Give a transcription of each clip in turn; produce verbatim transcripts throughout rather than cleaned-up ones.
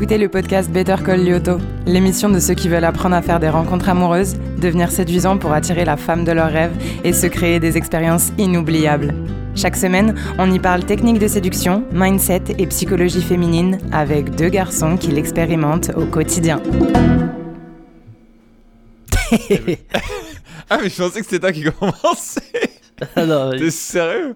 écoutez le podcast Better Call Lyoto, l'émission de ceux qui veulent apprendre à faire des rencontres amoureuses, devenir séduisants pour attirer la femme de leurs rêves et se créer des expériences inoubliables. Chaque semaine, on y parle techniques de séduction, mindset et psychologie féminine avec deux garçons qui l'expérimentent au quotidien. Ah mais je pensais que c'était toi qui commençais. Ah non, T'es sérieux?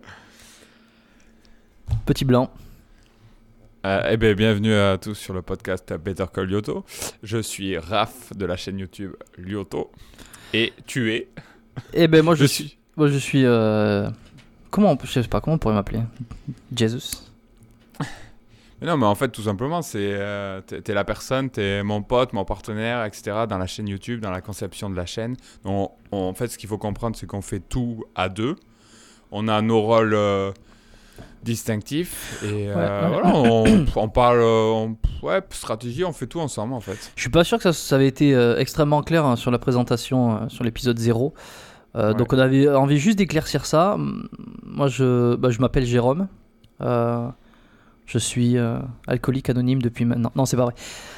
Petit blanc. Euh, eh bien, bienvenue à tous sur le podcast Better Call Lyoto. Je suis Raph de la chaîne YouTube Lyoto. Et tu es? Eh ben moi je, Je suis. suis. Moi je suis. euh, Comment on peut... Je sais pas comment on pourrait m'appeler. Jesus. Mais non, mais en fait, tout simplement, c'est euh, t'es, t'es la personne, t'es mon pote, mon partenaire, et cetera dans la chaîne YouTube, dans la conception de la chaîne. Donc, on- en fait, ce qu'il faut comprendre, c'est qu'on fait tout à deux. On a nos rôles euh, distinctifs et euh, Ouais, ouais. voilà, on, on parle, euh, on- ouais, stratégie, on fait tout ensemble en fait. Je suis pas sûr que ça, ça avait été euh, extrêmement clair hein, sur la présentation, euh, sur l'épisode zéro. Euh, Ouais. Donc on avait envie juste d'éclaircir ça. Hum, Moi je, bah, je m'appelle Jérôme. Euh, Je suis euh, alcoolique anonyme depuis maintenant. Non, c'est pas vrai.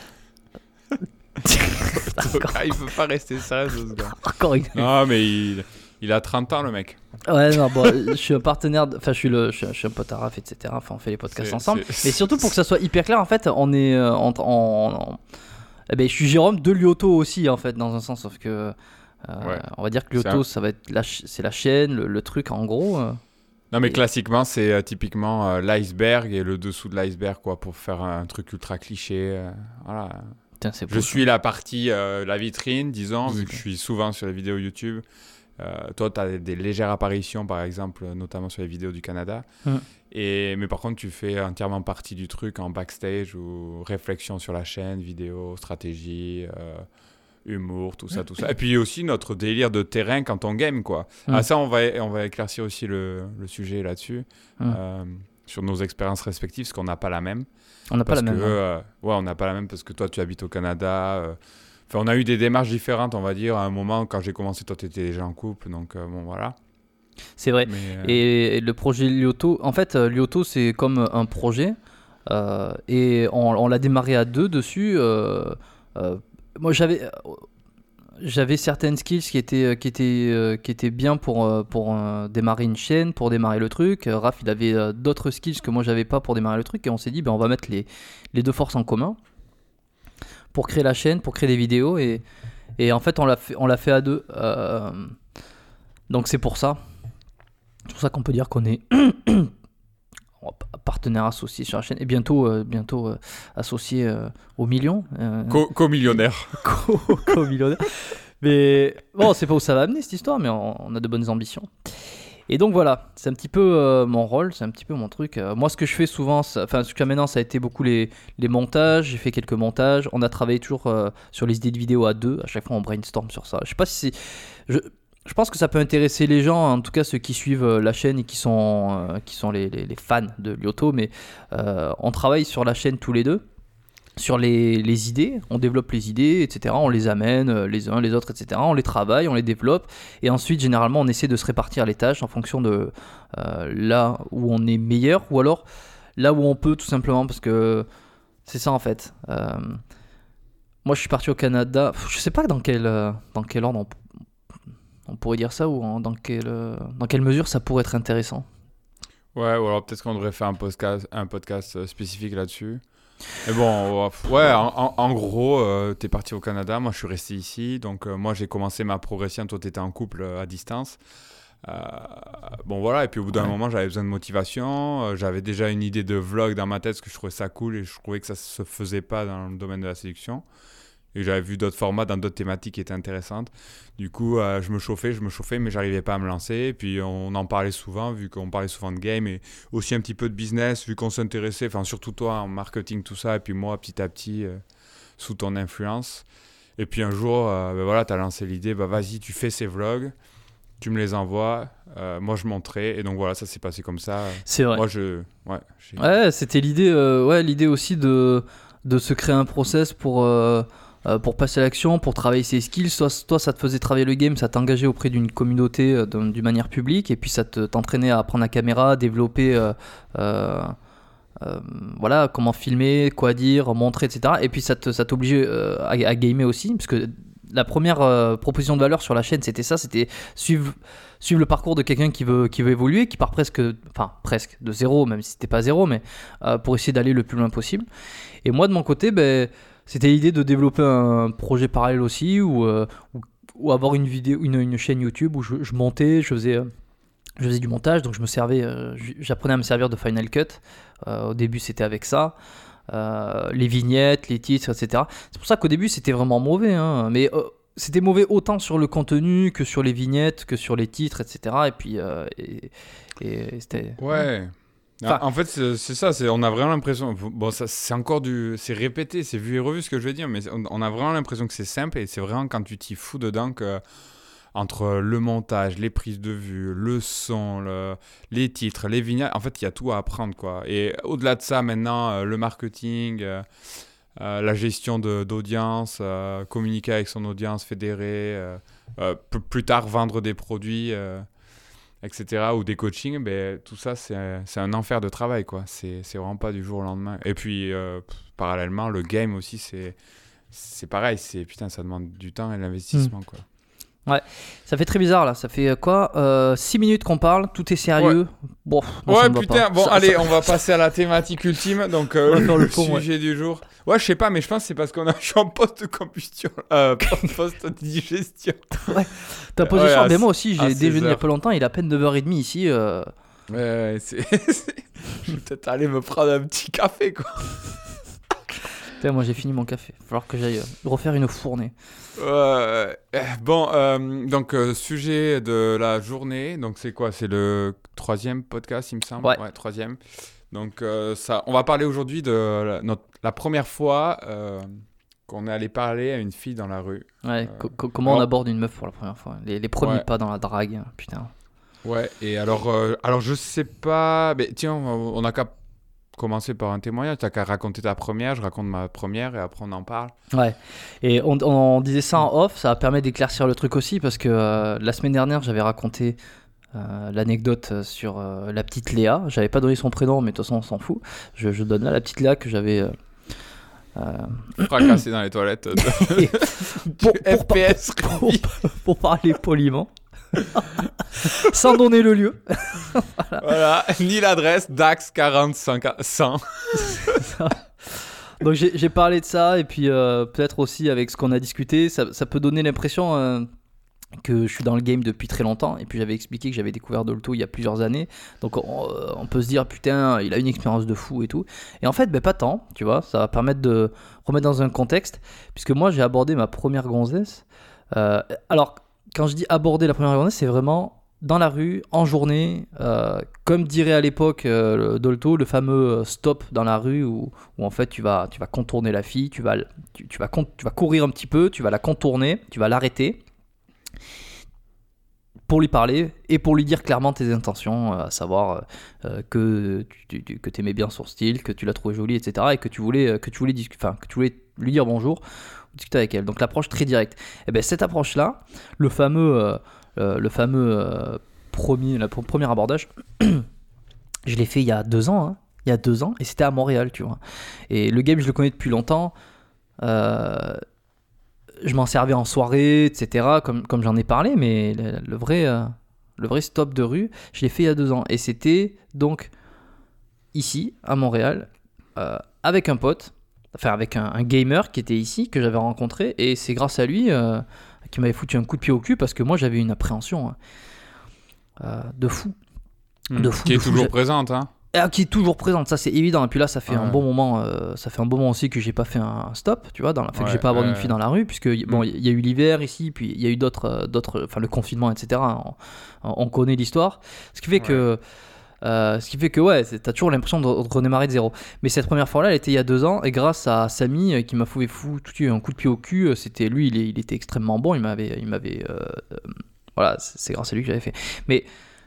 encore, Ah, il peut pas rester sérieux ce gars. encore une. Non, mais il, il a trente ans le mec. Ouais, non, bon, je suis un partenaire. de- Enfin, je suis le, je suis, je suis un pote à Raph, et cetera. Enfin, on fait les podcasts C'est- ensemble. c'est- Mais surtout pour que ça soit hyper clair, en fait, on est euh, en, en- en- eh ben, je suis Jérôme de Lyoto aussi, en fait, dans un sens, sauf que euh, Ouais. on va dire que C'est Lyoto, un- ça va être la, ch- c'est la chaîne, le, le truc, en gros. euh. Non, mais Et- classiquement, c'est euh, typiquement euh, l'iceberg et le dessous de l'iceberg, quoi, pour faire un truc ultra cliché. euh, voilà. Putain, c'est beau, Je ça. suis la partie, euh, la vitrine, disons, vu Visible. que je suis souvent sur les vidéos YouTube. Euh, toi, tu as des, des légères apparitions, par exemple, notamment sur les vidéos du Canada. Mm. Et, mais par contre, tu fais entièrement partie du truc en backstage ou réflexion sur la chaîne, vidéo, stratégie, euh, humour, tout ça, tout ça. Et puis aussi notre délire de terrain quand on game, quoi. Mm. Ah, ça, on va, on va éclaircir aussi le, le sujet là-dessus, Mm. euh, sur nos expériences respectives, parce qu'on n'a pas la même. On n'a pas Parce la même. que, hein. euh, ouais, on n'a pas la même parce que toi, tu habites au Canada. euh, Enfin, on a eu des démarches différentes, on va dire. À un moment, quand j'ai commencé, toi, tu étais déjà en couple. Donc, euh, bon, voilà. C'est vrai. Mais, euh, Et le projet Lyoto, en fait, euh, Lyoto, c'est comme un projet. euh, et on, on l'a démarré à deux dessus. euh, euh, moi, j'avais. euh, J'avais certaines skills qui étaient, qui étaient, euh, qui étaient bien pour, euh, pour euh, démarrer une chaîne, pour démarrer le truc. Euh, Raph, il avait euh, d'autres skills que moi, j'avais pas pour démarrer le truc. Et on s'est dit, ben, on va mettre les, les deux forces en commun pour créer la chaîne, pour créer des vidéos. Et, et en fait, on l'a fait, on l'a fait à deux. Euh, donc, c'est pour ça. C'est pour ça qu'on peut dire qu'on est partenaire associé sur la chaîne. Et bientôt, euh, bientôt euh, associé euh, au million. Euh, co- Co-millionnaire. co- co-millionnaire. Mais bon, c'est pas où ça va amener cette histoire, mais on, on a de bonnes ambitions. Et donc voilà, c'est un petit peu euh, mon rôle, c'est un petit peu mon truc. Euh, moi, ce que je fais souvent, ça- enfin, jusqu'à maintenant, ça a été beaucoup les, les montages. J'ai fait quelques montages. On a travaillé toujours euh, sur les idées de vidéos à deux. À chaque fois, on brainstorm sur ça. Je sais pas si c'est. Je, je pense que ça peut intéresser les gens, en tout cas ceux qui suivent euh, la chaîne et qui sont, euh, qui sont les, les, les fans de Lyoto. Mais euh, on travaille sur la chaîne tous les deux. Sur les, les idées, on développe les idées, et cetera. On les amène euh, les uns les autres, et cetera. On les travaille, on les développe. Et ensuite, généralement, on essaie de se répartir les tâches en fonction de euh, là où on est meilleur ou alors là où on peut, tout simplement. Parce que c'est ça, en fait. Euh, moi, je suis parti au Canada. Je sais pas dans quel, euh, dans quel ordre on, on pourrait dire ça ou en- dans, quelle, euh, dans quelle mesure ça pourrait être intéressant. Ouais, ou alors peut-être qu'on devrait faire un podcast, un podcast euh, spécifique là-dessus. Mais bon, ouais, en, en- en gros, euh, t'es parti au Canada, moi je suis resté ici. Donc, euh, moi j'ai commencé ma progression, toi t'étais en couple euh, à distance. Euh, bon, voilà, et puis au bout d'un Ouais. moment, j'avais besoin de motivation. Euh, j'avais déjà une idée de vlog dans ma tête, parce que je trouvais ça cool et je trouvais que ça se faisait pas dans le domaine de la séduction. Et j'avais vu d'autres formats dans d'autres thématiques qui étaient intéressantes. Du coup, euh, je me chauffais, je me chauffais, mais j'arrivais pas à me lancer. Et puis, on en parlait souvent, vu qu'on parlait souvent de game et aussi un petit peu de business, vu qu'on s'intéressait, enfin, surtout toi en marketing, tout ça, et puis moi, petit à petit, euh, sous ton influence. Et puis, un jour, euh, ben voilà, tu as lancé l'idée, bah, vas-y, tu fais ces vlogs, tu me les envoies, euh, moi, je montrais. Et donc, voilà, ça s'est passé comme ça. C'est vrai. Moi, je. Ouais, j'ai- Ouais, c'était l'idée, euh, ouais, l'idée aussi de, de se créer un process pour, euh, euh, pour passer à l'action, pour travailler ses skills. Toi, toi, ça te faisait travailler le game, ça t'engageait auprès d'une communauté euh, d'une manière publique, et puis ça te, t'entraînait à prendre la caméra, développer euh, euh, euh, voilà, comment filmer, quoi dire, montrer, et cetera. Et puis ça, te, ça t'oblige euh, à, à gamer aussi, parce que la première euh, proposition de valeur sur la chaîne, c'était ça, c'était suivre, suivre le parcours de quelqu'un qui veut, qui veut évoluer, qui part presque, enfin presque de zéro, même si c'était pas zéro, mais euh, pour essayer d'aller le plus loin possible. Et moi, de mon côté, ben, c'était l'idée de développer un projet parallèle aussi, ou, euh, ou, ou avoir une vidéo, une, une chaîne YouTube où je, je montais, je faisais, euh, je faisais du montage, donc je me servais, euh, j'apprenais à me servir de Final Cut. Euh, au début, c'était avec ça. Euh, les vignettes, les titres, et cetera. C'est pour ça qu'au début c'était vraiment mauvais, hein. Mais euh, c'était mauvais autant sur le contenu que sur les vignettes, que sur les titres, et cetera. Et puis euh, et, et c'était. Ouais. Enfin, en fait, c'est, c'est ça. C'est, on a vraiment l'impression. Bon, ça, c'est encore du, c'est répété, c'est vu et revu ce que je veux dire, mais on, on a vraiment l'impression que c'est simple et c'est vraiment quand tu t'y fous dedans que. Entre le montage, les prises de vue, le son, le, les titres, les vignettes, en fait, il y a tout à apprendre, quoi. Et au-delà de ça, maintenant, euh, le marketing, euh, euh, la gestion de, d'audience, euh, communiquer avec son audience, fédérer, euh, euh, p- plus tard vendre des produits, euh, et cetera, ou des coachings, ben, tout ça, c'est, c'est un enfer de travail, quoi. C'est, c'est vraiment pas du jour au lendemain. Et puis, euh, pff, parallèlement, le game aussi, c'est, c'est pareil. C'est, putain, ça demande du temps et de l'investissement, mmh. quoi. Ouais, ça fait très bizarre là, ça fait quoi euh, six minutes qu'on parle, tout est sérieux. Ouais, bon, non, ouais putain, bon ça, allez, ça... on va passer à la thématique ultime, donc euh, le, le pont, sujet ouais. du jour. Ouais, je sais pas, mais je pense que c'est parce qu'on a, je suis en post-combustion, euh, post-digestion. Ouais, t'as posé ouais, sur des mots aussi, j'ai déjeuné il y a pas longtemps, il est à peine neuf heures trente ici. Euh... Ouais, ouais, c'est... je vais peut-être aller me prendre un petit café, quoi. Putain, moi j'ai fini mon café, il va falloir que j'aille refaire une fournée. Euh, bon, euh, donc euh, sujet de la journée, donc c'est quoi? C'est le troisième podcast, il me semble. Ouais. Ouais, troisième. Donc euh, ça, on va parler aujourd'hui de la, notre, la première fois euh, qu'on est allé parler à une fille dans la rue. Ouais. Euh, co- comment alors, on aborde une meuf pour la première fois? Les, les premiers ouais. pas dans la drague, putain. Ouais. Et alors, euh, alors je sais pas, mais tiens, on, on a qu'à commencer par un témoignage. T'as qu'à raconter ta première, je raconte ma première et après on en parle. Ouais, et on, on disait ça en off, ça permet d'éclaircir le truc aussi parce que euh, la semaine dernière j'avais raconté euh, l'anecdote sur euh, la petite Léa. J'avais pas donné son prénom, mais de toute façon on s'en fout. Je, je donne là la petite Léa que j'avais euh, euh... fracassée dans les toilettes de... pour, pour, F P S pour, pour, pour parler poliment. Sans donner le lieu. Voilà. Voilà, ni l'adresse, Dax quarante cent. Donc j'ai, j'ai parlé de ça et puis euh, peut-être aussi avec ce qu'on a discuté, ça, ça peut donner l'impression euh, que je suis dans le game depuis très longtemps. Et puis j'avais expliqué que j'avais découvert Dolto il y a plusieurs années. Donc on, on peut se dire putain, il a une expérience de fou et tout. Et en fait, ben, pas tant, tu vois. Ça va permettre de remettre dans un contexte. Puisque moi j'ai abordé ma première gonzesse. Euh, alors quand je dis aborder la première gonzesse, c'est vraiment dans la rue, en journée, euh, comme dirait à l'époque euh, le Dolto, le fameux stop dans la rue où, où en fait tu vas, tu vas contourner la fille, tu vas, tu, tu, vas con, tu vas courir un petit peu, tu vas la contourner, tu vas l'arrêter pour lui parler et pour lui dire clairement tes intentions, à savoir euh, que tu, tu, que aimais bien son style, que tu l'as trouvé jolie, et cetera. Et que tu voulais, que tu voulais, discu- enfin, que tu voulais lui dire bonjour ou discuter avec elle. Donc l'approche très directe. Et ben cette approche-là, le fameux... Euh, Euh, le fameux euh, premier, le premier abordage, je l'ai fait il y a deux ans, hein, il y a deux ans, et c'était à Montréal, tu vois. Et le game, je le connais depuis longtemps. Euh, je m'en servais en soirée, et cetera, comme, comme j'en ai parlé, mais le, le, vrai, euh, le vrai stop de rue, je l'ai fait il y a deux ans. Et c'était donc ici, à Montréal, euh, avec un pote, enfin avec un, un gamer qui était ici, que j'avais rencontré, et c'est grâce à lui... Euh, qui m'avait foutu un coup de pied au cul parce que moi j'avais une appréhension euh, de fou. Mmh, de fou qui de est fou, toujours j'ai... présente, hein. Ah, qui est toujours présente, ça c'est évident. Et puis là, ça fait ah, un ouais. bon moment, euh, ça fait un bon moment aussi que j'ai pas fait un stop, tu vois, dans la... enfin, ouais, que j'ai pas abordé ouais, une fille dans la rue, puisque bon, il mmh. y a eu l'hiver ici, puis il y a eu d'autres, d'autres, enfin le confinement, et cetera. On, on connaît l'histoire, ce qui fait ouais. que. Euh, ce qui fait que ouais, t'as toujours l'impression de redémarrer de zéro. Mais cette première fois-là, elle était il y a deux ans, et grâce à Samy euh, qui m'a foutu fou, tout un coup de pied au cul, c'était lui, il, il était extrêmement bon, il m'avait, il m'avait, euh, euh, voilà, c'est, c'est grâce à lui que j'avais fait. Mais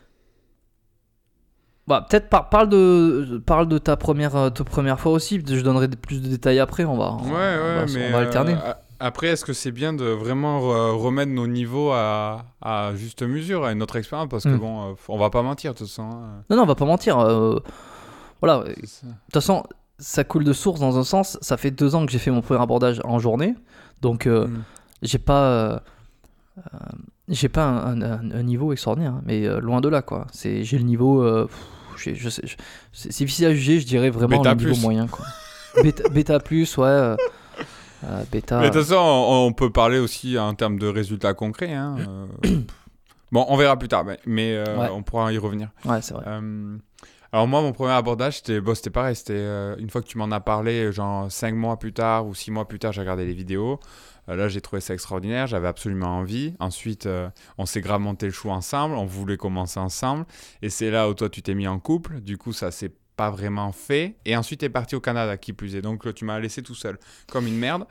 bah, peut-être par, parle de, parle de ta première, ta première fois aussi. Je donnerai plus de détails après. On va, on, ouais, ouais, on va, mais on va alterner. Euh, Après, est-ce que c'est bien de vraiment re- remettre nos niveaux à, à juste mesure, à une autre expérience? Parce que mmh. bon, euh, on va pas mentir de toute façon. Hein. Non, non, on va pas mentir. Euh, voilà. De toute façon, ça coule de source dans un sens. Ça fait deux ans que j'ai fait mon premier abordage en journée, donc euh, mm. j'ai pas, euh, euh, j'ai pas un, un, un niveau extraordinaire, hein, mais euh, loin de là, quoi. C'est, j'ai le niveau, euh, pff, j'ai, je sais, je, c'est, c'est difficile à juger, je dirais vraiment bêta le niveau plus. moyen, quoi. Bêta, bêta plus, ouais. Euh, euh, bêta. Mais de toute façon, on, on peut parler aussi en termes de résultats concrets. Hein, euh, bon, on verra plus tard, mais, mais euh, ouais. on pourra y revenir. Ouais, c'est vrai. Euh, Alors moi, mon premier abordage, c'était, bon, c'était pareil. C'était euh, une fois que tu m'en as parlé, genre cinq mois plus tard ou six mois plus tard, j'ai regardé les vidéos. Euh, là, j'ai trouvé ça extraordinaire. J'avais absolument envie. Ensuite, euh, on s'est grave monté le chou ensemble. On voulait commencer ensemble. Et c'est là où toi, tu t'es mis en couple. Du coup, ça s'est pas vraiment fait. Et ensuite, tu es parti au Canada, qui plus est. Donc, tu m'as laissé tout seul, comme une merde.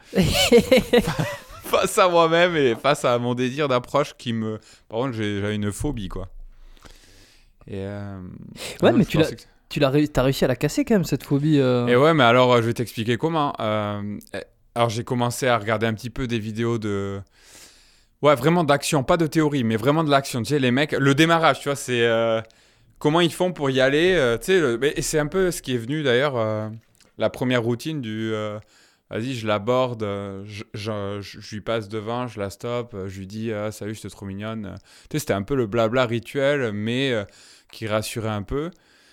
Face à moi-même et face à mon désir d'approche qui me... Par contre, j'ai, j'avais une phobie, quoi. Et euh... Ouais, non, mais tu l'as, que... tu l'as ré... t'as réussi à la casser quand même, cette phobie. Euh... Et ouais, mais alors, euh, je vais t'expliquer comment. Euh... Alors, j'ai commencé à regarder un petit peu des vidéos de... Ouais, vraiment d'action, pas de théorie, mais vraiment de l'action. Tu sais, les mecs, le démarrage, tu vois, c'est... Euh... Comment ils font pour y aller, euh, tu sais, le... et c'est un peu ce qui est venu, d'ailleurs, euh... la première routine du... Euh... Vas-y, je l'aborde, je, je, je, je lui passe devant, je la stoppe, je lui dis ah, « Salut, j'étais trop mignonne ». Tu sais, c'était un peu le blabla rituel, mais euh, qui rassurait un peu.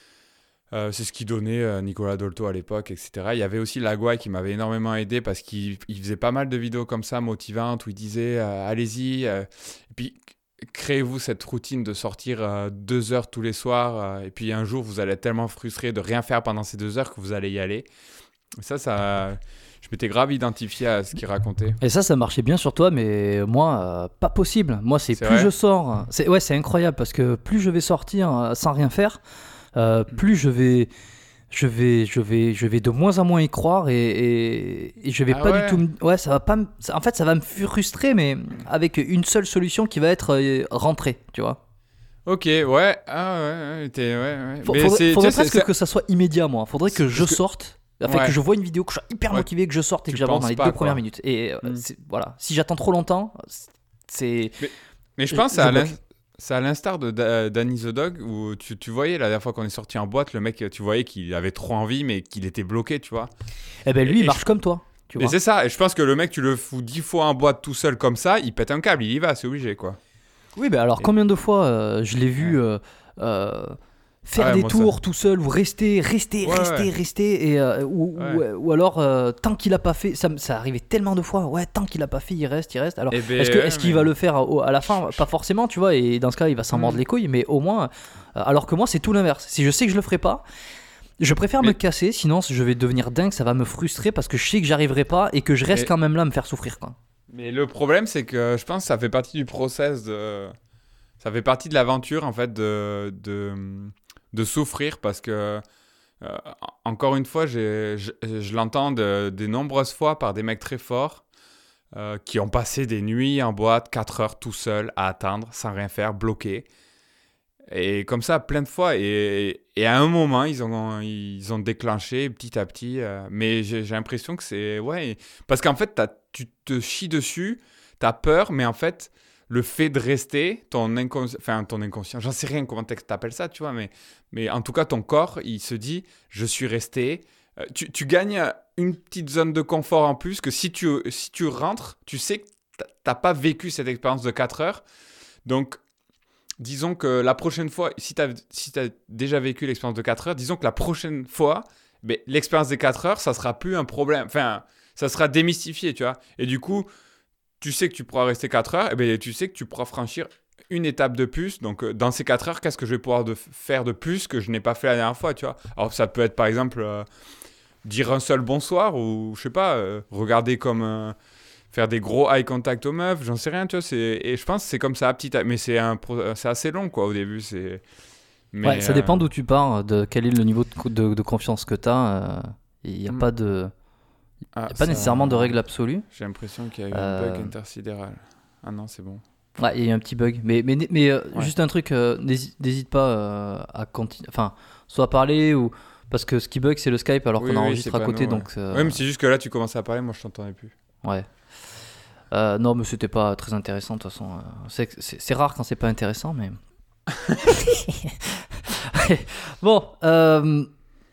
Euh, c'est ce qui donnait euh, Nicolas Dolto à l'époque, et cetera. Il y avait aussi Lagouaille qui m'avait énormément aidé parce qu'il il faisait pas mal de vidéos comme ça, motivantes, où il disait euh, « Allez-y euh, ». Et puis, créez-vous cette routine de sortir euh, deux heures tous les soirs. Euh, et puis, un jour, vous allez être tellement frustré de rien faire pendant ces deux heures que vous allez y aller. Et ça, ça... Je m'étais grave identifié à ce qu'il racontait. Et ça, ça marchait bien sur toi, mais moi, euh, pas possible. Moi, c'est, c'est plus vrai je sors. C'est, ouais, c'est incroyable parce que plus je vais sortir euh, sans rien faire, euh, plus je vais, je vais, je vais, je vais de moins en moins y croire et, et, et je vais ah pas ouais. du tout. Ouais, ça va pas. Me, ça, en fait, ça va me frustrer, mais avec une seule solution qui va être euh, rentrer, tu vois. Ok, ouais, ah ouais, t'es, ouais, ouais. Faut, faudrait c'est, faudrait presque c'est... que ça soit immédiat, moi. Faudrait que je que... sorte. Enfin, ouais. que je vois une vidéo, que je sois hyper ouais. motivé, que je sorte et tu que j'aborde dans les pas, deux quoi. premières minutes. Et euh, mm. c'est, voilà, si j'attends trop longtemps, c'est. Mais, mais je pense que c'est, c'est à l'instar de da, Danny the Dog où tu, tu voyais la dernière fois qu'on est sorti en boîte, le mec, tu voyais qu'il avait trop envie, mais qu'il était bloqué, tu vois. Eh ben lui, et il marche je... comme toi. Tu vois. Et c'est ça. Et je pense que le mec, tu le fous dix fois en boîte tout seul comme ça, il pète un câble, il y va, c'est obligé, quoi. Oui, ben alors et... combien de fois euh, je l'ai vu. Ouais. Euh, euh, faire ah ouais, des tours ça... tout seul ou rester rester ouais, rester ouais. rester et euh, ou, ouais. ou, ou alors euh, tant qu'il a pas fait ça ça arrivait tellement de fois ouais tant qu'il a pas fait il reste il reste alors ben, est-ce que est-ce mais... qu'il va le faire à, à la fin pas forcément tu vois et dans ce cas il va s'en mmh. mordre les couilles mais au moins euh, alors que moi c'est tout l'inverse si je sais que je le ferai pas je préfère mais... me casser sinon je vais devenir dingue ça va me frustrer parce que je sais que j'arriverai pas et que je reste mais... quand même là à me faire souffrir quoi. Mais le problème c'est que je pense que ça fait partie du process de ça fait partie de l'aventure en fait de de de souffrir parce que, euh, encore une fois, j'ai, je, je l'entends de, de nombreuses fois par des mecs très forts euh, qui ont passé des nuits en boîte, quatre heures tout seuls à attendre, sans rien faire, bloqués. Et comme ça, plein de fois. Et, et à un moment, ils ont, ils ont déclenché petit à petit. Euh, mais j'ai, j'ai l'impression que c'est... Ouais, parce qu'en fait, tu te chies dessus, t'as peur, mais en fait... Le fait de rester, ton inconscient, enfin ton inconscient, j'en sais rien comment t'appelles ça, tu vois, mais, mais en tout cas, ton corps, il se dit, je suis resté. Euh, tu, tu gagnes une petite zone de confort en plus que si tu, si tu rentres, tu sais que t'as pas vécu cette expérience de quatre heures. Donc, disons que la prochaine fois, si tu as si t'as déjà vécu l'expérience de quatre heures, disons que la prochaine fois, ben, l'expérience des quatre heures, ça sera plus un problème. Enfin, ça sera démystifié, tu vois. Et du coup... tu sais que tu pourras rester quatre heures, et bien tu sais que tu pourras franchir une étape de plus. Donc, euh, dans ces quatre heures, qu'est-ce que je vais pouvoir de f- faire de plus que je n'ai pas fait la dernière fois, tu vois ? Alors, ça peut être, par exemple, euh, dire un seul bonsoir ou, je sais pas, euh, regarder comme... Euh, faire des gros eye contact aux meufs, j'en sais rien, tu vois. C'est... Et je pense que c'est comme ça, petit à... Mais c'est, un pro... c'est assez long, quoi, au début. C'est... Mais, ouais, ça euh... dépend d'où tu pars, de quel est le niveau de, de, de confiance que tu as. Il n'y a mm. pas de... Il n'y a ah, pas nécessairement de règle absolue. J'ai l'impression qu'il y a eu euh... un bug intersidéral. Ah non, c'est bon. Ouais, il y a eu un petit bug. Mais, mais, mais euh, ouais. juste un truc, euh, n'hésite, n'hésite pas euh, à continuer. Enfin, soit à parler ou. Parce que ce qui bug, c'est le Skype alors oui, qu'on enregistre oui, à côté. Nous, donc, ouais. euh... Oui, mais c'est juste que là, tu commençais à parler, moi je t'entendais plus. Ouais. Euh, non, mais c'était pas très intéressant de toute façon. C'est, c'est, c'est rare quand c'est pas intéressant, mais. Bon. Euh...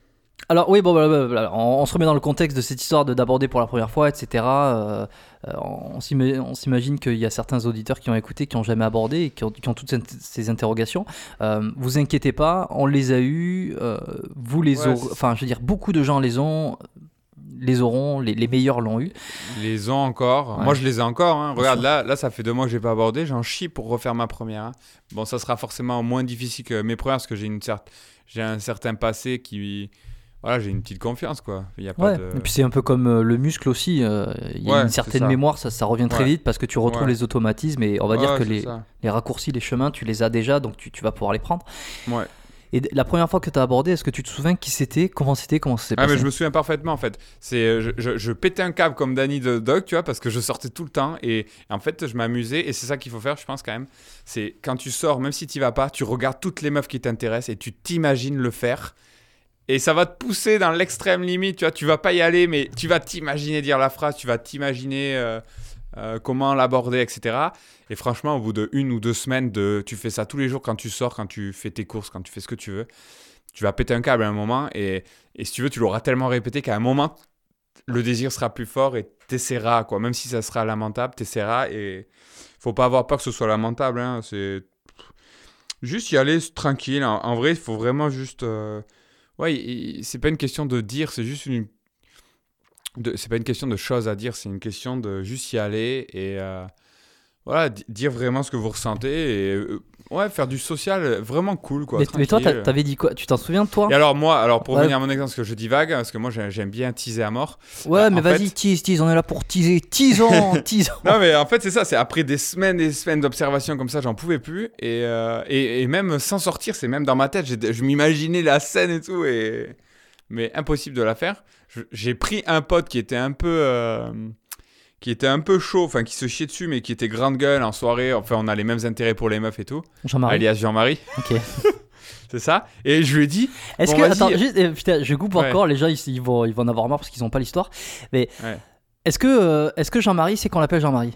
Alors oui, bon, voilà, voilà, on, on se remet dans le contexte de cette histoire de, d'aborder pour la première fois, et cetera. Euh, euh, on, s'ima- on s'imagine qu'il y a certains auditeurs qui ont écouté, qui n'ont jamais abordé et qui ont, qui ont toutes ces, ces interrogations. Euh, vous inquiétez pas, on les a eues. Euh, vous les Ouais, aurez. c'est- Enfin, je veux dire, beaucoup de gens les ont, les auront, les, les meilleurs l'ont eu. Ils les ont encore. Ouais. Moi, je les ai encore. Hein. Bien Regarde, sûr. là, là, ça fait deux mois que j'ai pas abordé. J'en chie pour refaire ma première. Hein. Bon, ça sera forcément moins difficile que mes premières parce que j'ai une certe... j'ai un certain passé qui, voilà, j'ai une petite confiance, quoi. Il y a pas Ouais. de. Et puis c'est un peu comme euh, le muscle aussi. euh, Il y a Ouais, une c'est certaine ça. mémoire, ça, ça revient très Ouais. vite parce que tu retrouves Ouais. les automatismes et on va dire Ouais, que c'est les, ça. les raccourcis, les chemins, tu les as déjà, donc tu, tu vas pouvoir les prendre. Ouais. Et d- la première fois que tu as abordé, est-ce que tu te souviens qui c'était, comment c'était, comment ça s'est Ah, passé? mais je me souviens parfaitement, en fait. C'est, euh, je, je, je pétais un câble comme Danny de Dog, tu vois, parce que je sortais tout le temps. Et en fait, je m'amusais. Et c'est ça qu'il faut faire, je pense, quand même. C'est quand tu sors, même si tu vas pas, tu regardes toutes les meufs qui t'intéressent et tu t'imagines le faire. Et ça va te pousser dans l'extrême limite, tu vois. Tu vas pas y aller, mais tu vas t'imaginer dire la phrase, tu vas t'imaginer euh, euh, comment l'aborder, et cetera. Et franchement, au bout de une ou deux semaines, de, tu fais ça tous les jours quand tu sors, quand tu fais tes courses, quand tu fais ce que tu veux. Tu vas péter un câble à un moment et, et si tu veux, tu l'auras tellement répété qu'à un moment, le désir sera plus fort et t'essaieras, quoi. Même si ça sera lamentable, t'essaieras et faut pas avoir peur que ce soit lamentable, hein. C'est juste y aller tranquille. En, en vrai, il faut vraiment juste... euh, Ouais, il- c'est pas une question de dire, c'est juste une... de- C'est pas une question de choses à dire, c'est une question de juste y aller et... euh, Voilà, di- dire vraiment ce que vous ressentez et... euh, Ouais, faire du social, euh, vraiment cool, quoi. mais, mais toi, tranquille. t'a- t'avais dit quoi? Tu t'en souviens de toi? Et alors moi, alors pour Ouais. revenir à mon exemple, parce que je divague, parce que moi j'ai- j'aime bien teaser à mort. Ouais, Euh, mais en vas-y, fait- tease, tease, on est là pour teaser. Teasons, teasons. Non mais en fait c'est ça, c'est après des semaines et des semaines d'observation comme ça, j'en pouvais plus. Et, euh, et, et même sans sortir, c'est même dans ma tête, j'ai- je m'imaginais la scène et tout, et... mais impossible de la faire. Je- J'ai pris un pote qui était un peu... euh, qui était un peu chaud, enfin qui se chiait dessus, mais qui était grande gueule en soirée. Enfin, on a les mêmes intérêts pour les meufs et tout. Jean-Marie. Alias Jean-Marie, Ok. c'est ça. Et je lui ai dit... Est-ce Bon, que vas-y. attends, juste, euh, putain, je coupe Ouais. encore. Les gens, ils, ils vont, ils vont en avoir marre parce qu'ils ont pas l'histoire. Mais Ouais. est-ce que, euh, est-ce que Jean-Marie, c'est qu'on l'appelle Jean-Marie?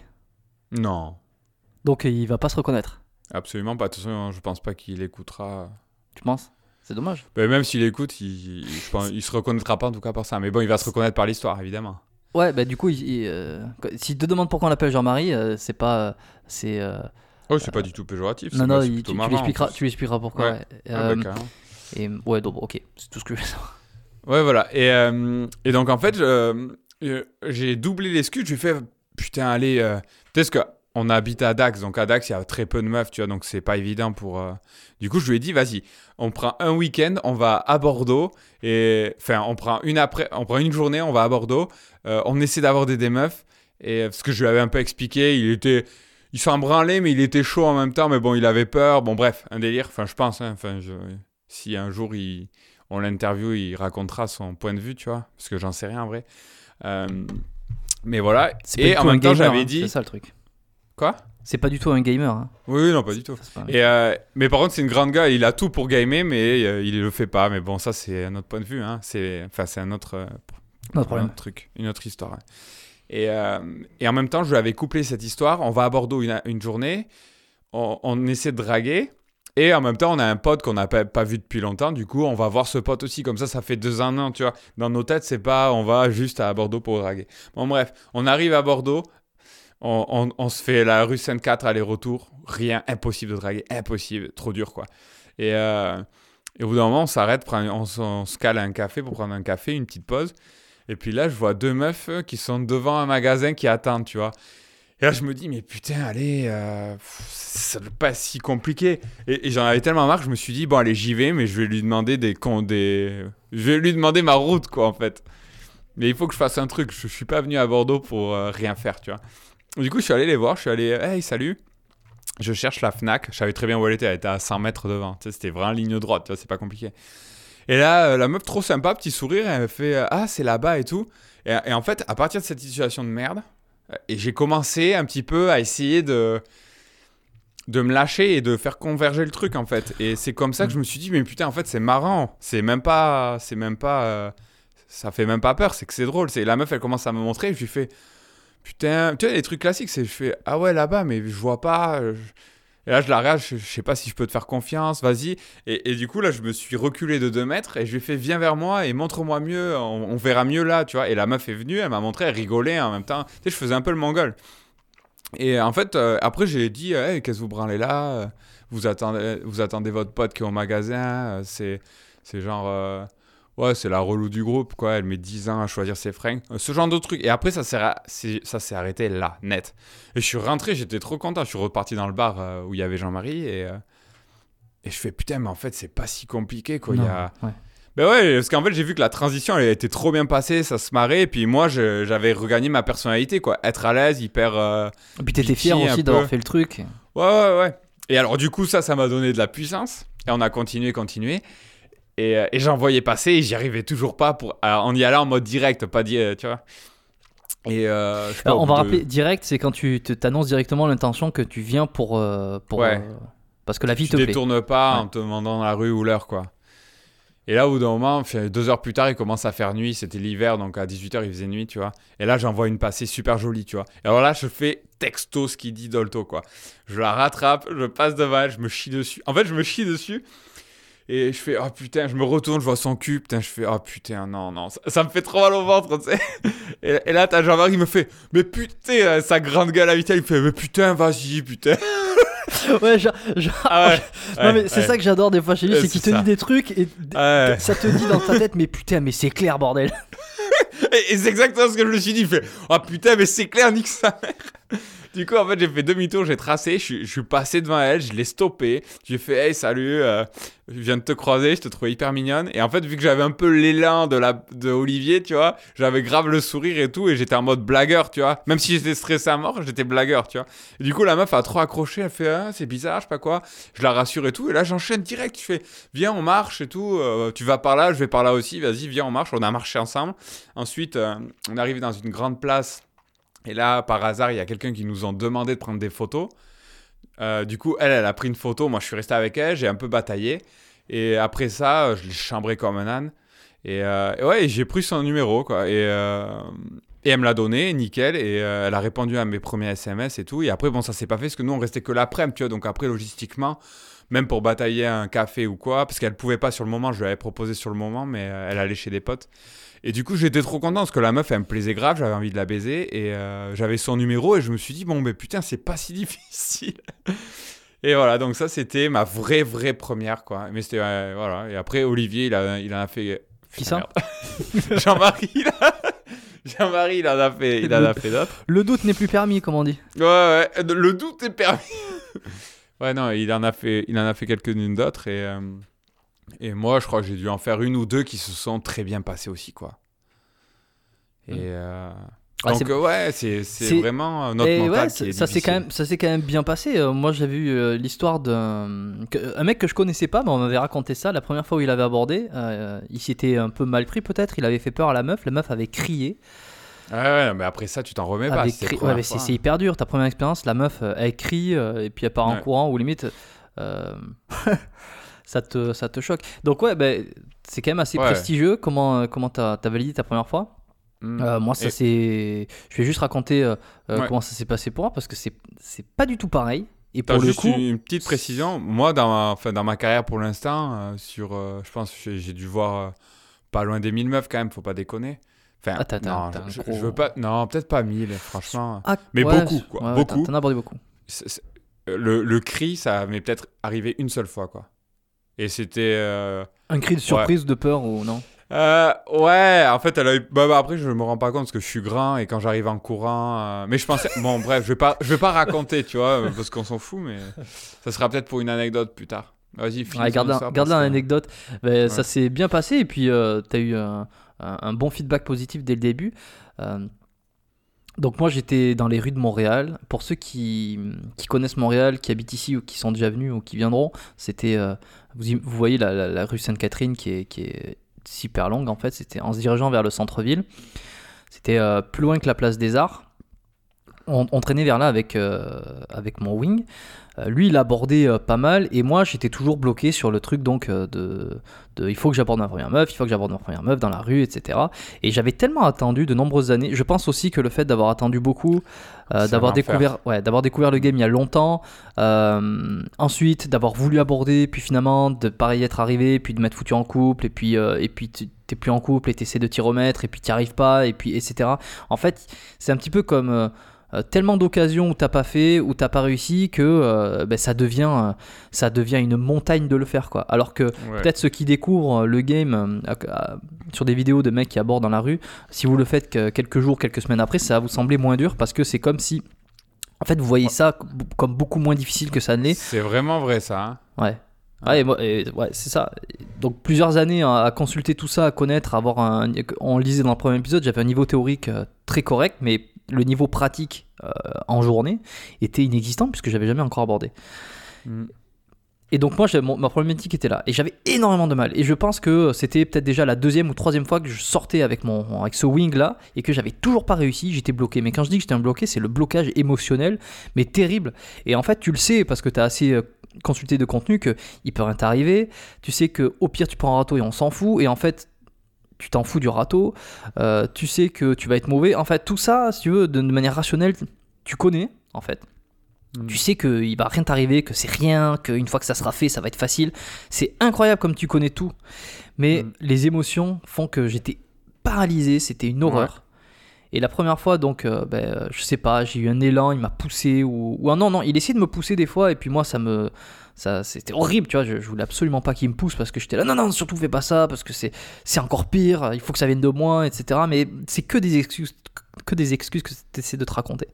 Non, Donc euh, il va pas se reconnaître. absolument pas. De toute façon, je pense pas qu'il écoutera... Tu penses? C'est dommage. Ben, même s'il écoute, il, il, je pense, il se reconnaîtra pas en tout cas par ça. Mais bon, il va se reconnaître par l'histoire, évidemment. Ouais, bah du coup, il, il, euh, s'il te demande pourquoi on l'appelle Jean-Marie, euh, c'est pas, euh, c'est. euh, Oh, c'est pas du tout péjoratif. non, c'est non, pas- c'est il- plutôt tu, tu marrant, l'expliqueras, en plus. tu l'expliqueras pourquoi. Ouais. ouais. Ah, Euh, bah, carrément. et ouais, donc ok, c'est tout ce que je veux savoir. Ouais, voilà. Et, euh, et donc, en fait, je- euh, j'ai doublé les scuds. Je lui ai fait, putain, allez. Euh, peut-être que on habite à Dax. Donc, à Dax, il y a très peu de meufs, tu vois. Donc, c'est pas évident pour. euh, Du coup, je lui ai dit, vas-y, on prend un week-end, on va à Bordeaux. Et enfin, on prend une après, on prend une journée, on va à Bordeaux. Euh, on essaie d'aborder des meufs. Et parce que je lui avais un peu expliqué, il était. Il s'en branlait, mais il était chaud en même temps. Mais bon, il avait peur. Bon, bref, un délire. Enfin, je pense. Hein, enfin, je... si un jour il on l'interview, il racontera son point de vue, tu vois, parce que j'en sais rien en vrai. Euh, mais voilà. C'est pas Et du en tout un même temps, gamer, j'avais hein, dit. c'est ça le truc. Quoi? C'est pas du tout un gamer. Hein. Oui, non, pas du tout. Ça, c'est pas un- Et euh, mais par contre, c'est une grande gars. Il a tout pour gamer, mais euh, il le fait pas. Mais bon, ça, c'est un autre point de vue. Hein. C'est, enfin, c'est un autre, euh, Pas de un problème. autre truc, une autre histoire. Hein. Et, euh, et en même temps, je lui avais couplé cette histoire. On va à Bordeaux une, une journée. On, on essaie de draguer. Et en même temps, on a un pote qu'on n'a pas, pas vu depuis longtemps. Du coup, on va voir ce pote aussi. Comme ça, ça fait deux ans, tu vois. Dans nos têtes, c'est pas on va juste à Bordeaux pour draguer. Bon, bref, on arrive à Bordeaux. On, on, on se fait la rue Sainte-Quatre aller-retour. Rien, impossible de draguer. Impossible, trop dur, quoi. Et, euh, et au bout d'un moment, on s'arrête, prend- on, s- on se cale à un café pour prendre un café, une petite pause. Et puis là, je vois deux meufs euh, qui sont devant un magasin qui attendent, tu vois. Et là, je me dis, mais putain, allez, euh, pff, ça ne doit pas être si compliqué. Et, et j'en avais tellement marre que je me suis dit, bon, allez, j'y vais, mais je vais lui demander des, con- des... Je vais lui demander ma route, quoi, en fait. Mais il faut que je fasse un truc. Je ne suis pas venu à Bordeaux pour euh, rien faire, tu vois. Du coup, je suis allé les voir. Je suis allé, hey, salut. Je cherche la Fnac. Je savais très bien où elle était. Elle était à cent mètres devant. Tu sais, c'était vraiment ligne droite, tu vois, c'est pas compliqué. Et là, euh, la meuf, trop sympa, petit sourire, elle me fait, euh, ah, c'est là-bas et tout. Et, et en fait, à partir de cette situation de merde, et j'ai commencé un petit peu à essayer de, de me lâcher et de faire converger le truc, en fait. Et c'est comme ça que je me suis dit, mais putain, en fait, c'est marrant. C'est même pas... C'est même pas euh, ça fait même pas peur, c'est que c'est drôle. C'est, la meuf, elle commence à me montrer, je lui fais, putain... Tu vois, les trucs classiques, c'est je fais, ah ouais, là-bas, mais je vois pas... Je, Et là, je la regarde, je, je sais pas si je peux te faire confiance, vas-y. Et, et du coup, là, je me suis reculé de deux mètres et je lui ai fait, viens vers moi et montre-moi mieux, on, on verra mieux là, tu vois. Et la meuf est venue, elle m'a montré, elle rigolait en même temps. Tu sais, je faisais un peu le mongol. Et en fait, euh, après, j'ai dit, hey, qu'est-ce que vous branlez là, vous attendez, vous attendez votre pote qui est au magasin, c'est, c'est genre... Euh, ouais, c'est la relou du groupe, quoi. Elle met dix ans à choisir ses fringues. Euh, ce genre de truc. Et après, ça s'est, ra- c'est, ça s'est arrêté là, net. Et je suis rentré, j'étais trop content. Je suis reparti dans le bar euh, où il y avait Jean-Marie. Et, euh, et je fais, putain, mais en fait, c'est pas si compliqué, quoi. Non, Il y a... ouais. Ben ouais, parce qu'en fait, j'ai vu que la transition, elle était trop bien passée, ça se marrait. Et puis moi, je, j'avais regagné ma personnalité, quoi. Être à l'aise, hyper... Euh, Et puis t'étais fier bitchy, un aussi d'avoir peu. fait le truc. Ouais, ouais, ouais. Et alors, du coup, ça, ça m'a donné de la puissance. Et on a continué, continué. Et, euh, et j'en voyais passer et j'y arrivais toujours pas pour, alors, en y allant en mode direct, pas dit, euh, tu vois. Et euh, je sais pas, Alors, au on va bout de- rappeler, direct, c'est quand tu te- t'annonces directement l'intention que tu viens pour. euh, pour Ouais. euh, parce que la vie tu te plaît. détournes pas Ouais. en te demandant dans la rue ou l'heure, quoi. Et là, au bout d'un moment, fait deux heures plus tard, il commence à faire nuit. C'était l'hiver, donc à dix-huit heures, il faisait nuit, tu vois. Et là, j'en vois une passer super jolie, tu vois. Et alors là, je fais texto ce qu'il dit Dolto, quoi. Je la rattrape, je passe devant elle, je me chie dessus. En fait, je me chie dessus. Et je fais, oh putain, je me retourne, je vois son cul, putain, je fais, oh putain, non, non, ça, ça me fait trop mal au ventre, tu sais. Et, et là, t'as Jean-Marie qui me fait, mais putain, sa grande gueule à Vital, il fait, mais putain, vas-y, putain. Ouais, genre, genre- Ah ouais. non, ouais, mais c'est ouais. ça que j'adore des fois chez lui, Ouais, c'est qu'il te c'est ça. dit des trucs et Ouais. ça te dit dans ta tête, mais putain, mais c'est clair, bordel. Et, et c'est exactement ce que je me suis dit, il fait, oh putain, mais c'est clair, nique sa mère. Du coup, en fait, j'ai fait demi-tour, j'ai tracé, je suis, je suis passé devant elle, je l'ai stoppé. J'ai fait, hey, salut, euh, je viens de te croiser, je te trouvais hyper mignonne. Et en fait, vu que j'avais un peu l'élan de, la, de Olivier, tu vois, j'avais grave le sourire et tout, et j'étais en mode blagueur, tu vois. Même si j'étais stressé à mort, j'étais blagueur, tu vois. Et du coup, la meuf a trop accroché, elle fait, ah, c'est bizarre, je sais pas quoi. Je la rassure et tout, et là, j'enchaîne direct, je fais, viens, on marche et tout, euh, tu vas par là, je vais par là aussi, vas-y, viens, on marche. On a marché ensemble. Ensuite, euh, on arrive dans une grande place. Et là, par hasard, il y a quelqu'un qui nous a demandé de prendre des photos. Euh, du coup, elle, elle a pris une photo. Moi, je suis resté avec elle. J'ai un peu bataillé. Et après ça, je l'ai chambré comme un âne. Et, euh, et ouais, j'ai pris son numéro, quoi. Et, euh, et elle me l'a donné, nickel. Et euh, elle a répondu à mes premiers S M S et tout. Et après, bon, ça s'est pas fait parce que nous, on restait que l'après-midi, tu vois. Donc après, logistiquement, même pour batailler un café ou quoi, parce qu'elle pouvait pas sur le moment, je lui avais proposé sur le moment, mais euh, elle allait chez des potes. Et du coup, j'étais trop content parce que la meuf, elle me plaisait grave, j'avais envie de la baiser et euh, j'avais son numéro et je me suis dit, bon, mais putain, c'est pas si difficile. Et voilà, donc ça, c'était ma vraie, vraie première, quoi. Mais c'était, euh, voilà. Et après, Olivier, il, a, il en a fait. Qui ça? Jean-Marie, là. Jean-Marie, il en a fait, il en a fait d'autres. Le doute n'est plus permis, comme on dit. Ouais, ouais, le doute est permis. Ouais, non, il en a fait, il en a fait quelques-unes d'autres et. Euh... Et moi, je crois que j'ai dû en faire une ou deux qui se sont très bien passées aussi, quoi. Et euh... Ah, donc c'est- euh, ouais, c'est, c'est, c'est- vraiment euh, notre Et mental ouais, qui ça, est ça s'est difficile. quand même, ça s'est quand même bien passé. Euh, moi, j'avais eu euh, l'histoire d'un que- un mec que je connaissais pas, mais on m'avait raconté ça la première fois où il avait abordé. Euh, il s'était un peu mal pris, peut-être. Il avait fait peur à la meuf. La meuf avait crié. Ouais, ouais, mais après ça, tu t'en remets pas. avait c'est cri- la première ouais, mais c'est, fois. c'est hyper dur. Ta première expérience, la meuf, euh, elle crie euh, et puis elle part en Ouais. courant ou limite. euh, ça te, ça te choque. Donc ouais, ben, c'est quand même assez Ouais. prestigieux. Comment, euh, comment t'as, t'as validé ta première fois? Mm. Euh, moi, ça Et- c'est. Je vais juste raconter euh, euh, Ouais. comment ça s'est passé pour moi parce que c'est, c'est pas du tout pareil. Et T'as pour le juste coup, une, une petite précision. Moi, dans ma, enfin, dans ma carrière pour l'instant, euh, sur, euh, je pense que j'ai, j'ai dû voir euh, pas loin des mille meufs quand même, faut pas déconner. Enfin, Ah, t'as- t'as- non, t'as un je, gros- je veux pas. Non, peut-être pas mille, franchement. Ah, Mais ouais, beaucoup, quoi, ouais, ouais, beaucoup. T'en, t'en as abordé beaucoup. C'est- c'est- le, le cri, ça m'est peut-être arrivé une seule fois, quoi. Et c'était. euh, Un cri de surprise, de peur ou non? Euh, ouais, en fait, elle a eu. Bah, bah, après, je me rends pas compte parce que je suis grand et quand j'arrive en courant. euh, Mais je pensais. Bon, bref, je vais pas, je vais pas raconter, tu vois, parce qu'on s'en fout, mais ça sera peut-être pour une anecdote plus tard. Vas-y, finis. Ouais, ton garde un- histoire, garde parce que- l'anecdote. Ben, Ouais. Ça s'est bien passé et puis euh, t'as eu un, un- un bon feedback positif dès le début. Euh, donc moi j'étais dans les rues de Montréal. Pour ceux qui, qui connaissent Montréal, qui habitent ici ou qui sont déjà venus ou qui viendront, c'était euh, vous, y- vous voyez la, la- la rue Sainte-Catherine qui est, qui est super longue en fait. C'était en se dirigeant vers le centre-ville. C'était euh, plus loin que la place des Arts. on, on traînait vers là avec, euh, avec mon wing. Euh, lui, il abordait euh, pas mal, et moi, j'étais toujours bloqué sur le truc donc euh, de, de il faut que j'aborde ma première meuf, il faut que j'aborde ma première meuf dans la rue, et cetera. Et j'avais tellement attendu de nombreuses années. Je pense aussi que le fait d'avoir attendu beaucoup, euh, d'avoir découvert, ouais, d'avoir découvert le game il y a longtemps, euh, ensuite d'avoir voulu aborder, puis finalement de pareil être arrivé, puis de m'être foutu en couple, et puis euh, et puis tu t'es plus en couple et t'essaies de t'y remettre, et puis t'y arrives pas, et puis et cetera. En fait, c'est un petit peu comme euh, Euh, tellement d'occasions où t'as pas fait, où t'as pas réussi, que euh, ben, ça devient, euh, ça devient une montagne de le faire, quoi. Alors que Ouais. peut-être ceux qui découvrent le game euh, euh, sur des vidéos de mecs qui abordent dans la rue, si vous le faites que quelques jours, quelques semaines après, ça va vous sembler moins dur parce que c'est comme si, en fait, vous voyez ça comme beaucoup moins difficile que ça ne l'est. C'est vraiment vrai ça. Hein. Ouais. Ouais, et moi, et, ouais, c'est ça. Donc plusieurs années à, à consulter tout ça, à connaître, à avoir un. On le disait dans le premier épisode, j'avais un niveau théorique euh, très correct, mais le niveau pratique euh, en journée était inexistant puisque j'avais jamais encore abordé. Mm. Et donc moi, mon, ma problématique était là et j'avais énormément de mal. Et je pense que c'était peut-être déjà la deuxième ou troisième fois que je sortais avec mon avec ce wing là et que j'avais toujours pas réussi. J'étais bloqué. Mais quand je dis que j'étais un bloqué, c'est le blocage émotionnel, mais terrible. Et en fait, tu le sais parce que tu as assez euh, consulté de contenu que il peut rien t'arriver. Tu sais que au pire tu prends un râteau et on s'en fout. Et en fait, tu t'en fous du râteau. Euh, tu sais que tu vas être mauvais. En fait, tout ça, si tu veux, de, de manière rationnelle, tu connais en fait. Mmh. Tu sais qu'il va rien t'arriver, que c'est rien, qu'une fois que ça sera fait, ça va être facile. C'est incroyable comme tu connais tout. Mais mmh. les émotions font que j'étais paralysé, c'était une horreur. Ouais. Et la première fois, donc, euh, ben, je sais pas, j'ai eu un élan, il m'a poussé. Ou, ou non, non, il essayait de me pousser des fois, et puis moi, ça me. Ça, c'était horrible, tu vois, je, je voulais absolument pas qu'il me pousse parce que j'étais là, non, non, surtout fais pas ça, parce que c'est, c'est encore pire, il faut que ça vienne de moi, et cetera. Mais c'est que des excuses, que des excuses que tu essaies de te raconter.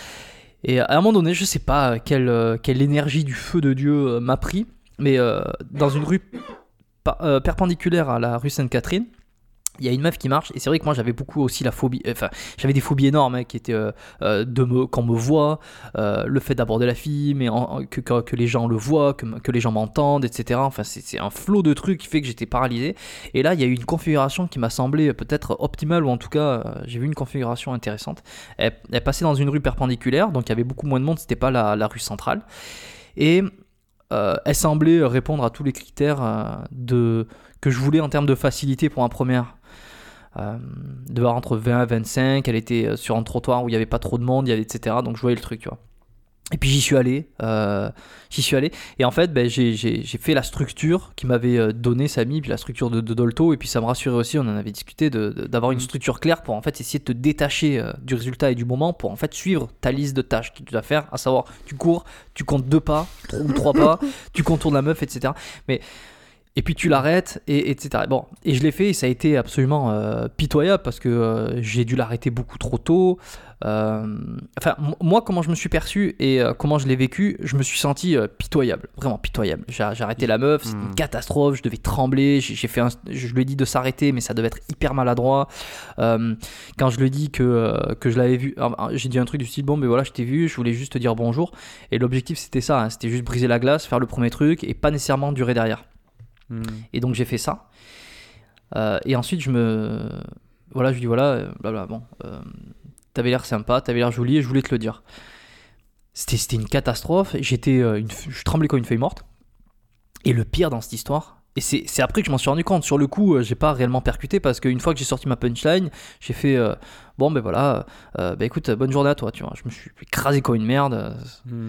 Et à un moment donné, je sais pas quelle, quelle énergie du feu de Dieu m'a pris, mais euh, dans une rue pa- euh, perpendiculaire à la rue Sainte-Catherine, il y a une meuf qui marche, et c'est vrai que moi j'avais beaucoup aussi la phobie, enfin j'avais des phobies énormes hein, qui étaient euh, euh, de me, qu'on me voit, euh, le fait d'aborder la fille, mais en, que, que, que les gens le voient, que, que les gens m'entendent, et cetera. Enfin c'est, c'est un flot de trucs qui fait que j'étais paralysé. Et là il y a eu une configuration qui m'a semblé peut-être optimale, ou en tout cas euh, j'ai vu une configuration intéressante. Elle, elle passait dans une rue perpendiculaire, donc il y avait beaucoup moins de monde, c'était pas la, la rue centrale. Et euh, elle semblait répondre à tous les critères euh, de, que je voulais en termes de facilité pour un premier. Euh, de voir entre vingt et vingt-cinq, elle était sur un trottoir où il n'y avait pas trop de monde, il y avait, et cetera. Donc je voyais le truc, tu vois. Et puis j'y suis allé, euh, j'y suis allé, et en fait ben, j'ai, j'ai, j'ai fait la structure qui m'avait donné Samy, puis la structure de, de Dolto, et puis ça me rassurait aussi, on en avait discuté, de, de, d'avoir une structure claire pour en fait essayer de te détacher euh, du résultat et du moment, pour en fait suivre ta liste de tâches que tu dois faire, à savoir tu cours, tu comptes deux pas, ou trois pas, tu contournes la meuf, et cetera. Mais et puis tu l'arrêtes, et, etc. Bon, et je l'ai fait, et ça a été absolument euh, pitoyable, parce que euh, j'ai dû l'arrêter beaucoup trop tôt. Euh, enfin, m- moi, comment je me suis perçu, et euh, comment je l'ai vécu, je me suis senti euh, pitoyable, vraiment pitoyable. J'ai, j'ai arrêté la meuf, c'était mmh. une catastrophe, je devais trembler, j'ai, j'ai fait un, je lui ai dit de s'arrêter, mais ça devait être hyper maladroit. Euh, quand je lui ai dit que, euh, que je l'avais vu, alors, j'ai dit un truc du style, bon, mais voilà, je t'ai vu, je voulais juste te dire bonjour. Et l'objectif, c'était ça, hein, c'était juste briser la glace, faire le premier truc, et pas nécessairement durer derrière. Mmh. Et donc j'ai fait ça. Euh, et ensuite je me, voilà, je lui dis voilà, blabla, bon, euh, t'avais l'air sympa, t'avais l'air jolie, et je voulais te le dire. C'était, c'était une catastrophe. J'étais, euh, une, je tremblais comme une feuille morte. Et le pire dans cette histoire, et c'est, c'est après que je m'en suis rendu compte. Sur le coup, euh, j'ai pas réellement percuté parce qu'une fois que j'ai sorti ma punchline, j'ai fait euh, bon ben voilà, euh, ben écoute, bonne journée à toi, tu vois. Je me suis écrasé comme une merde. Mmh.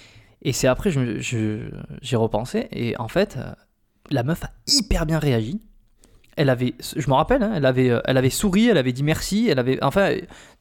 Et c'est après je, je, j'ai repensé, et en fait. Euh, La meuf a hyper bien réagi. Elle avait, je me rappelle, hein, elle avait, elle avait souri, elle avait dit merci, elle avait, enfin,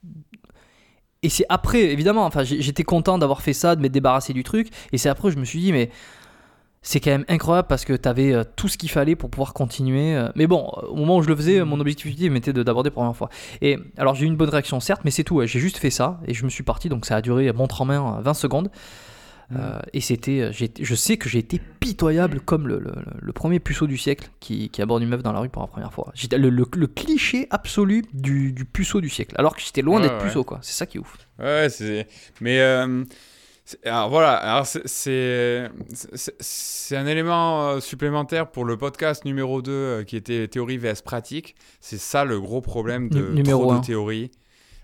et c'est après, évidemment, enfin, j'étais content d'avoir fait ça, de m'être débarrassé du truc, et c'est après que je me suis dit, mais c'est quand même incroyable parce que t'avais tout ce qu'il fallait pour pouvoir continuer. Mais bon, au moment où je le faisais, mon objectivité m'était de, d'aborder pour la première fois. Et alors j'ai eu une bonne réaction, certes, mais c'est tout. Ouais, j'ai juste fait ça et je me suis parti, donc ça a duré montre en main vingt secondes. Euh, et c'était, j'ai, je sais que j'ai été pitoyable comme le, le, le premier puceau du siècle qui, qui aborde une meuf dans la rue pour la première fois. J'étais le, le, le cliché absolu du, du puceau du siècle, alors que j'étais loin ouais, d'être ouais. puceau, quoi. C'est ça qui est ouf. Ouais, c'est. Mais euh, c'est... alors voilà, alors c'est, c'est, c'est, c'est un élément supplémentaire pour le podcast numéro deux qui était théorie vs pratique. C'est ça le gros problème de N- trop un. de théorie.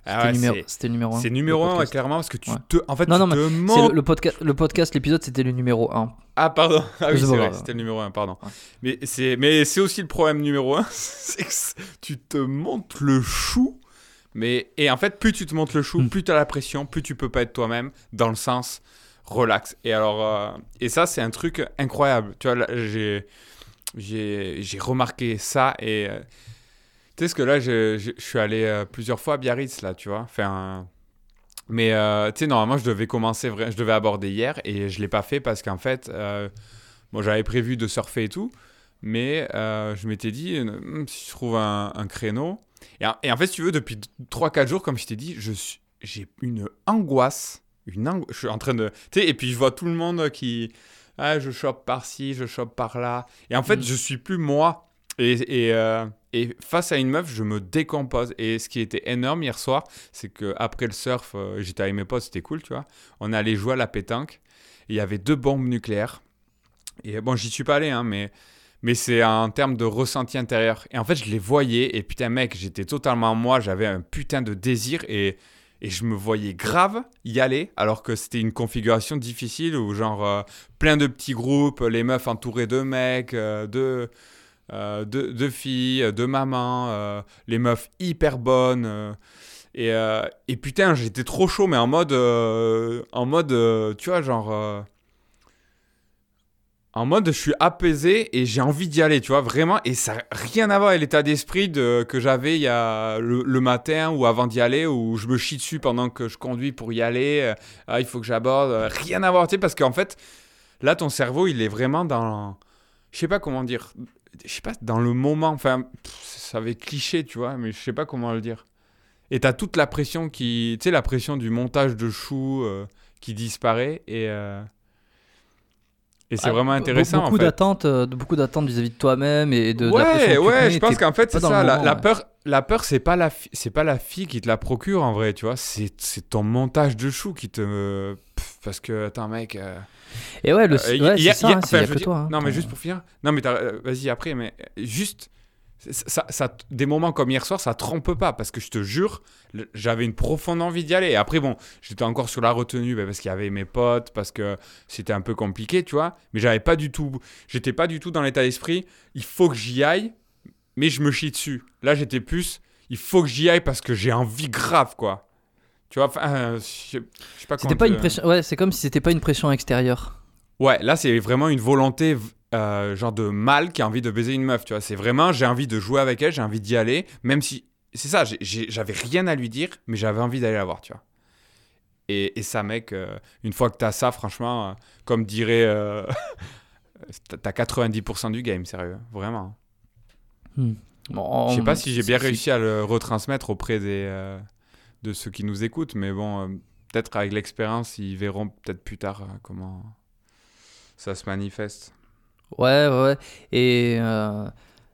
Ah C'était, ouais, numéro, c'est, c'était le numéro un. c'est numéro le un, ouais, podcast. clairement, parce que tu Ouais. te. En fait, Non, tu non, mais te C'est montres. le, le, podca- le podcast, l'épisode, c'était le numéro un. Ah, pardon. Ah oui, C'est c'est pas vrai, grave. c'était le numéro un, pardon. Ouais. Mais, c'est, mais c'est aussi le problème numéro un, c'est que c'est- tu te montes le chou. Mais, et en fait, plus tu te montes le chou, Mm. plus tu as la pression, plus tu peux pas être toi-même, dans le sens relax. Et alors, euh, et ça, c'est un truc incroyable. Tu vois, là, j'ai, j'ai, j'ai remarqué ça. Et euh, tu sais, ce que là, je, je, je suis allé euh, plusieurs fois à Biarritz, là, tu vois, faire un. Mais euh, tu sais, normalement, je devais commencer, vra- je devais aborder hier et je l'ai pas fait parce qu'en fait, euh, bon, j'avais prévu de surfer et tout, mais euh, je m'étais dit, euh, si je trouve un, un créneau. Et en, et en fait, si tu veux, depuis trois quatre jours, comme je t'ai dit, je suis, j'ai une angoisse. Une ango- je suis en train de. Tu sais, et puis je vois tout le monde qui. Ah, je chope par-ci, je chope par-là. Et en fait, Mm. je suis plus moi. Et, et, euh, et face à une meuf, je me décompose. Et ce qui était énorme hier soir, c'est qu'après le surf, euh, j'étais avec mes potes, c'était cool, tu vois. On allait jouer à la pétanque. Il y avait deux bombes nucléaires. Et bon, j'y suis pas allé, hein, mais, mais c'est en termes de ressenti intérieur. Et en fait, je les voyais. Et putain, mec, j'étais totalement moi. J'avais un putain de désir. Et, et je me voyais grave y aller. Alors que c'était une configuration difficile où, genre, euh, plein de petits groupes, les meufs entourées de mecs, euh, de. Euh, de, de filles, de mamans, euh, les meufs hyper bonnes. Euh, et, euh, et putain, j'étais trop chaud, mais en mode. Euh, en mode. Euh, tu vois, genre. Euh, en mode, je suis apaisé et j'ai envie d'y aller, tu vois, vraiment. Et ça n'a rien à voir avec l'état d'esprit de, que j'avais il y a le, le matin ou avant d'y aller, où je me chie dessus pendant que je conduis pour y aller. Euh, ah, il faut que j'aborde. Euh, rien à voir, tu sais, parce qu'en fait, là, ton cerveau, il est vraiment dans. Je sais pas comment dire. Je sais pas, dans le moment, enfin, pff, ça va être cliché, tu vois, mais je sais pas comment le dire. Et t'as toute la pression qui, tu sais, la pression du montage de chou euh, qui disparaît et euh, et c'est Ah, vraiment be- intéressant beaucoup en fait. d'attentes, euh, de beaucoup d'attentes vis-à-vis de toi-même et de, de la Ouais, pression que tu te ouais, mets, je pense t'es qu'en fait pas c'est dans ça. le La, moment, la ouais. peur, la peur, c'est pas la, fi- c'est pas la fille qui te la procure en vrai, tu vois. C'est, c'est ton montage de chou qui te, pff, parce que attends mec. euh, Et ouais, le, Euh, y- ouais, y a- c'est ça, y a- hein, c'est- enfin, y a je veux que dire- toi. hein, non, mais ton- juste pour finir. Non, mais t'as- euh, vas-y après, mais euh, juste. Ça, ça, des moments comme hier soir, ça trompe pas parce que je te jure, le- j'avais une profonde envie d'y aller. Et après, bon, j'étais encore sur la retenue bah, parce qu'il y avait mes potes, parce que c'était un peu compliqué, tu vois. Mais j'avais pas du tout, j'étais pas du tout dans l'état d'esprit. Il faut que j'y aille, mais je me chie dessus. Là, j'étais plus, il faut que j'y aille parce que j'ai envie grave, quoi. Tu vois, enfin, euh, je sais je sais pas comment. C'était pas te- une pression. Ouais, c'est comme si c'était pas une pression extérieure. Ouais, là, c'est vraiment une volonté, euh, genre de mâle qui a envie de baiser une meuf, tu vois. C'est vraiment, j'ai envie de jouer avec elle, j'ai envie d'y aller, même si. C'est ça, j'ai- j'ai- j'avais rien à lui dire, mais j'avais envie d'aller la voir, tu vois. Et, et ça, mec, euh, une fois que t'as ça, franchement, euh, comme dirait. Euh, t'as- t'as quatre-vingt-dix pour cent du game, sérieux, vraiment. Hmm. Bon, Je sais on- pas si j'ai bien c'est- réussi à le retransmettre auprès des, euh, de ceux qui nous écoutent, mais bon, euh, peut-être avec l'expérience, ils verront peut-être plus tard euh, comment ça se manifeste. Ouais, ouais, ouais. Et, euh,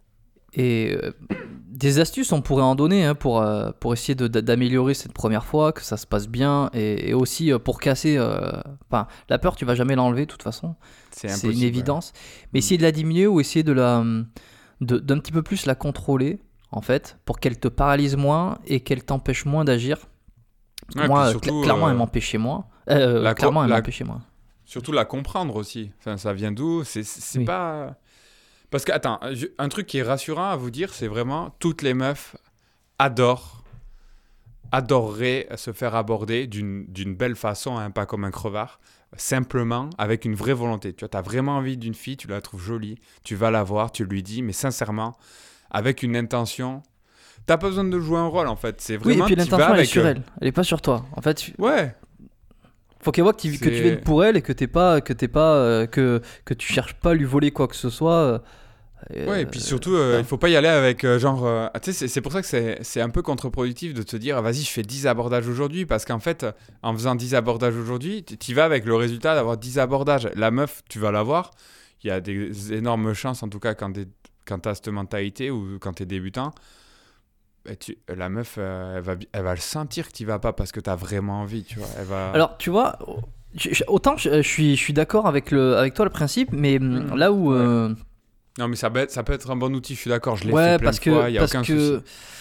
et euh, des astuces, on pourrait en donner hein, pour, euh, pour essayer de- d'améliorer cette première fois, que ça se passe bien, et, et aussi euh, pour casser. euh, Enfin, la peur, tu vas jamais l'enlever de toute façon, C'est c'est impossible. une ouais. évidence. Mais Mm. essayer de la diminuer ou essayer de la, de, d'un petit peu plus la contrôler, en fait, pour qu'elle te paralyse moins et qu'elle t'empêche moins d'agir. Parce que Ouais, moi, puis surtout, cla- clairement, euh, elle m'empêchait moins. Euh, la co- clairement, elle la- m'empêchait moins. Surtout la comprendre aussi. Enfin, ça vient d'où? C'est c'est Oui. pas. Parce que, attends, je- un truc qui est rassurant à vous dire, c'est vraiment toutes les meufs adorent, adoreraient se faire aborder d'une d'une belle façon, hein, pas comme un crevard, simplement avec une vraie volonté. Tu as vraiment envie d'une fille, tu la trouves jolie, tu vas la voir, tu lui dis, mais sincèrement, avec une intention. T'as pas besoin de jouer un rôle en fait. C'est Oui, et vraiment puis tu vas l'intention, elle est avec, sur euh, elle. Elle est pas sur toi. En fait, Ouais. faut qu'elle voit que tu, que tu C'est- viennes pour elle et que t'es pas, que t'es pas, euh, que que tu cherches pas à lui voler quoi que ce soit. euh, Ouais, et puis surtout, euh, ouais. il faut pas y aller avec euh, genre. euh, tu sais, c'est- c'est pour ça que c'est c'est un peu contre-productif de te dire, vas-y, je fais dix abordages aujourd'hui. Parce qu'en fait, en faisant dix abordages aujourd'hui, tu y vas avec le résultat d'avoir dix abordages. La meuf, tu vas la voir. Il y a des énormes chances, en tout cas, quand tu quand as cette mentalité ou quand tu es débutant. Bah, tu, la meuf, euh, elle, va, bi- elle va le sentir que tu vas pas parce que tu as vraiment envie, tu vois. Elle va... Alors, tu vois, je- je- autant je, je suis, je suis d'accord avec le, avec toi le principe, mais hum, Mhm. là où. Ouais. euh, Non, mais ça peut, être, ça peut être un bon outil, je suis d'accord. Je l'ai ouais, fait plein parce de que, fois, il n'y a parce aucun que, souci.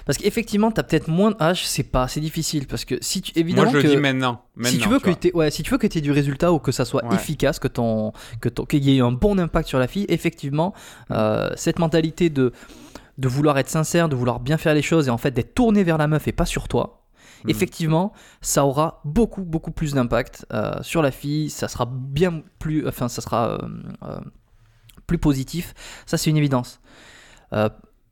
Parce qu'effectivement, t'as peut-être moins de ah, je sais pas, c'est difficile parce que si tu évidemment Moi, je que le dis maintenant. maintenant si tu veux tu que vois. t'aies, ouais, si tu veux que t'aies du résultat ou que ça soit Ouais. efficace, que ton que ton qu'il y ait un bon impact sur la fille, effectivement, euh, cette mentalité de de vouloir être sincère, de vouloir bien faire les choses et en fait d'être tourné vers la meuf et pas sur toi. Mm. Effectivement, ça aura beaucoup beaucoup plus d'impact euh, sur la fille. Ça sera bien plus, enfin, ça sera euh, euh, plus positif. Ça, c'est une évidence. Euh,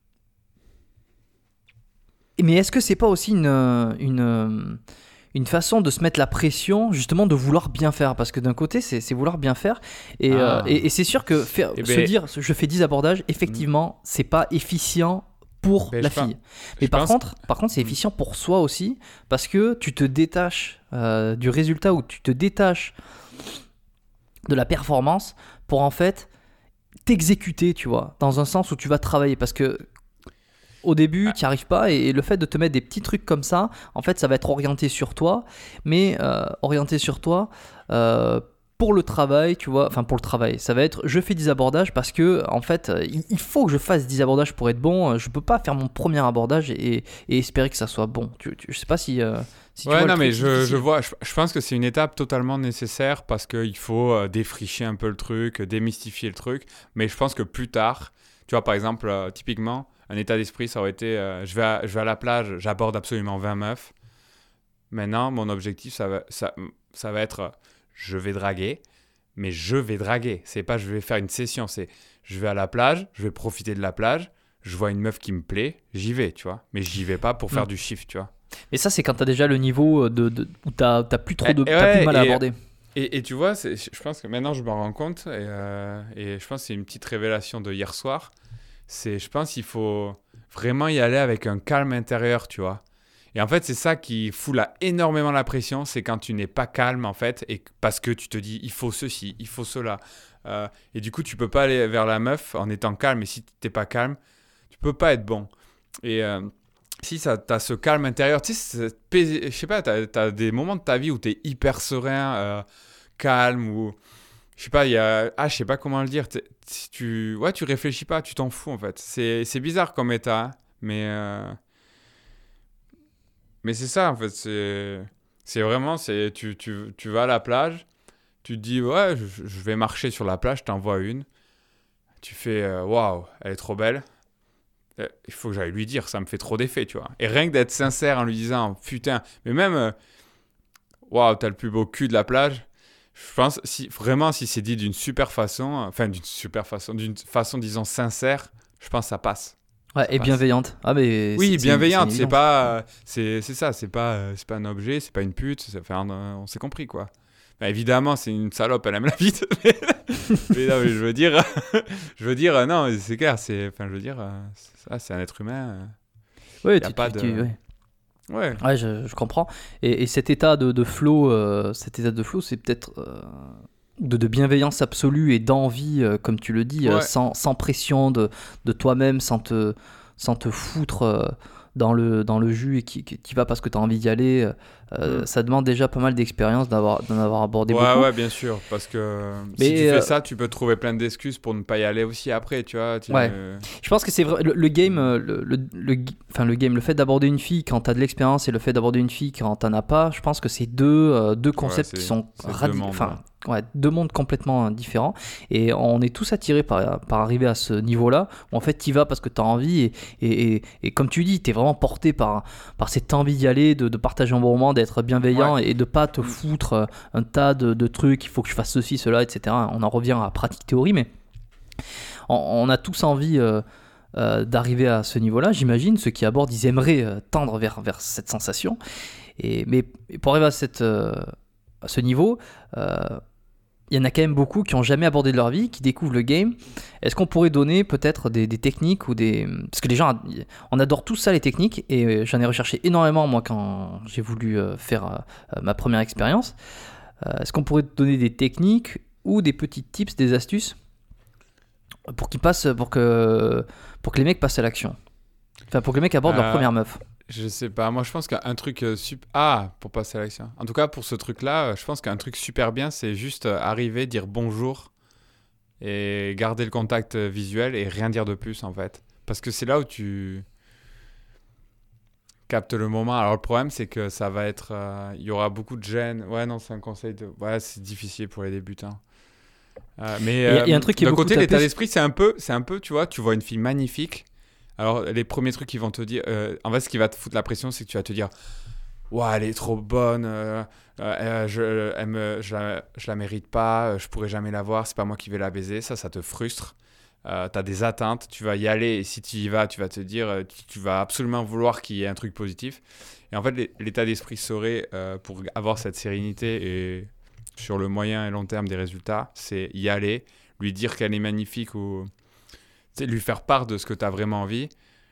mais est-ce que c'est pas aussi une, une, une façon de se mettre la pression, justement, de vouloir bien faire? Parce que d'un côté, c'est, c'est vouloir bien faire. Et, Ah. euh, et, et c'est sûr que faire, Eh se ben- dire je fais dix abordages, effectivement, c'est pas efficient pour Ben, la je pense- fille. Mais je par pense- contre, par contre, c'est efficient pour soi aussi, parce que tu te détaches euh, du résultat ou tu te détaches de la performance pour en fait t'exécuter, tu vois, dans un sens où tu vas travailler. Parce que au début, tu n'y arrives pas, et le fait de te mettre des petits trucs comme ça, en fait, ça va être orienté sur toi, mais euh, orienté sur toi euh, pour le travail, tu vois, enfin pour le travail, ça va être je fais dix abordages parce que, en fait, euh, il il faut que je fasse dix abordages pour être bon. Je peux pas faire mon premier abordage et, et espérer que ça soit bon. Tu, tu- je sais pas si. euh, si tu ouais, vois le non, mais truc je, je difficile. vois. Je, je pense que c'est une étape totalement nécessaire parce qu'il faut euh, défricher un peu le truc, démystifier le truc. Mais je pense que plus tard, tu vois, par exemple, euh, typiquement, un état d'esprit, ça aurait été euh, je, vais à, je vais à la plage, j'aborde absolument vingt meufs. Maintenant, mon objectif, ça va, ça, ça va être euh, je vais draguer, mais je vais draguer. C'est pas je vais faire une session, c'est je vais à la plage, je vais profiter de la plage, je vois une meuf qui me plaît, j'y vais, tu vois. Mais j'y vais pas pour faire Mm. du chiffre, tu vois. Mais ça, c'est quand tu as déjà le niveau de, de- où tu n'as plus trop de, Eh, t'as ouais, plus de mal à et- aborder. Et, et tu vois, c'est- je pense que maintenant je m'en rends compte, et, euh, et je pense que c'est une petite révélation de hier soir. C'est, je pense qu'il faut vraiment y aller avec un calme intérieur, tu vois. Et en fait, c'est ça qui fout là énormément la pression, c'est quand tu n'es pas calme, en fait, et parce que tu te dis, il faut ceci, il faut cela. Euh, et du coup, tu peux pas aller vers la meuf en étant calme, et si tu n'es pas calme, tu peux pas être bon. Et euh, si tu as ce calme intérieur, tu sais, cette pais- je sais pas, tu as des moments de ta vie où tu es hyper serein, euh, calme, ou je sais pas, il y a, ah, je sais pas comment le dire, t'es- si tu, ouais, tu réfléchis pas, tu t'en fous en fait. C'est, c'est bizarre comme état, hein, mais, euh, mais c'est ça en fait, c'est, c'est vraiment, c'est, tu, tu, tu vas à la plage, tu te dis, ouais, je, je vais marcher sur la plage, je t'envoie une, tu fais, euh, waouh, elle est trop belle. Euh, Il faut que j'aille lui dire, ça me fait trop d'effet, tu vois. Et rien que d'être sincère en lui disant, putain, mais même, euh, waouh, t'as le plus beau cul de la plage. Je pense, si, vraiment, si c'est dit d'une super façon, enfin, d'une super façon, d'une façon, disons, sincère, je pense que ça passe. Ouais, Ça et passe. bienveillante. Ah, mais Oui, c'est- c'est- bienveillante, une c'est évidence. pas, euh, c'est, c'est ça, c'est pas, euh, c'est pas un objet, c'est pas une pute, c'est- enfin, on, on s'est compris, quoi. Bah, évidemment, c'est une salope, elle aime la bite, mais, mais non, mais je veux dire, je veux dire, euh, non, c'est clair, c'est, enfin, je veux dire, euh, c'est ça, c'est un être humain. euh, Ouais, y a tu- pas tu- de- tu- ouais. Ouais. Ouais, je, je comprends. Et, et cet état de, de flow, euh, cet état de flow, c'est peut-être euh, de, de bienveillance absolue et d'envie, euh, comme tu le dis, euh, Ouais. sans, sans pression de, de toi-même, sans te, sans te foutre euh, dans le, dans le jus et qui, qui, qui va parce que tu as envie d'y aller. Euh, Mm. Ça demande déjà pas mal d'expérience d'avoir, d'en avoir abordé Ouais, beaucoup. ouais, bien sûr, parce que Mais, si tu euh, fais ça, tu peux trouver plein d'excuses pour ne pas y aller aussi après, tu vois. tu- Ouais. Je pense que c'est vrai, le, le game, euh, le, le, le, enfin, le game, le fait d'aborder une fille quand t'as de l'expérience et le fait d'aborder une fille quand t'en as pas, je pense que c'est deux, euh, deux concepts c'est- qui sont c'est deux radi- mondes, enfin, ouais, deux mondes complètement euh, différents. Et on est tous attirés par, par arriver à ce niveau-là où en fait t'y vas parce que t'as envie et, et, et, et comme tu dis, t'es vraiment porté par, par cette envie d'y aller, de, de partager un bon moment, d'être bienveillant et de pas te foutre euh, un tas de, de trucs, il faut que je fasse ceci, cela, et cetera. On en revient à pratique théorie, mais on, on a tous envie euh, euh, d'arriver à ce niveau-là, j'imagine. Ceux qui abordent, ils aimeraient euh, tendre vers, vers cette sensation. Et, mais pour arriver à, cette, euh, à ce niveau, euh, il y en a quand même beaucoup qui n'ont jamais abordé de leur vie, qui découvrent le game. Est-ce qu'on pourrait donner peut-être des, des techniques ou des... Parce que les gens, on adore tout ça, les techniques, et j'en ai recherché énormément, moi, quand j'ai voulu euh, faire euh, ma première expérience. Euh, est-ce qu'on pourrait donner des techniques ou des petits tips, des astuces pour qu'ils passent, pour que, pour que les mecs passent à l'action. Enfin, pour que les mecs abordent Euh, leur première meuf. Je sais pas, moi je pense qu'un truc euh, sup- Ah, pour passer à l'action. En tout cas, pour ce truc-là, euh, je pense qu'un truc super bien, c'est juste euh, arriver, dire bonjour et garder le contact euh, visuel et rien dire de plus en fait. Parce que c'est là où tu. capte le moment. Alors, le problème, c'est que ça va être... euh, Il y aura beaucoup de gêne. Ouais, non, c'est un conseil de... Ouais, c'est difficile pour les débutants. Euh, mais Il y a- il y a un truc qui est d'un beaucoup côté, tapé, l'état c'est- d'esprit, c'est un peu, c'est un peu, tu vois, tu vois une fille magnifique. Alors, les premiers trucs qu'ils vont te dire, euh, en fait, ce qui va te foutre la pression, c'est que tu vas te dire, ouais, elle est trop bonne, euh, euh, je, elle me, je, la, je la mérite pas, je pourrai jamais la voir, c'est pas moi qui vais la baiser. Ça, ça te frustre. Euh, t'as des attentes, tu vas y aller, et si tu y vas, tu vas te dire, euh, tu, tu vas absolument vouloir qu'il y ait un truc positif. Et en fait, l'état d'esprit serait, euh, pour avoir cette sérénité et sur le moyen et long terme des résultats, c'est y aller, lui dire qu'elle est magnifique ou tu sais, lui faire part de ce que tu as vraiment envie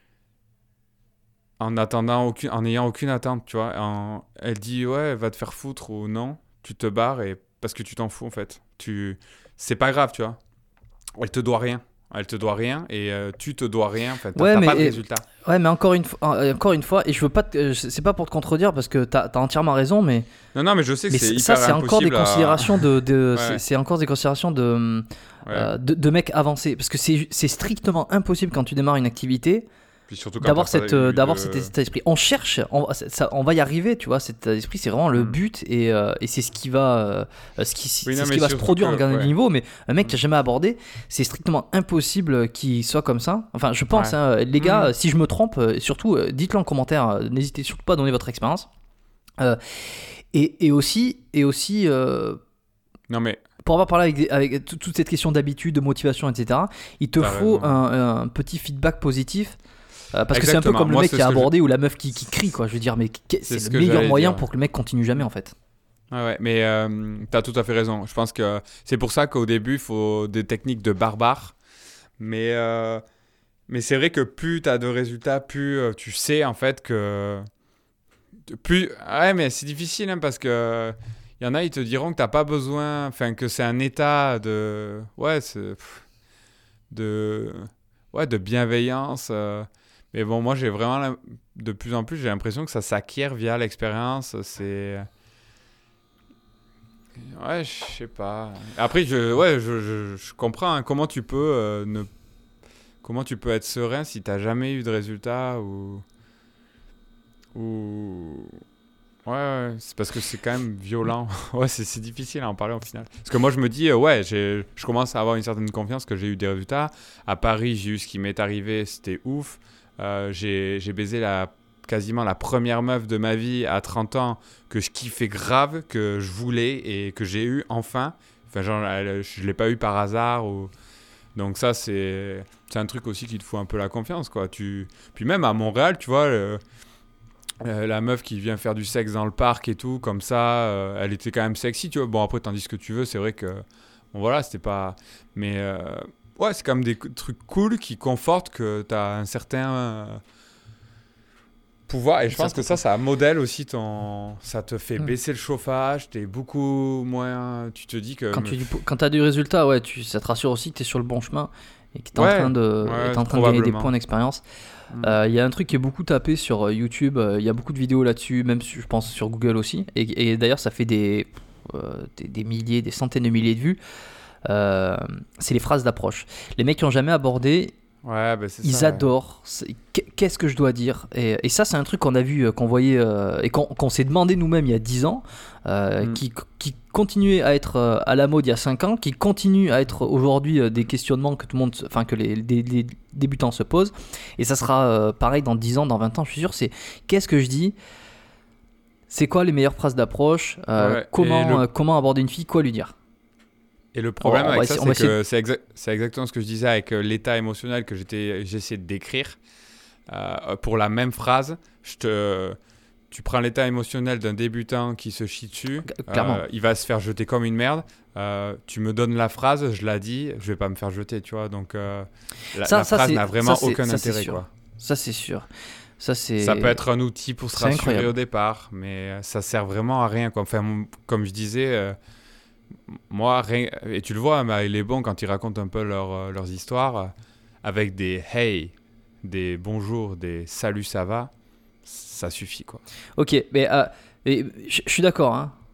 en attendant aucune, en n'ayant aucune attente, tu vois. En- elle dit ouais, va te faire foutre ou non, tu te barres et parce que tu t'en fous en fait. Tu, c'est pas grave, tu vois. Elle te doit rien. Elle te doit rien et euh, tu te dois rien. Enfin, t'as Ouais, t'as mais pas de et- résultat. Ouais, mais encore une fois, euh, encore une fois, et je veux pas, te- euh, c'est pas pour te contredire parce que t'as, t'as entièrement raison, mais, Non, non, mais je sais que mais c'est c'est- hyper ça, c'est encore des impossible à- considérations de, de Ouais. c'est, c'est encore des considérations de, Ouais. euh, de, de mecs avancés, parce que c'est, c'est strictement impossible quand tu démarres une activité Puis surtout quand d'avoir t'as pas cette, euh, eu d'avoir de- cet état d'esprit. On cherche, on, ça- on va y arriver, tu vois. Cet état d'esprit, c'est vraiment le Mm. but et, euh, et c'est ce qui va, euh, ce qui, Oui, c'est non, ce mais qui va se surtout produire que- en gagnant ouais. du niveau. Mais un mec Mm. qui a jamais abordé, c'est strictement impossible qu'il soit comme ça. Enfin, je pense, Ouais. hein, les gars, Mm. euh, si je me trompe, euh, et surtout, euh, dites-le en commentaire. euh, N'hésitez surtout pas à donner votre expérience. Euh, et, et aussi, et aussi. euh, Non, mais pour avoir parlé avec, des- avec tout- toute cette question d'habitude, de motivation, et cetera, il te T'as faut raison. un, un petit feedback positif. euh, parce que c'est un peu Exactement. comme le Moi, mec c'est qui a ce que abordé ou la meuf qui, qui crie, quoi. Je veux dire, mais que- c'est, C'est ce le que meilleur j'allais moyen dire, pour que le mec continue jamais, en fait. Ouais, ouais, mais euh, t'as tout à fait raison. Je pense que c'est pour ça qu'au début, il faut des techniques de barbare. Mais, euh, mais c'est vrai que plus t'as de résultats, plus euh, tu sais en fait que. Plus... Ouais, mais c'est difficile hein, parce que. Il y en a, ils te diront que t'as pas besoin. Enfin, que c'est un état de. Ouais, c'est. pff, De. Ouais, de bienveillance. euh. Mais bon, moi, j'ai vraiment. l'im- De plus en plus, j'ai l'impression que ça s'acquiert via l'expérience. C'est. Ouais, je sais pas. Après, je, ouais, je, je, je comprends hein, comment tu peux euh, ne, comment tu peux être serein si t'as jamais eu de résultat ou, ou, ouais, ouais, c'est parce que c'est quand même violent. Ouais, c'est, c'est difficile à en parler au final. Parce que moi, je me dis, euh, ouais, j'ai, je commence à avoir une certaine confiance que j'ai eu des résultats. À Paris, j'ai eu ce qui m'est arrivé, c'était ouf. Euh, j'ai, j'ai baisé la quasiment la première meuf de ma vie à trente ans que je kiffais grave, que je voulais et que j'ai eu enfin. Enfin, genre, elle- je ne l'ai pas eu par hasard. Ou... Donc ça, c'est, c'est un truc aussi qui te fout un peu la confiance, quoi. Tu... Puis même à Montréal, tu vois, le- euh, la meuf qui vient faire du sexe dans le parc et tout, comme ça, euh, elle était quand même sexy, tu vois. Bon, après, t'en dis ce que tu veux, c'est vrai que... Bon, voilà, c'était pas... Mais euh, ouais, c'est quand même des co- trucs cool qui confortent que t'as un certain... euh, pouvoir et je Ça pense se que ça ça modèle aussi ton ça te fait Mm. baisser le chauffage, t'es beaucoup moins tu te dis que Quand tu quand as du résultat, ouais, tu, ça te rassure aussi que tu es sur le bon chemin et que tu es Ouais, en train de, ouais, t'es en train de gagner des probablement. points d'expérience. Mm. Euh, Il y a un truc qui est beaucoup tapé sur euh, YouTube, euh, il y a beaucoup de vidéos là-dessus, même sur- je pense sur Google aussi. Et, et d'ailleurs, ça fait des, euh, des, des milliers, des centaines de milliers de vues. Euh, c'est les phrases d'approche. Les mecs qui n'ont jamais abordé, ouais bah c'est ils ça, ouais. adorent. C'est- Qu'est-ce que je dois dire et, et ça, c'est un truc qu'on a vu, euh, qu'on voyait euh, et qu'on qu'on s'est demandé nous-mêmes il y a dix ans, euh, Mm. qui, qui continuait à être euh, à la mode il y a cinq ans, qui continue à être aujourd'hui euh, des questionnements que tout le monde, se- enfin que les, les- les débutants se posent. Et ça sera euh, pareil dans dix ans, dans vingt ans, je suis sûr. C'est qu'est-ce que je dis. C'est quoi les meilleures phrases d'approche, euh, Ouais, et comment, le- euh, comment aborder une fille, quoi lui dire. Et le problème On va avec essayer- ça, on va c'est que c'est, exa- c'est exactement ce que je disais avec euh, l'état émotionnel que j'étais, j'essayais de décrire. Euh, pour la même phrase, je te, tu prends l'état émotionnel d'un débutant qui se chie dessus, Clairement. euh, il va se faire jeter comme une merde. Euh, tu me donnes la phrase, je la dis, je vais pas me faire jeter, tu vois. Donc euh, la, Ça- la ça, phrase c'est- n'a vraiment ça, c'est- aucun ça, c'est intérêt, sûr. quoi. Ça, c'est sûr. Ça, c'est... Ça peut être un outil pour se c'est rassurer incroyable. au départ, mais euh, ça sert vraiment à rien, quoi. Enfin, mon- comme je disais, euh, moi, rien- et tu le vois, mais il est bon quand ils racontent un peu leur, euh, leurs histoires, euh, avec des hey, des bonjour, des salut, ça va, ça suffit, quoi. Ok, mais euh, et je je suis d'accord, hein.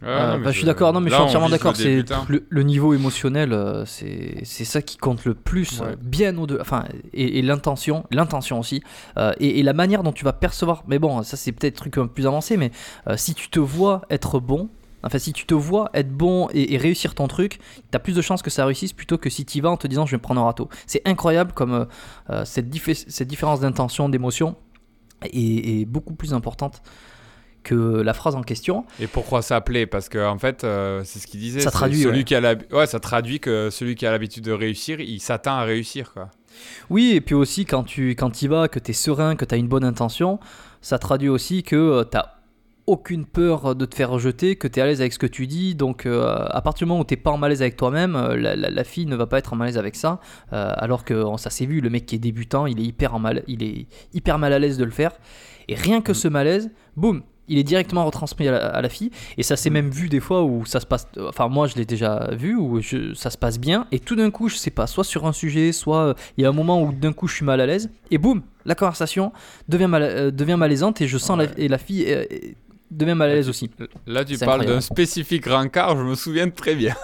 Ouais, Euh, non, mais bah, je suis d'accord, non mais là, je suis on entièrement vise le d'accord. C'est débutant. le, le niveau émotionnel, euh, c'est c'est ça qui compte le plus, Ouais. euh, bien au-delà. Enfin, et, et l'intention, l'intention aussi, euh, et, et la manière dont tu vas percevoir. Mais bon, ça c'est peut-être un truc un peu plus avancé, mais euh, si tu te vois être bon. Enfin, si tu te vois être bon et, et réussir ton truc, t'as plus de chances que ça réussisse plutôt que si tu y vas en te disant je vais me prendre un râteau. C'est incroyable comme euh, euh, cette, diffé- cette différence d'intention, d'émotion est, est beaucoup plus importante que la phrase en question. Et pourquoi ça plaît? Parce que en fait, euh, c'est ce qu'il disait. Ça c'est traduit, celui ouais. qui a l'hab- ouais, ça traduit que celui qui a l'habitude de réussir, il s'attend à réussir, quoi. Oui, et puis aussi quand tu quand y vas, que tu es serein, que tu as une bonne intention, ça traduit aussi que euh, tu aucune peur de te faire rejeter, que tu es à l'aise avec ce que tu dis. Donc euh, à partir du moment où tu n'es pas en malaise avec toi-même, euh, la, la, la fille ne va pas être en malaise avec ça. Euh, alors que oh, ça s'est vu, le mec qui est débutant, il est hyper, en mal, il est hyper mal à l'aise de le faire. Et rien que ce malaise, boum, il est directement retransmis à la, à la fille. Et ça s'est même vu des fois où ça se passe. Enfin, moi je l'ai déjà vu, où je, ça se passe bien. Et tout d'un coup, je sais pas, soit sur un sujet, soit il euh, y a un moment où d'un coup je suis mal à l'aise. Et boum, la conversation devient, mal, euh, devient malaisante. Et je sens Ouais. la, et la fille euh, devient mal à l'aise aussi. Là, tu C'est parles incroyable. d'un spécifique rencard, je me souviens très bien.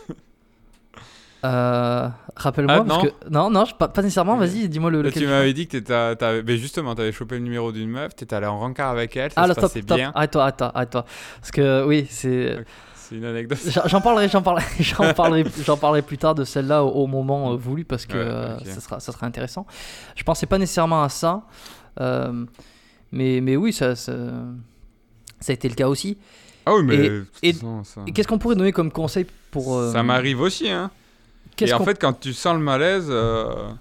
Euh, Rappelle-moi, Ah, parce non. que. Non, non, je- pas, pas nécessairement, vas-y, dis-moi le. Là, lequel tu tu m'avais dit que t'étais, t'avais, ben justement, t'avais chopé le numéro d'une meuf, t'étais allé en rencard avec elle, ça Ah, se là, stop, passait stop. bien. Arrête-toi, arrête-toi, arrête-toi. Parce que, oui, c'est. Ok. C'est une anecdote. J'en j'en parlerai, j'en parlerai, j'en parlerai, j'en parlerai plus tard de celle-là au, au moment euh, voulu parce que Ouais, euh, ok. ça sera, ça sera intéressant. Je pensais pas nécessairement à ça, euh, mais, mais oui, ça, ça, ça a été le cas aussi. Ah oui, mais Et- de toute et- façon, ça... Et qu'est-ce qu'on pourrait donner comme conseil pour euh, ça m'arrive aussi, hein. qu'est-ce Et en qu'on- fait, quand tu sens le malaise, euh,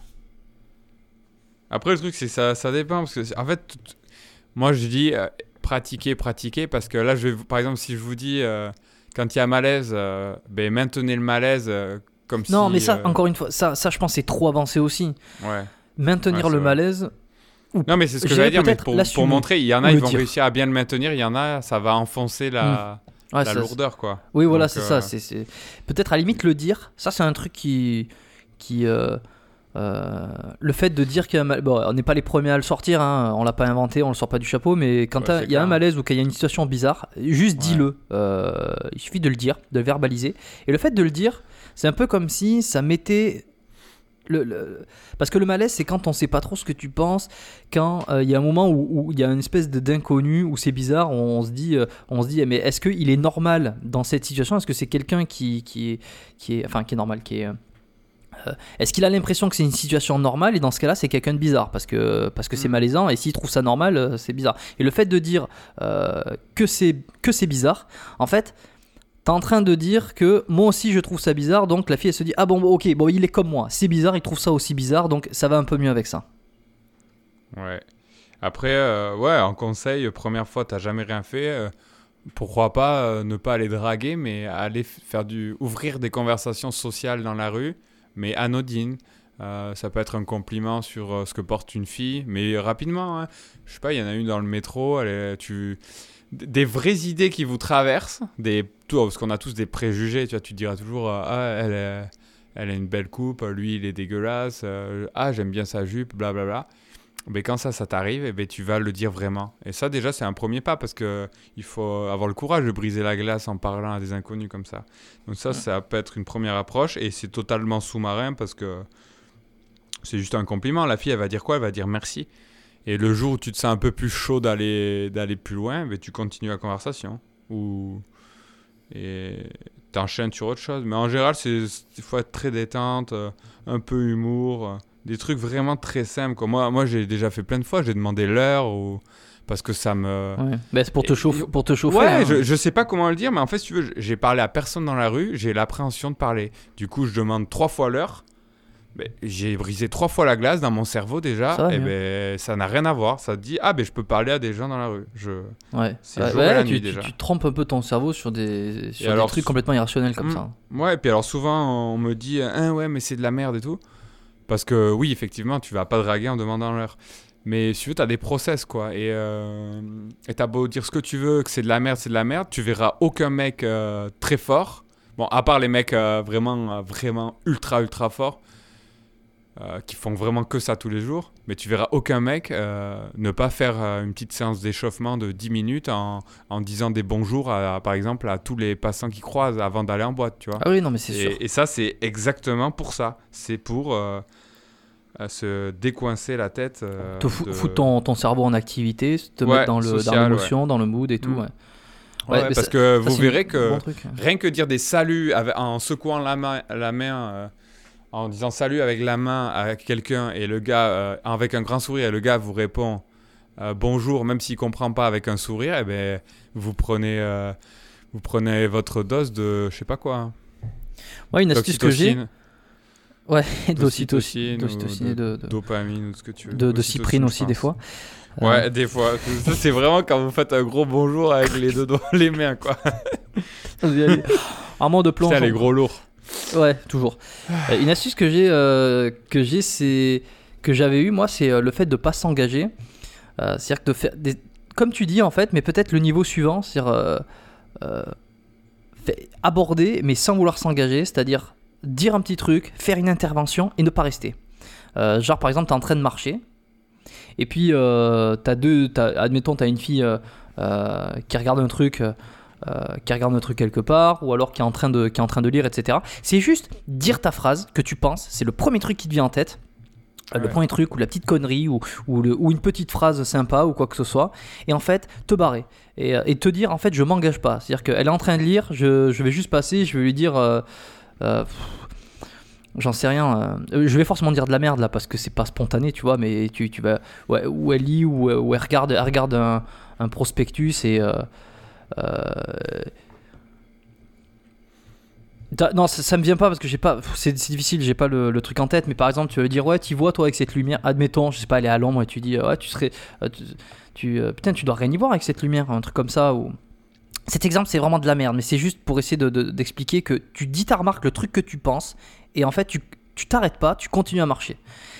après le truc, c'est que ça, ça dépend parce que, c'est- en fait, tout- moi je dis euh, pratiquer, pratiquer, parce que là, je vais, vous- par exemple, si je vous dis euh, quand il y a malaise, euh, ben maintenez le malaise euh, comme si. Non, mais ça, euh, encore une fois, ça, ça, je pense, c'est trop avancé aussi. Ouais. Maintenir Ouais, c'est le vrai. malaise. Non, mais c'est ce que Je j'allais dirais dire, mais peut-être pour, l'assumer, pour montrer, il y en a, ou ils le vont dire. réussir à bien le maintenir, il y en a, ça va enfoncer la, Ouais, la ça, lourdeur, quoi. Oui, voilà, Donc, c'est euh, ça. C'est, c'est... Peut-être à la limite le dire. Ça, c'est un truc qui. qui euh, euh, le fait de dire qu'il y a un mal... Bon, on n'est pas les premiers à le sortir, hein, on l'a pas inventé, on le sort pas du chapeau, mais quand Ouais, t'as- c'est il y a un clair. malaise ou qu'il y a une situation bizarre, juste Ouais. dis-le. Euh, il suffit de le dire, de le verbaliser. Et le fait de le dire, c'est un peu comme si ça mettait. Le, le- Parce que le malaise, c'est quand on sait pas trop ce que tu penses, quand euh, il y a un moment où où il y a une espèce de, d'inconnu, où c'est bizarre, on se dit, euh, on se dit, mais est-ce qu'il est normal dans cette situation? Est-ce que c'est quelqu'un qui, qui, est, qui est, enfin, qui est normal, qui est, euh, euh, est-ce qu'il a l'impression que c'est une situation normale? Et dans ce cas-là, c'est quelqu'un de bizarre parce que parce que c'est Mm. malaisant. Et s'il trouve ça normal, euh, c'est bizarre. Et le fait de dire euh, que c'est que c'est bizarre, en fait. T'es en train de dire que moi aussi je trouve ça bizarre, donc la fille elle se dit ah bon, bon ok, bon il est comme moi, c'est bizarre, il trouve ça aussi bizarre, donc ça va un peu mieux avec ça. Ouais. Après, euh, ouais, en conseil, euh, première fois, t'as jamais rien fait. euh, pourquoi pas euh, ne pas aller draguer, mais aller f- faire du, ouvrir des conversations sociales dans la rue, mais anodines. Euh, ça peut être un compliment sur euh, ce que porte une fille, mais rapidement. Hein. Je sais pas, il y en a une dans le métro. Elle est- tu... d- Des vraies idées qui vous traversent, des... tout, parce qu'on a tous des préjugés. Tu vois, tu te diras toujours euh, ah elle, est... elle a une belle coupe, lui il est dégueulasse. euh, ah j'aime bien sa jupe, blablabla. Mais quand ça, ça t'arrive, eh ben, tu vas le dire vraiment. Et ça, déjà, c'est un premier pas parce qu'il faut avoir le courage de briser la glace en parlant à des inconnus comme ça. Donc ça, ça peut être une première approche et c'est totalement sous-marin parce que c'est juste un compliment. La fille, elle va dire quoi? Elle va dire merci. Et le jour où tu te sens un peu plus chaud d'aller, d'aller plus loin, ben, tu continues la conversation. Ou... Et t'enchaînes sur autre chose. Mais en général, c'est- il faut être très détente, euh, un peu humour... euh, des trucs vraiment très simples, quoi. Moi, moi, j'ai déjà fait plein de fois, j'ai demandé l'heure ou... parce que ça me... Ouais. Bah, c'est pour te, Et- chauffer, et- pour te chauffer. Ouais, hein. je, je sais pas comment le dire, mais en fait, si tu veux, j'ai parlé à personne dans la rue, j'ai l'appréhension de parler. Du coup, je demande trois fois l'heure. Mais j'ai brisé trois fois la glace dans mon cerveau déjà, Ça va et mieux. ben ça n'a rien à voir. Ça te dit ah ben je peux parler à des gens dans la rue. Je... Ouais. C'est Ouais, le jour et ouais, la tu, nuit, tu- déjà. tu trompes un peu ton cerveau sur des, sur des alors, trucs sou- complètement irrationnels comme Mm. ça. Ouais, et puis alors souvent on me dit ah ouais mais c'est de la merde et tout. Parce que oui, effectivement, tu vas pas draguer en demandant l'heure. Mais si tu veux, t'as des process quoi. Et euh, et t'as beau dire ce que tu veux, que c'est de la merde, c'est de la merde, tu verras aucun mec euh, très fort. Bon, à part les mecs euh, vraiment, euh, vraiment ultra ultra forts. euh, qui font vraiment que ça tous les jours, mais tu verras aucun mec euh, ne pas faire euh, une petite séance d'échauffement de dix minutes en, en disant des bonjours, à, à, par exemple, à tous les passants qu'ils croisent avant d'aller en boîte, tu vois. Ah oui, non, mais c'est et, sûr. Et ça, c'est exactement pour ça. C'est pour euh, euh, se décoincer la tête. Euh, te fou- de... foutre ton, ton cerveau en activité, te ouais, mettre dans, le, social, dans l'émotion, ouais. dans le mood et tout. Mmh. Ouais. Ouais, Ouais, parce ça, que ça, vous verrez que bon truc. rien que dire des saluts avec, en secouant la main, la main euh, en disant salut avec la main à quelqu'un et le gars euh, avec un grand sourire et le gars vous répond euh, bonjour même s'il comprend pas avec un sourire, et eh ben vous prenez euh, vous prenez votre dose de je sais pas quoi. Hein. Ouais, une astuce que j'ai. Ouais, d'ocytocine, d'ocytocine et de, de dopamine ou ce que tu veux. De, de cyprine aussi des fois. Ouais, euh... des fois. Ça, c'est vraiment quand vous faites un gros bonjour avec les deux doigts, les mains, quoi. Un moment de plonge. Putain, les gros lourds. Ouais, toujours. euh, une astuce que j'ai, euh, que j'ai, c'est que j'avais eu moi, c'est euh, le fait de pas s'engager. Euh, c'est-à-dire que de faire des... comme tu dis en fait, mais peut-être le niveau suivant, c'est-à-dire euh, euh, fait... aborder, mais sans vouloir s'engager, c'est-à-dire dire un petit truc, faire une intervention et ne pas rester. Euh, genre par exemple, t'es en train de marcher. Et puis, euh, t'as deux, t'as, admettons, tu as une fille euh, euh, qui regarde un truc, euh, qui regarde un truc quelque part, ou alors qui est en train de, qui est en train de lire, et cetera. C'est juste dire ta phrase que tu penses, c'est le premier truc qui te vient en tête, ouais. Le premier truc, ou la petite connerie, ou, ou, le, ou une petite phrase sympa, ou quoi que ce soit, et en fait, te barrer. Et, et te dire, en fait, je m'engage pas. C'est-à-dire qu'elle est en train de lire, je, je vais juste passer, je vais lui dire... Euh, euh, J'en sais rien. Euh, je vais forcément dire de la merde là parce que c'est pas spontané, tu vois. Mais tu, tu vas, ouais, ou elle lit ou, ou elle regarde, elle regarde un, un prospectus et. Euh, euh, non, ça, ça me vient pas parce que j'ai pas. C'est, c'est difficile, j'ai pas le, le truc en tête. Mais par exemple, tu vas lui dire ouais, tu vois toi avec cette lumière. Admettons, je sais pas, elle est à l'ombre et tu dis ouais, tu serais, tu, tu euh, putain, tu dois rien y voir avec cette lumière, un truc comme ça ou. Cet exemple, c'est vraiment de la merde, mais c'est juste pour essayer de, de, d'expliquer que tu dis ta remarque, le truc que tu penses, et en fait, tu, tu t'arrêtes pas, tu continues à marcher.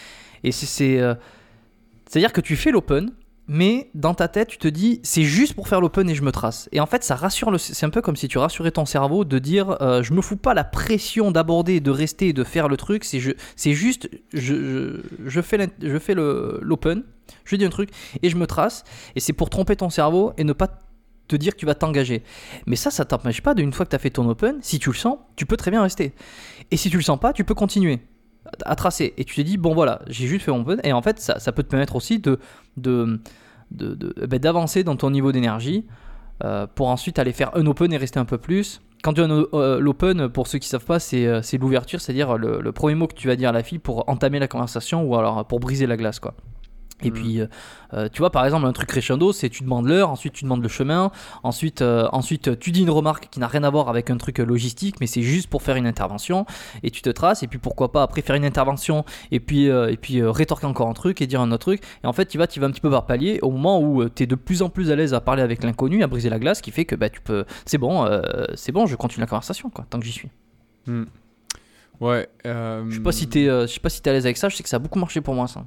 Et c'est, c'est, euh, c'est-à-dire que tu fais l'open, mais dans ta tête, tu te dis, c'est juste pour faire l'open et je me trace. Et en fait, ça rassure le, c'est un peu comme si tu rassurais ton cerveau de dire, euh, je me fous pas la pression d'aborder, de rester et de faire le truc, c'est, je, c'est juste, je, je, je fais, je fais le, l'open, je dis un truc et je me trace, et c'est pour tromper ton cerveau et ne pas te dire que tu vas t'engager. Mais ça, ça t'empêche pas d'une fois que tu as fait ton open, si tu le sens, tu peux très bien rester. Et si tu le sens pas, tu peux continuer à tracer. Et tu te dis, bon voilà, j'ai juste fait mon open. Et en fait, ça, ça peut te permettre aussi de, de, de, de, ben, d'avancer dans ton niveau d'énergie euh, pour ensuite aller faire un open et rester un peu plus. Quand tu as un, euh, l'open, pour ceux qui ne savent pas, c'est, euh, c'est l'ouverture, c'est-à-dire le, le premier mot que tu vas dire à la fille pour entamer la conversation ou alors pour briser la glace, quoi. Et mmh. puis, euh, tu vois, par exemple, un truc crescendo, c'est tu demandes l'heure, ensuite tu demandes le chemin, ensuite, euh, ensuite tu dis une remarque qui n'a rien à voir avec un truc logistique, mais c'est juste pour faire une intervention, et tu te traces, et puis pourquoi pas après faire une intervention, et puis, euh, et puis euh, rétorquer encore un truc, et dire un autre truc, et en fait, tu vas, tu vas un petit peu par palier, au moment où tu es de plus en plus à l'aise à parler avec l'inconnu, à briser la glace, qui fait que bah, tu peux, c'est bon, euh, c'est bon, je continue la conversation, quoi, tant que j'y suis. Mmh. Ouais. Euh... Je sais pas si t'es, euh, je sais pas si t'es à l'aise avec ça, je sais que ça a beaucoup marché pour moi, ça.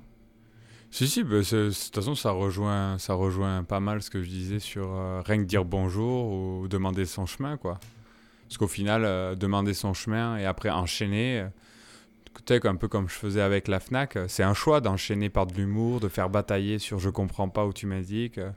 Si, si, bah de toute façon, ça rejoint, ça rejoint pas mal ce que je disais sur euh, rien que dire bonjour ou demander son chemin, quoi. Parce qu'au final, euh, demander son chemin et après enchaîner, euh, tu sais, un peu comme je faisais avec la Fnac, euh, c'est un choix d'enchaîner par de l'humour, de faire batailler sur je comprends pas où tu m'indiques. Euh,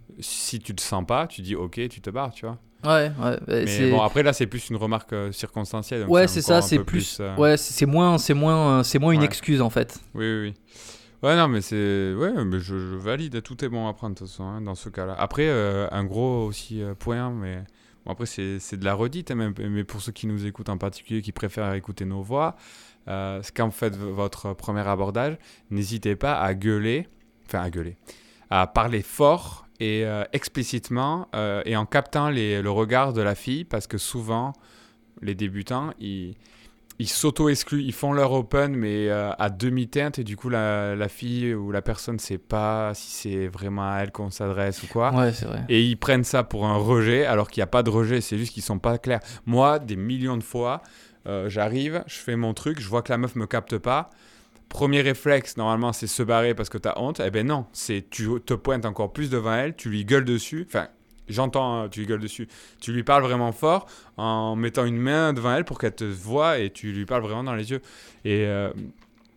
si tu te sens pas, tu dis ok, tu te barres, tu vois. Ouais, ouais. Mais c'est... bon, après là, c'est plus une remarque euh, circonstancielle. Donc ouais, c'est, c'est ça, c'est plus. plus euh... Ouais, c'est moins, c'est moins, c'est moins une ouais. excuse en fait. Oui, oui, oui. Ouais, non, mais c'est. Ouais, mais je, je valide, tout est bon à prendre de toute façon, hein, dans ce cas-là. Après, euh, un gros aussi euh, point, mais. Bon, après, c'est, c'est de la redite, hein, même, mais pour ceux qui nous écoutent en particulier, qui préfèrent écouter nos voix, euh, quand vous faites votre premier abordage, n'hésitez pas à gueuler, enfin à gueuler, à parler fort et euh, explicitement euh, et en captant les, le regard de la fille, parce que souvent, les débutants, ils. Ils s'auto-excluent, ils font leur open, mais euh, à demi-teinte, et du coup, la, la fille ou la personne ne sait pas si c'est vraiment à elle qu'on s'adresse ou quoi. Ouais, c'est vrai. Et ils prennent ça pour un rejet, alors qu'il n'y a pas de rejet, c'est juste qu'ils ne sont pas clairs. Moi, des millions de fois, euh, j'arrive, je fais mon truc, je vois que la meuf ne me capte pas. Premier réflexe, normalement, c'est se barrer parce que tu as honte. Eh ben non, c'est tu te pointes encore plus devant elle, tu lui gueules dessus. Enfin, j'entends, tu lui gueules dessus. Tu lui parles vraiment fort en mettant une main devant elle pour qu'elle te voie et tu lui parles vraiment dans les yeux. Et, euh,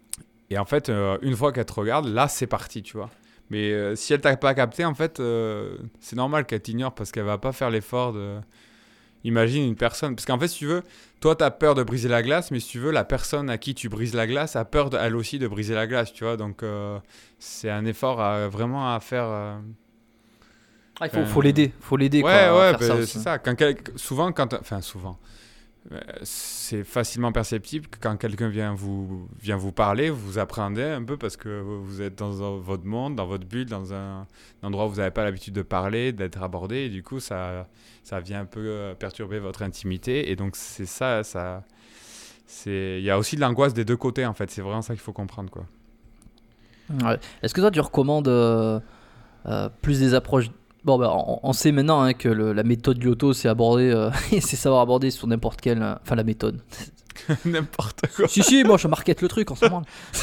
Et en fait, euh, une fois qu'elle te regarde, là, c'est parti, tu vois. Mais euh, si elle t'a pas capté, en fait, euh, c'est normal qu'elle t'ignore parce qu'elle va pas faire l'effort de... Imagine une personne... Parce qu'en fait, si tu veux, toi, tu as peur de briser la glace, mais si tu veux, la personne à qui tu brises la glace a peur, de, elle aussi, de briser la glace, tu vois. Donc, euh, c'est un effort à, vraiment à faire... Euh... Ah, il faut, euh... faut l'aider, faut l'aider, ouais, quoi, à ouais, faire bah, ça c'est aussi. ça. Quand quel... Souvent, quand... Enfin, souvent... C'est facilement perceptible que quand quelqu'un vient vous, vient vous parler, vous appréhendez un peu parce que vous êtes dans votre monde, dans votre bulle, dans un, un endroit où vous n'avez pas l'habitude de parler, d'être abordé, et du coup, ça, ça vient un peu perturber votre intimité. Et donc, c'est ça, ça c'est... il y a aussi de l'angoisse des deux côtés, en fait. C'est vraiment ça qu'il faut comprendre, quoi. Ouais. Est-ce que toi, tu recommandes euh, euh, plus des approches... Bon, bah, on, on sait maintenant hein, que le, la méthode Lyoto, c'est aborder, euh, c'est savoir aborder sur n'importe quelle. Euh, enfin, la méthode. N'importe quoi. Si, si, moi je market le truc en ce moment.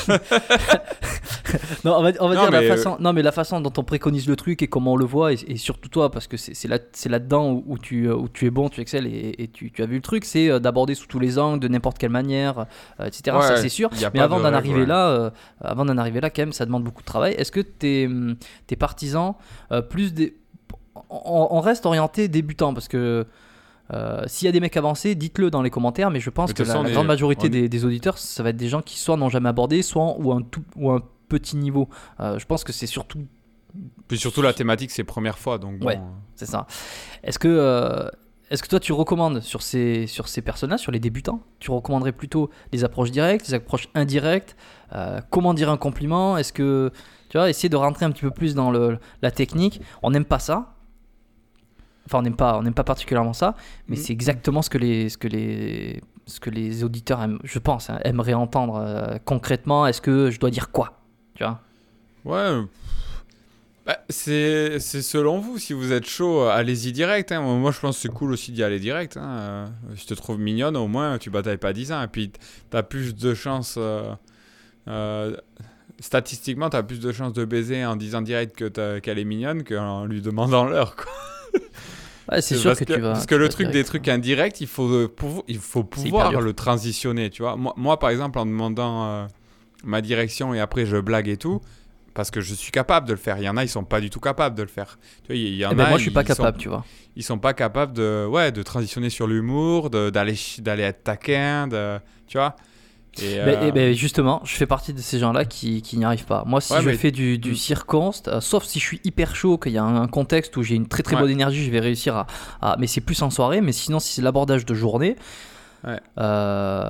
non, on va, on va non, dire mais la façon, non, mais la façon dont on préconise le truc et comment on le voit, et, et surtout toi, parce que c'est, c'est, là, c'est là-dedans où, où, tu, où tu es bon, tu excelles et, et tu, tu as vu le truc, c'est d'aborder sous tous les angles, de n'importe quelle manière, euh, et cetera. Ouais, ça, c'est sûr. Mais avant d'en, rêve, arriver ouais. là, euh, avant d'en arriver là, quand même, ça demande beaucoup de travail. Est-ce que t'es, t'es partisan euh, plus des. On, on reste orienté débutant parce que. Euh, s'il y a des mecs avancés, dites-le dans les commentaires, mais je pense mais que la, la grande majorité est... des, des auditeurs, ça va être des gens qui soit n'ont jamais abordé, soit ou un, tout, ou un petit niveau. Euh, je pense que c'est surtout... Puis surtout la thématique, c'est première fois, donc bon... Ouais, c'est ça. Est-ce que, euh, est-ce que toi, tu recommandes sur ces, sur ces personnes-là, sur les débutants, tu recommanderais plutôt les approches directes, les approches indirectes, euh, comment dire un compliment? Est-ce que, tu vois, essayer de rentrer un petit peu plus dans le, la technique? On n'aime pas ça. Enfin, on n'aime pas, on n'aime pas particulièrement ça, mais mmh. c'est exactement ce que les, ce que les, ce que les auditeurs, aiment, je pense, hein, aimeraient entendre euh, concrètement. Est-ce que je dois dire quoi, tu vois? Ouais. Bah, c'est, c'est selon vous. Si vous êtes chaud, allez-y direct. Hein. Moi, je pense que c'est cool aussi d'y aller direct. Hein. Euh, si tu te trouves mignonne, au moins, tu batailles pas dix ans. Et puis, tu as plus de chances... Euh, euh, statistiquement, tu as plus de chances de baiser en disant direct que qu'elle est mignonne qu'en lui demandant l'heure, quoi. Ouais, c'est, c'est sûr que, que tu vas. Parce que le truc direct, des trucs indirects, il faut, pour, il faut pouvoir le transitionner, tu vois. Moi, moi, par exemple, en demandant euh, ma direction et après je blague et tout, parce que je suis capable de le faire. Il y en a, ils sont pas du tout capables de le faire. Tu vois, il y en eh ben a. Moi, je suis pas ils capable, sont, tu vois. Ils sont pas capables de, ouais, de transitionner sur l'humour, de, d'aller, d'aller être taquin, de, tu vois. Et euh... ben, ben justement, je fais partie de ces gens-là qui, qui n'y arrivent pas. Moi, si ouais, je mais... fais du, du circonste, euh, sauf si je suis hyper chaud, qu'il y a un, un contexte où j'ai une très très ouais. bonne énergie, je vais réussir à, à. Mais c'est plus en soirée. Mais sinon, si c'est l'abordage de journée. Ouais. Euh...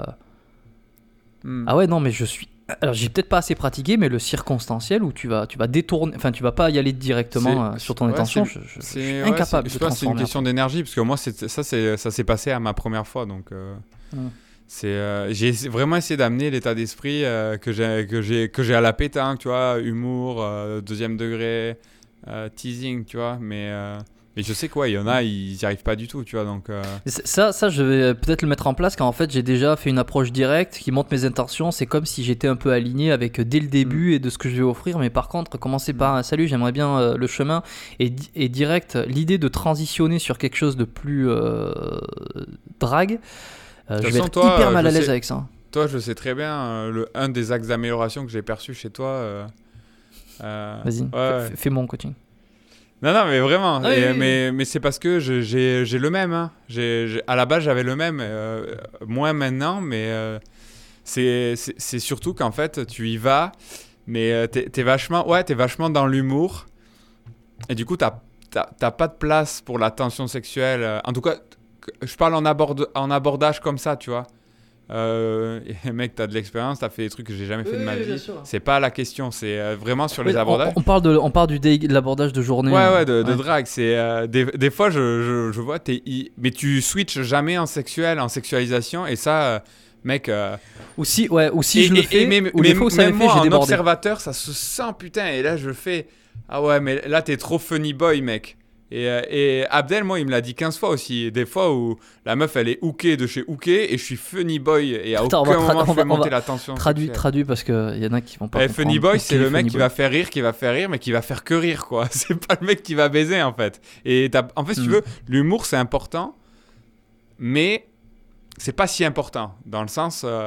Mm. Ah ouais, non, mais je suis. Alors, j'ai peut-être pas assez pratiqué, mais le circonstanciel où tu vas, tu vas détourner, enfin, tu vas pas y aller directement euh, sur ton ouais, intention. Je, je, je suis ouais, incapable c'est, de je pense que c'est une question après. d'énergie, parce que moi, c'est, ça, c'est, ça s'est passé à ma première fois, donc. Euh... Mm. C'est, euh, j'ai vraiment essayé d'amener l'état d'esprit euh, que, j'ai, que, j'ai, que j'ai à la pétanque, tu vois, humour, euh, deuxième degré, euh, teasing, tu vois, mais, euh, mais je sais quoi, il y en a, ils n'y arrivent pas du tout, tu vois, donc... Euh... Ça, ça, je vais peut-être le mettre en place, car en fait, j'ai déjà fait une approche directe qui montre mes intentions, c'est comme si j'étais un peu aligné avec dès le début mmh. et de ce que je vais offrir, mais par contre, commencer par un salut, j'aimerais bien euh, le chemin, et, et direct, l'idée de transitionner sur quelque chose de plus euh, drague, Euh, je vais être toi, hyper mal à l'aise sais, avec ça. Toi, je sais très bien, euh, le, un des axes d'amélioration que j'ai perçu chez toi. Euh, euh, Vas-y, ouais, fais, ouais. fais mon coaching. Non, non, mais vraiment. Ah, et, oui, mais, oui. mais c'est parce que je, j'ai, j'ai le même. Hein. J'ai, j'ai, à la base, j'avais le même. Euh, moins maintenant, mais euh, c'est, c'est, c'est surtout qu'en fait, tu y vas, mais euh, t'es, t'es, vachement, ouais, t'es vachement dans l'humour. Et du coup, t'as, t'as, t'as pas de place pour la tension sexuelle. En tout cas, je parle en, aborde, en abordage comme ça, tu vois. Euh, et mec, t'as de l'expérience, t'as fait des trucs que j'ai jamais fait oui, de ma oui, vie. C'est pas la question, c'est euh, vraiment sur les oui, abordages. On, on parle de, on parle du day, de l'abordage de journée. Ouais, ouais, de, ouais. de drague. C'est euh, des, des fois, je, je, je vois, t'es, mais tu switches jamais en sexuel, en sexualisation, et ça, euh, mec. Euh... Ou si, ouais, ou si et, je et, le fais, et, mais, ou mais, les fois où ça même fait, moi, j'ai en débordé. observateur, ça se sent putain. Et là, je fais, ah ouais, mais là, t'es trop funny boy, mec. Et, et Abdel, moi, il me l'a dit quinze fois aussi. Des fois où la meuf, elle est hookée de chez hooké et je suis funny boy. Et à Attends, aucun tra- moment, je fais va, monter va, la tension. Traduit, traduit parce qu'il y en a qui vont pas eh, comprendre. Funny boy, c'est okay, le mec qui boy. va faire rire, qui va faire rire, mais qui va faire que rire, quoi. C'est pas le mec qui va baiser, en fait. Et t'as... en fait, si mm. tu veux, l'humour, c'est important, mais c'est pas si important. Dans le sens... Euh...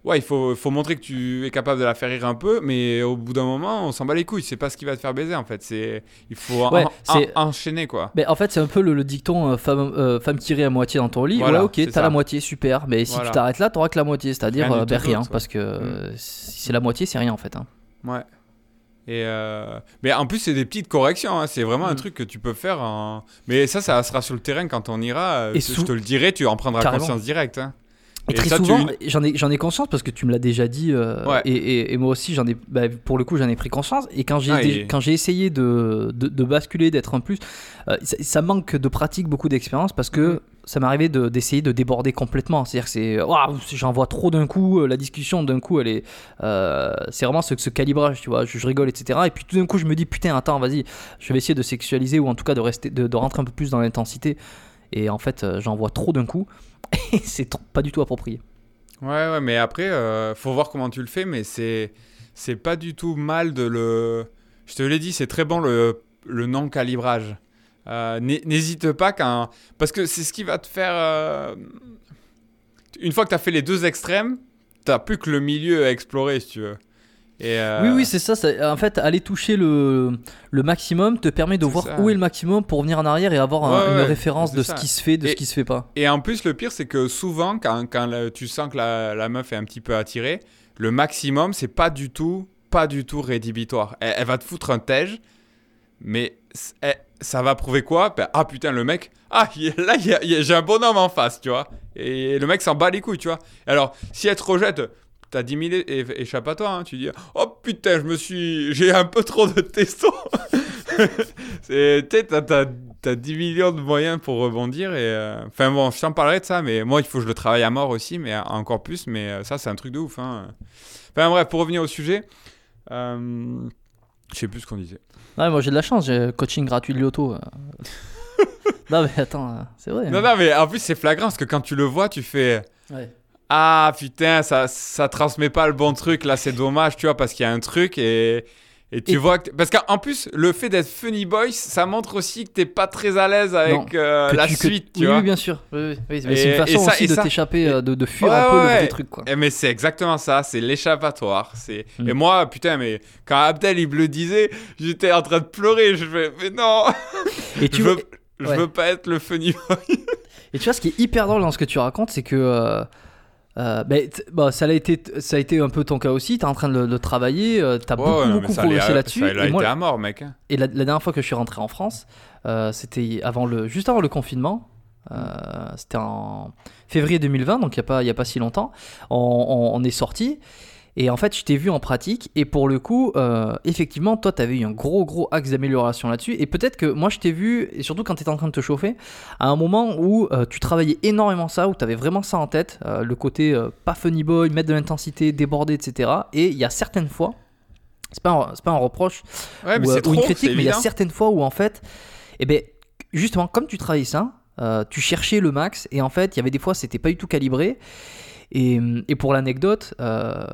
ouais, il faut, faut montrer que tu es capable de la faire rire un peu, mais au bout d'un moment, on s'en bat les couilles. C'est pas ce qui va te faire baiser, en fait. C'est, il faut Ouais, en- c'est- en- enchaîner, quoi. Mais en fait, c'est un peu le, le dicton euh, femme, euh, femme qui rit à moitié dans ton lit. Voilà, ouais, ok, c'est t'as ça. la moitié, super. Mais si Voilà. tu t'arrêtes là, t'auras que la moitié, c'est-à-dire Rien du euh, ben, tout rien. d'autre, ouais. Parce que euh, si c'est la moitié, c'est rien en fait. Hein. Ouais. Et euh, mais en plus, c'est des petites corrections. Hein. C'est vraiment un Mm. truc que tu peux faire. En... Mais ça, ça sera sur le terrain quand on ira. Et Et sou- Je te le dirai, tu en prendras Carrément. conscience direct. Hein. Et, très ça, tu- souvent, j'en ai, j'en ai conscience parce que tu me l'as déjà dit. euh, Ouais. et, et- et moi aussi, j'en ai, bah, pour le coup, j'en ai pris conscience. Et quand j'ai, Ah, dé- et- quand j'ai essayé de, de, de basculer, d'être un plus, euh, ça, ça manque de pratique, beaucoup d'expérience parce que. Mhm. Ça m'arrivait de, d'essayer de déborder complètement. C'est-à-dire que c'est. Waouh, j'en vois trop d'un coup. euh, La discussion d'un coup, elle est. euh, c'est vraiment ce, ce calibrage, tu vois. Je, je rigole, et cetera. Et puis tout d'un coup, je me dis, putain, attends, vas-y, je vais essayer de sexualiser ou en tout cas de, rester, de, de rentrer un peu plus dans l'intensité. Et en fait, euh, j'en vois trop d'un coup. Et c'est trop- pas du tout approprié. Ouais, ouais, mais après, euh, faut voir comment tu le fais, mais c'est, c'est pas du tout mal de le. Je te l'ai dit, c'est très bon le, le non-calibrage. Euh, n'hé- n'hésite pas quand. Parce que c'est ce qui va te faire. euh, Une fois que tu as fait les deux extrêmes, t'as plus que le milieu à explorer, si tu veux. Et, euh, Oui, oui, c'est ça, ça- En fait, aller toucher le, le maximum te permet de C'est voir ça. où est le maximum pour revenir en arrière et avoir un- Ouais, une ouais, référence c'est de ça. ce qui se fait, de Et- ce qui se fait pas. Et en plus, le pire, c'est que souvent, quand, quand le- tu sens que la, la meuf est un petit peu attirée, le maximum, c'est pas du tout, pas du tout rédhibitoire. Elle, elle va te foutre un tège, mais c- elle- ça va prouver quoi? Ben, ah putain, le mec, ah il y a- là, il y a- il y a- j'ai un bonhomme en face, tu vois. Et le mec s'en bat les couilles, tu vois. Alors, si elle te rejette, t'as dix mille é- é- échappatoires, hein, tu dis, oh putain, je me suis, j'ai un peu trop de testo. C'est, tu sais, t'as, t'as, t'as dix millions de moyens pour rebondir et euh, enfin bon, je t'en parlerai de ça, mais moi il faut que je le travaille à mort aussi, mais encore plus, mais euh, ça c'est un truc de ouf. Hein. Enfin bref, pour revenir au sujet, euh, je sais plus ce qu'on disait. Ouais, moi j'ai de la chance, j'ai coaching gratuit de l'auto. euh. Non, mais attends, euh, c'est vrai. Non, hein. non, mais en plus c'est flagrant parce que quand tu le vois, tu fais Ouais. ah putain, ça, ça transmet pas le bon truc, là c'est dommage, tu vois, parce qu'il y a un truc et. Et tu Et- vois que. Parce qu'en plus, le fait d'être funny boy, ça montre aussi que t'es pas très à l'aise avec Non, euh, Que la tu- que- suite, tu oui, vois. oui, bien sûr. Oui, oui, oui, mais Et- c'est une et façon ça- aussi et de ça- t'échapper, euh, de, de fuir Ouais, un peu le ouais. vrai truc, quoi. Eh, mais c'est exactement ça, c'est l'échappatoire. C'est... Mm. Et moi, putain, mais quand Abdel il me le disait, j'étais en train de pleurer. Je fais, mais non, Et tu je, vois, veux, je ouais. veux pas être le funny boy. Et tu vois, ce qui est hyper drôle dans ce que tu racontes, c'est que. euh, euh, ben, t- bah, ça, a été, ça a été un peu ton cas aussi. T'es en train de le, de travailler, euh, t'as Ouais, beaucoup, ouais, non, mais beaucoup ça progressé allait- là-dessus. Ça a Et, moi, été à mort, mec. hein. et la, la dernière fois que je suis rentré en France, euh, c'était avant le, juste avant le confinement. Euh, c'était en février deux mille vingt, donc il n'y a, pas- il y a pas si longtemps. On, on- on est sorti. Et en fait, je t'ai vu en pratique. Et pour le coup, euh, effectivement, toi, tu avais eu un gros, gros axe d'amélioration là-dessus. Et peut-être que moi, je t'ai vu, et surtout quand tu étais en train de te chauffer, à un moment où euh, tu travaillais énormément ça, où tu avais vraiment ça en tête, euh, le côté euh, pas funny boy, mettre de l'intensité, déborder, et cetera. Et il y a certaines fois, c'est pas, un- c'est pas un reproche Ouais, mais ou, euh, c'est ou trop, une c'est critique, mais il y a évident. certaines fois où en fait, eh ben, justement, comme tu travaillais ça, euh, tu cherchais le max, et en fait, il y avait des fois, c'était pas du tout calibré. Et, et pour l'anecdote, euh,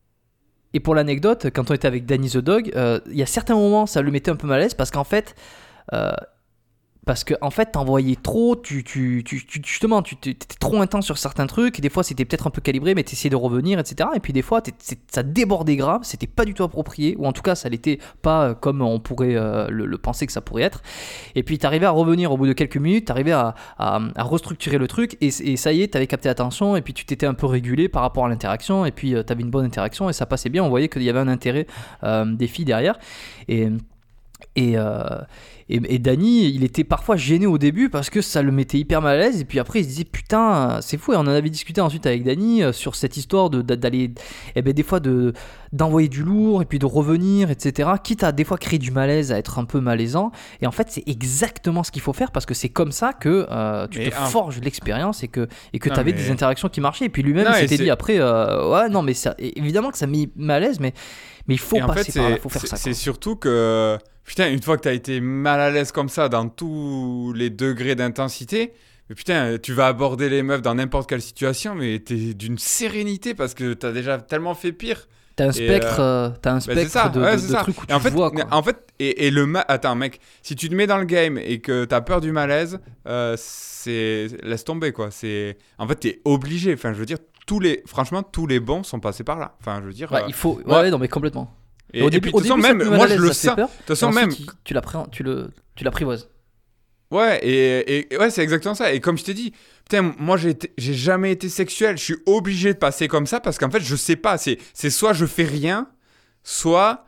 et pour l'anecdote, quand on était avec Danny the Dog, euh, il y a certains moments, ça le mettait un peu mal à l'aise parce qu'en fait, euh, parce que en fait, t'envoyais trop, tu, tu, tu, tu- justement, tu tu- t'étais trop intense sur certains trucs. Et des fois, c'était peut-être un peu calibré, mais t'essayais de revenir, et cetera. Et puis des fois, t'es- c'est- ça débordait grave, c'était pas du tout approprié, ou en tout cas, ça l'était pas euh, comme on pourrait euh, le, le penser que ça pourrait être. Et puis, t'arrivais à revenir au bout de quelques minutes, t'arrivais à, à, à restructurer le truc, et, et ça y est, t'avais capté l'attention, et puis tu t'étais un peu régulé par rapport à l'interaction, et puis euh, t'avais une bonne interaction, et ça passait bien. On voyait qu'il y avait un intérêt euh, des filles derrière. Et Et, euh, et, et Danny, il était parfois gêné au début parce que ça le mettait hyper mal à l'aise. Et puis après, il se disait putain, c'est fou. Et on en avait discuté ensuite avec Danny euh, sur cette histoire de, d'aller, eh ben, des fois de, d'envoyer du lourd et puis de revenir, et cetera. Quitte à des fois créer du malaise, à être un peu malaisant. Et en fait, c'est exactement ce qu'il faut faire parce que c'est comme ça que euh, tu Mais te un- forges l'expérience et que et que Non, tu avais mais- des interactions qui marchaient. Et puis lui-même, Non, il et s'était c'est- dit après, euh, ouais, non, mais ça, évidemment que ça met mal à l'aise, mais mais il faut Et en passer fait, par là, c'est, faut faire c'est- ça. c'est quoi. surtout que, putain, une fois que t'as été mal à l'aise comme ça dans tous les degrés d'intensité, mais putain, tu vas aborder les meufs dans n'importe quelle situation, mais t'es d'une sérénité parce que t'as déjà tellement fait pire. T'as un Et, spectre, euh, t'as un Bah, spectre c'est ça, de, ouais, de- c'est de ça. trucs où Et tu en fait, vois. Quoi. en fait, et, et le ma... attends, mec, si tu te mets dans le game et que t'as peur du malaise, euh, c'est laisse tomber quoi. C'est, en fait, t'es obligé. Enfin, je veux dire, tous les, franchement, tous les bons sont passés par là. Enfin, je veux dire. Ouais, euh, il faut. moi- Ouais, non, mais complètement. Et, au et début, puis, de au toute façon, début, ça te même, met mal moi, à je l'aise, le ça fait sens. De peur, toute façon, et même. ensuite, tu, tu l'apprends- tu le, tu l'apprivoises. Ouais, et, et ouais, c'est exactement ça. Et comme je t'ai dit, putain, moi, j'ai, été- j'ai jamais été sexuel. Je suis obligé de passer comme ça parce qu'en fait, je sais pas. C'est, c'est soit je fais rien, soit,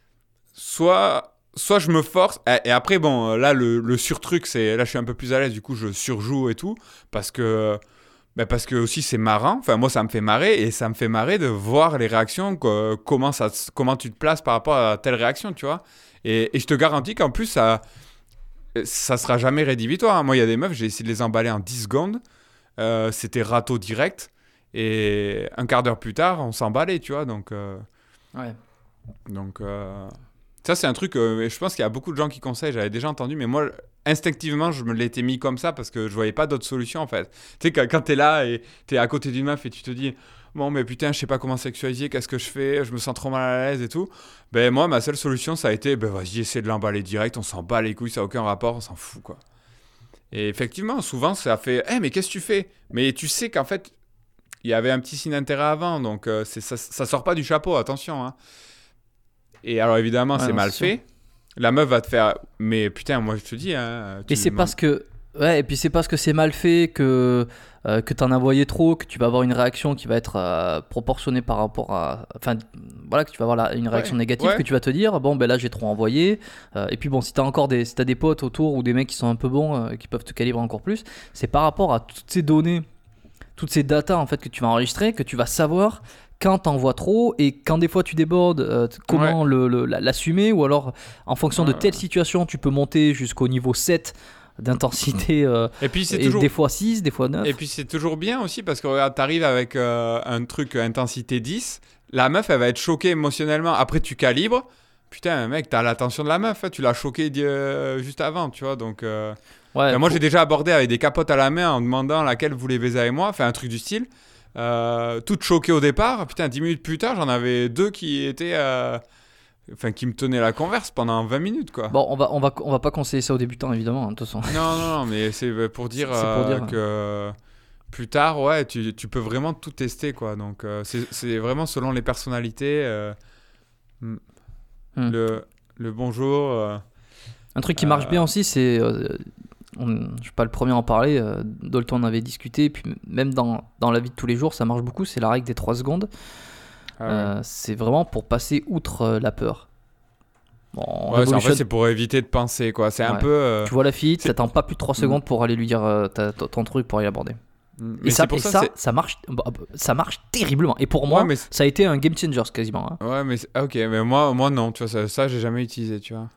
soit, soit je me force. Et, et après, bon, là, le, le surtruc, c'est, là, je suis un peu plus à l'aise. Du coup, je surjoue et tout parce que, ben parce que aussi, c'est marrant. Enfin, moi, ça me fait marrer et ça me fait marrer de voir les réactions, que- comment ça, se- comment tu te places par rapport à telle réaction, tu vois. Et, et je te garantis qu'en plus, ça ça sera jamais rédhibitoire. hein. Moi, il y a des meufs, j'ai essayé de les emballer en dix secondes. Euh, c'était râteau direct. Et un quart d'heure plus tard, on s'emballait, tu vois. Donc, euh, Ouais. donc euh, ça, c'est un truc, euh, je pense qu'il y a beaucoup de gens qui conseillent. J'avais déjà entendu, mais moi, instinctivement, je me l'étais mis comme ça parce que je voyais pas d'autre solution, en fait. Tu sais, quand, quand t'es là et t'es à côté d'une meuf et tu te dis... Bon, mais putain, je sais pas comment sexualiser, qu'est-ce que je fais, je me sens trop mal à l'aise et tout. Ben, moi, ma seule solution, ça a été, ben, vas-y, essaie de l'emballer direct, on s'en bat les couilles, ça n'a aucun rapport, on s'en fout, quoi. Et effectivement, souvent, ça fait, hé, hey, mais qu'est-ce que tu fais? Mais tu sais qu'en fait, il y avait un petit signe d'intérêt avant, donc euh, c'est, ça, ça sort pas du chapeau, attention, hein. Et alors, évidemment, Ouais, c'est non, mal c'est fait. La meuf va te faire, mais putain, moi, je te dis, hein. Et tu- c'est parce que. Ouais, et puis c'est parce que c'est mal fait que, euh, que t'en as envoyé trop, que tu vas avoir une réaction qui va être euh, proportionnée par rapport à. Enfin, voilà, que tu vas avoir la- une réaction Ouais, négative, ouais. que tu vas te dire, bon, ben là j'ai trop envoyé. Euh, et puis bon, si t'as encore des, si t'as des potes autour ou des mecs qui sont un peu bons, euh, qui peuvent te calibrer encore plus, c'est par rapport à toutes ces données, toutes ces datas en fait que tu vas enregistrer, que tu vas savoir quand t'envoies trop et quand des fois tu débordes, euh, t- comment le, le- la- l'assumer, ou alors en fonction de Ouais, telle ouais. situation, tu peux monter jusqu'au niveau sept d'intensité, euh, Et puis, c'est et toujours. des fois six, des fois neuf. Et puis c'est toujours bien aussi parce que regarde, t'arrives avec euh, un truc euh, intensité dix, la meuf elle va être choquée émotionnellement. Après tu calibres, putain mec, t'as l'attention de la meuf, hein, tu l'as choquée euh, juste avant, tu vois. Donc euh, Ouais, ben, moi faut- j'ai déjà abordé avec des capotes à la main en demandant laquelle vous voulez baiser avec moi, enfin un truc du style. Euh, toutes choquées au départ, putain dix minutes plus tard j'en avais deux qui étaient, euh, enfin qui me tenaient la converse pendant vingt minutes quoi. Bon, on va, on, va, on va pas conseiller ça aux débutants évidemment, hein, de toute façon. Non, non, non, mais c'est pour dire, C'est pour euh, dire, que plus tard, ouais, tu, tu peux vraiment tout tester, quoi. Donc, euh, c'est c'est vraiment selon les personnalités. euh, hmm. Hmm. le, le bonjour. euh, Un truc qui marche Euh, bien aussi, c'est. euh, on- je suis pas le premier à en parler, euh, Dalton en avait discuté, et puis même dans, dans la vie de tous les jours, ça marche beaucoup, c'est la règle des trois secondes. ah ouais. Euh, c'est vraiment pour passer outre euh, la peur. Bon, en Ouais, c'est- en Revolution, fait, c'est pour éviter de penser, quoi. C'est un Ouais. peu. euh, tu vois la fille, c'est- t'attends pas plus de trois Mm. secondes pour aller lui dire euh, ta- ta- ton truc, pour aller l'aborder. hmm, Et Mais ça, c'est pour et ça. ça, c'est- ça marche, bah, ça marche terriblement. Et pour moi, Ouais, mais c'est- ça a été un game changer quasiment. hein. Ouais, mais c'est- ah, ok, mais moi, moi non, tu vois, ça, ça j'ai jamais utilisé, tu vois.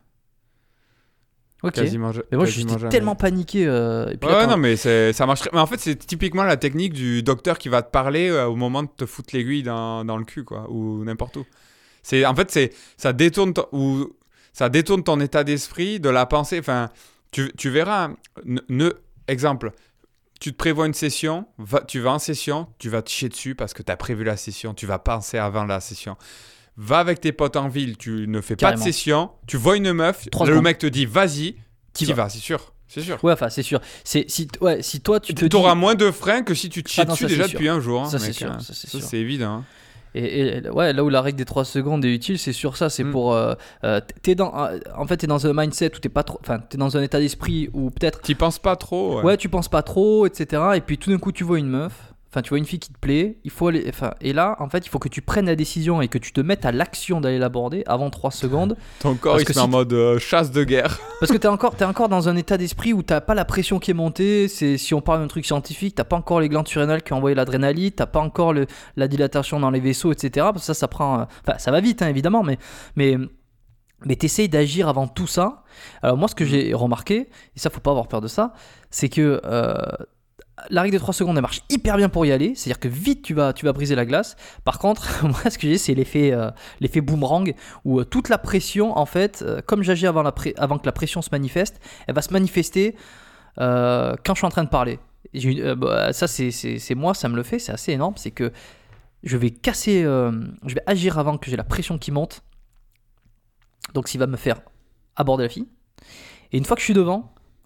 Ok. Quasiment, ja- Mais moi, quasiment j'étais jamais. tellement paniqué. euh, et puis Ouais, là, ouais, t'as- non, mais c'est- ça marche très... Mais en fait, c'est typiquement la technique du docteur qui va te parler euh, au moment de te foutre l'aiguille dans, dans le cul, quoi, ou n'importe où. C'est, en fait, c'est, ça détourne ton, ou, ça détourne ton état d'esprit de la pensée. Enfin, tu, tu verras, ne, ne- exemple, tu te prévois une session, va, tu vas en session, tu vas te chier dessus parce que tu as prévu la session, tu vas penser avant la session. Va avec tes potes en ville, tu ne fais Carrément. pas de session, tu vois une meuf, Trois le secondes. mec te dit vas-y, T'y t'y vas. vas, c'est sûr, c'est sûr. Ouais, enfin, c'est sûr. C'est, si, ouais, si toi, tu te Tu dis. auras moins de freins que si tu te chies Ah non, dessus ça, déjà c'est sûr. depuis un jour. hein, Ça, c'est mec, sûr, hein. ça, c'est Ça, sûr. c'est évident. hein. Et, et ouais, là où la règle des trois secondes est utile, c'est sur ça. C'est Mm. pour. Euh, euh, t'es dans, euh, en fait, t'es dans un mindset où t'es pas trop. Enfin, t'es dans un état d'esprit où peut-être. T'y penses pas trop. Ouais. Ouais. tu penses pas trop, et cetera. Et puis tout d'un coup, tu vois une meuf. Enfin, tu vois une fille qui te plaît. Il faut aller. Enfin, et là, en fait, il faut que tu prennes la décision et que tu te mettes à l'action d'aller l'aborder avant trois secondes. Ton corps Parce il que se met si en tu- mode euh, chasse de guerre. Parce que t'es encore, t'es encore dans un état d'esprit où t'as pas la pression qui est montée. C'est, si on parle d'un truc scientifique, t'as pas encore les glandes surrénales qui ont envoyé l'adrénaline, t'as pas encore le, la dilatation dans les vaisseaux, et cetera. Parce que ça, ça prend. euh, Enfin, ça va vite, hein, évidemment, mais, mais, mais t'essayes d'agir avant tout ça. Alors, moi, ce que j'ai remarqué, et ça, faut pas avoir peur de ça, c'est que. euh, la règle des trois secondes, elle marche hyper bien pour y aller. C'est-à-dire que vite, tu vas, tu vas briser la glace. Par contre, moi, ce que j'ai, c'est l'effet, euh, l'effet boomerang, où euh, toute la pression, en fait, euh, comme j'agis avant, la pré- avant que la pression se manifeste, elle va se manifester euh, quand je suis en train de parler. J'ai une- euh, bah, ça, c'est, c'est, c'est moi, ça me le fait, c'est assez énorme. C'est que je vais casser, euh, je vais agir avant que j'ai la pression qui monte. Donc, ce qui va me faire aborder la fille. Et une fois que je suis devant,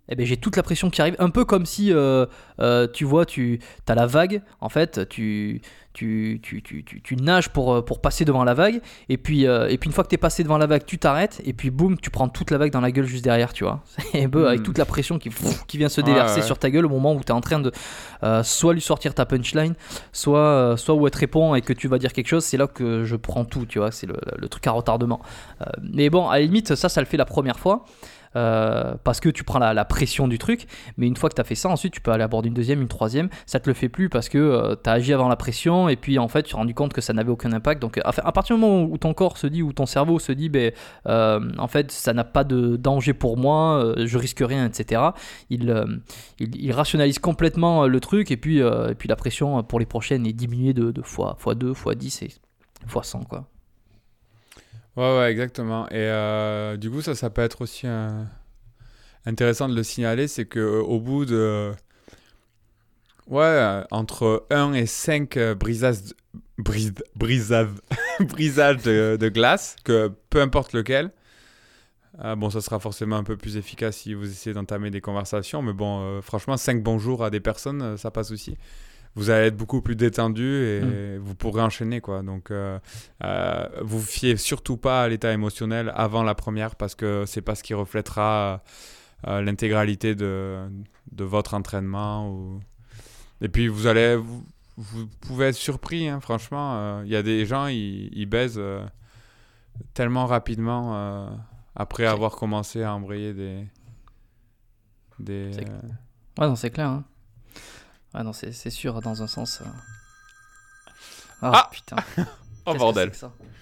eh ben, j'ai toute la pression qui arrive, un peu comme si euh, euh, tu vois, tu as la vague, en fait, tu, tu, tu, tu, tu, tu nages pour, pour passer devant la vague, et puis, euh, et puis une fois que tu es passé devant la vague, tu t'arrêtes, et puis boum, tu prends toute la vague dans la gueule juste derrière, tu vois. Et peu, mmh. avec toute la pression qui, pff, qui vient se déverser ouais, ouais. sur ta gueule au moment où tu es en train de euh, soit lui sortir ta punchline, soit, euh, soit où elle te répond et que tu vas dire quelque chose, c'est là que je prends tout, tu vois, c'est le, le truc à retardement. Euh, mais bon, à la limite, ça, ça le fait la première fois. Euh, parce que tu prends la, la pression du truc, mais une fois que tu as fait ça, ensuite tu peux aller aborder une deuxième, une troisième, ça te le fait plus parce que euh, tu as agi avant la pression et puis en fait tu t'es rendu compte que ça n'avait aucun impact. Donc à, à partir du moment où ton corps se dit, où ton cerveau se dit ben, euh, en fait ça n'a pas de danger pour moi, euh, je risque rien, etc., il, euh, il, il rationalise complètement le truc et puis, euh, et puis la pression pour les prochaines est diminuée de, de fois, fois deux, fois dix et fois cent, quoi. Ouais, ouais, exactement. Et euh, du coup, ça, ça peut être aussi euh, intéressant de le signaler, c'est qu'au bout de... Ouais, euh, entre un et cinq euh, brisages, brise, brisages, brisages de, de glace, que peu importe lequel, euh, bon, ça sera forcément un peu plus efficace si vous essayez d'entamer des conversations, mais bon, euh, franchement, cinq bonjours à des personnes, euh, ça passe aussi. Vous allez être beaucoup plus détendu et mmh. vous pourrez enchaîner, quoi. Donc, euh, euh, vous vous fiez surtout pas à l'état émotionnel avant la première parce que c'est pas ce qui reflètera euh, l'intégralité de, de votre entraînement. Ou... Et puis, vous allez, vous, vous pouvez être surpris, hein, franchement. Il euh, y a des gens, ils, ils baisent euh, tellement rapidement euh, après c'est... avoir commencé à embrayer des... des c'est... Euh... Ouais, non, c'est clair, hein. Ah non, c'est, c'est sûr, dans un sens. Euh... Oh, ah putain. Oh bordel.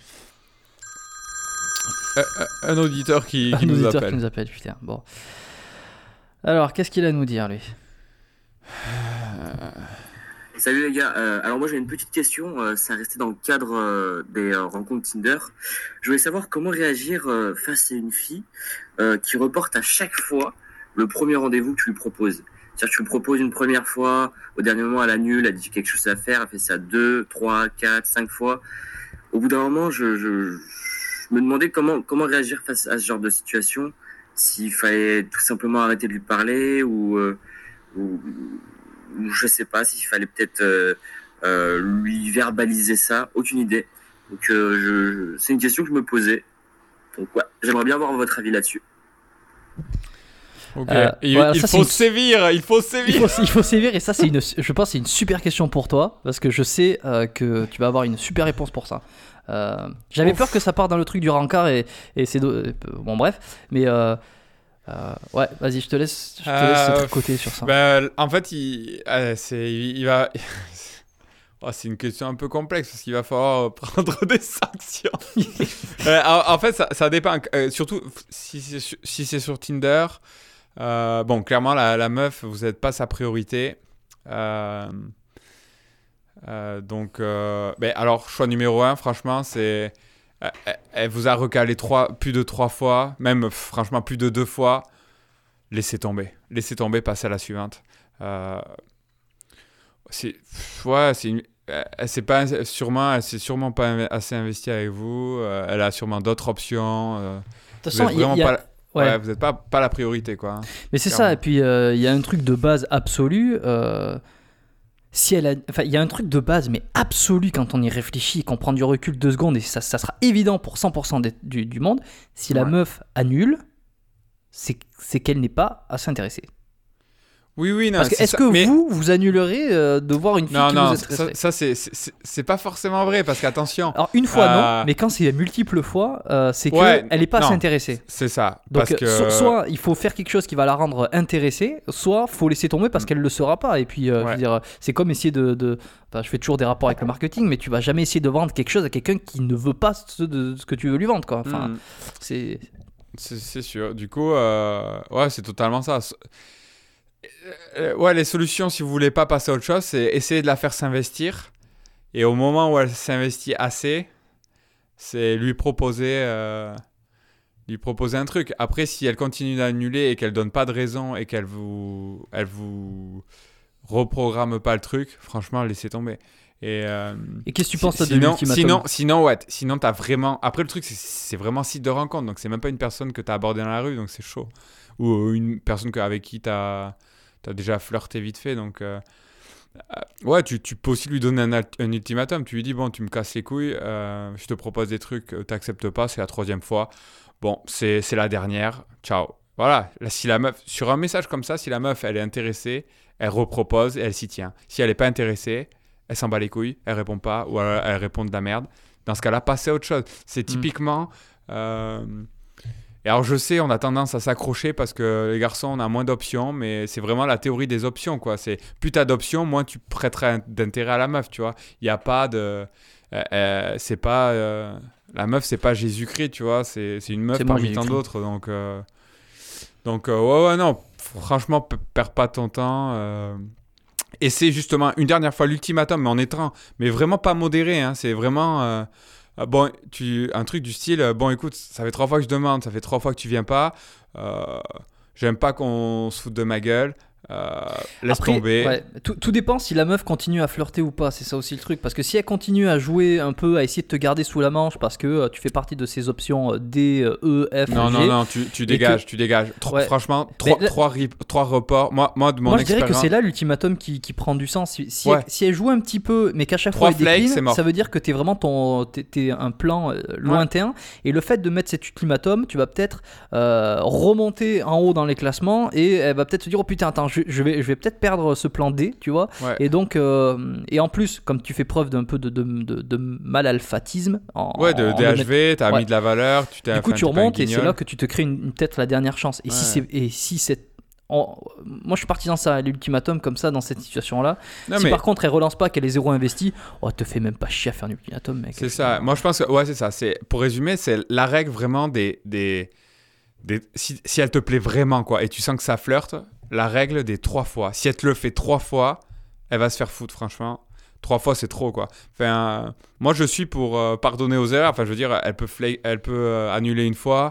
Euh, un auditeur qui, qui un nous auditeur appelle. qui nous appelle, putain. Bon. Alors, qu'est-ce qu'il a à nous dire, lui ? Salut les gars. Euh, alors moi j'ai une petite question. Euh, ça restait dans le cadre euh, des euh, rencontres Tinder. Je voulais savoir comment réagir euh, face à une fille euh, qui reporte à chaque fois le premier rendez-vous que tu lui proposes. C'est-à-dire que tu lui proposes une première fois, au dernier moment elle annule, elle dit quelque chose à faire, elle fait ça deux, trois, quatre, cinq fois. Au bout d'un moment, je, je, je me demandais comment, comment réagir face à ce genre de situation, s'il fallait tout simplement arrêter de lui parler ou, euh, ou, ou je sais pas, s'il fallait peut-être euh, euh, lui verbaliser ça, aucune idée. Donc euh, je, je, c'est une question que je me posais. Donc ouais, j'aimerais bien avoir votre avis là-dessus. Ok. Euh, il, ouais, il, ça, faut une... sévir, il faut sévir, il faut, il faut sévir. Et ça, c'est une, je pense, que c'est une super question pour toi parce que je sais euh, que tu vas avoir une super réponse pour ça. Euh, j'avais Ouf. peur que ça parte dans le truc du rencard et, et c'est do... bon bref, mais euh, euh, ouais, vas-y, je te laisse, je te laisse euh, tricoter sur ça. Bah, en fait, il, euh, c'est, il, il va. Oh, c'est une question un peu complexe parce qu'il va falloir prendre des sanctions. euh, en, en fait, ça, ça dépend. Euh, surtout si c'est, si c'est sur Tinder. Euh, bon, clairement, la, la meuf, vous n'êtes pas sa priorité. Euh, euh, donc, euh, ben, alors, choix numéro un, franchement, c'est... Elle, elle vous a recalé trois, plus de trois fois, même franchement plus de deux fois. Laissez tomber. Laissez tomber, passez à la suivante. Euh, c'est, ouais, c'est une... Elle s'est pas sûrement, elle s'est sûrement pas assez investie avec vous. Euh, elle a sûrement d'autres options. Euh, de toute façon, il y a... Pas... Ouais. Ouais, vous n'êtes pas, pas la priorité, quoi. Mais c'est clairement ça, et puis il euh, y a un truc de base absolu. Euh, si elle a, enfin, il y a un truc de base, mais absolu quand on y réfléchit, qu'on prend du recul deux secondes, et ça, ça sera évident pour cent pour cent des, du, du monde. Si ouais. la meuf annule, c'est, c'est qu'elle n'est pas à s'intéresser. Oui, oui, non. Parce que est-ce ça, que mais... vous, vous annulerez euh, de voir une fille non, qui non, vous intéresserait ? Non, ça, ça c'est, c'est, c'est pas forcément vrai, parce qu'attention... Alors, une fois, euh... non, mais quand c'est multiples fois, euh, c'est ouais, qu'elle n'est pas non, s'intéresser. C'est ça. Donc, parce que... so- soit il faut faire quelque chose qui va la rendre intéressée, soit il faut laisser tomber parce qu'elle ne le sera pas. Et puis, euh, ouais. je veux dire, c'est comme essayer de... de... Enfin, je fais toujours des rapports avec le marketing, mais tu vas jamais essayer de vendre quelque chose à quelqu'un qui ne veut pas ce, de, ce que tu veux lui vendre, quoi. Enfin, mm. c'est... c'est... C'est sûr. Du coup, euh... ouais, c'est totalement ça. Euh, ouais, les solutions, si vous voulez pas passer à autre chose, c'est essayer de la faire s'investir. Et au moment où elle s'investit assez, c'est lui proposer, euh, lui proposer un truc. Après, si elle continue d'annuler et qu'elle donne pas de raison et qu'elle vous, elle vous reprogramme pas le truc, franchement, laissez tomber. Et, euh, Et qu'est-ce que tu penses toi, de sinon, l'ultimatum? Sinon, sinon, ouais, sinon t'as vraiment. Après, le truc, c'est, c'est vraiment site de rencontre. Donc, c'est même pas une personne que t'as abordée dans la rue. Donc, c'est chaud. Ou une personne que- avec qui t'as, t'as déjà flirté vite fait. Donc, euh, euh, ouais, tu, tu peux aussi lui donner un, alt- un ultimatum. Tu lui dis, bon, tu me casses les couilles. euh, je te propose des trucs. euh, T'acceptes pas. C'est la troisième fois. Bon, c'est, c'est la dernière. Ciao. Voilà. Là, si la meuf, sur un message comme ça, si la meuf, elle est intéressée, elle repropose et elle s'y tient. Si elle est pas intéressée, elle s'en bat les couilles, elle répond pas, ou alors elle répond de la merde. Dans ce cas-là, passez à autre chose. C'est typiquement... euh, Et alors, je sais, on a tendance à s'accrocher parce que les garçons, on a moins d'options, mais c'est vraiment la théorie des options, quoi. C'est plus t'as d'options, moins tu prêteras d'intérêt à la meuf, tu vois. Il n'y a pas de... euh, euh, c'est pas... euh, La meuf, c'est pas Jésus-Christ, tu vois. C'est, c'est une meuf C'est moi, parmi tant Jésus-Christ. d'autres, donc... euh, Donc, euh, ouais, ouais, non. Franchement, p- perds pas ton temps. euh, Et c'est justement une dernière fois l'ultimatum, mais en étant, mais vraiment pas modéré. Hein, c'est vraiment euh, euh, bon, tu, un truc du style euh, bon, écoute, ça fait trois fois que je demande, ça fait trois fois que tu viens pas. euh, J'aime pas qu'on se foute de ma gueule. euh, laisse Après, tomber. ouais, tout, tout dépend si la meuf continue à flirter ou pas, c'est ça aussi le truc. Parce que si elle continue à jouer un peu, à essayer de te garder sous la manche parce que euh, tu fais partie de ces options euh, D, euh, E, F, Non, G. non, non, tu, tu dégages, tu dégages. Tro- Ouais. Franchement, trois, là- trois, rip- trois reports. Moi, moi, de mon Moi, je dirais que expérience. c'est là l'ultimatum qui, qui prend du sens. Si, si, Ouais. elle, si elle joue un petit peu, mais qu'à chaque Trois fois elle flakes, décline, c'est mort. ça veut dire que t'es vraiment ton, t'es, t'es un plan euh, lointain. Et le fait de mettre cet ultimatum, tu vas peut-être euh, remonter en haut dans les classements et elle va peut-être se dire oh putain, attends, je, je vais, je vais peut-être perdre ce plan D, tu vois. Ouais. Et donc, euh, et en plus, comme tu fais preuve d'un peu de, de, de, de mal-alphatisme, en, Ouais, de en D H V, t'as Ouais. mis de la valeur, tu t'es du coup, enfin, tu t'es pas un remontes et c'est guignol. là que tu te crées une, une- peut-être la dernière chance. Et si Ouais. c'est, et si c'est, en- moi, je suis parti dans ça, l'ultimatum comme ça, dans cette situation-là. Non, si mais- par contre elle relance pas, qu'elle est zéro investi, oh, te fais même pas chier à faire un ultimatum, mec. C'est ça. Moi, je pense que, ouais, c'est ça. C'est, pour résumer, c'est la règle vraiment des. des, des si, si elle te plaît vraiment, quoi, et tu sens que ça flirte, la règle des trois fois. Si elle te le fait trois fois, elle va se faire foutre, franchement. Trois fois, c'est trop, quoi. Enfin, euh, moi, je suis pour euh, pardonner aux erreurs. Enfin, je veux dire, elle peut, fla- elle peut euh, annuler une fois.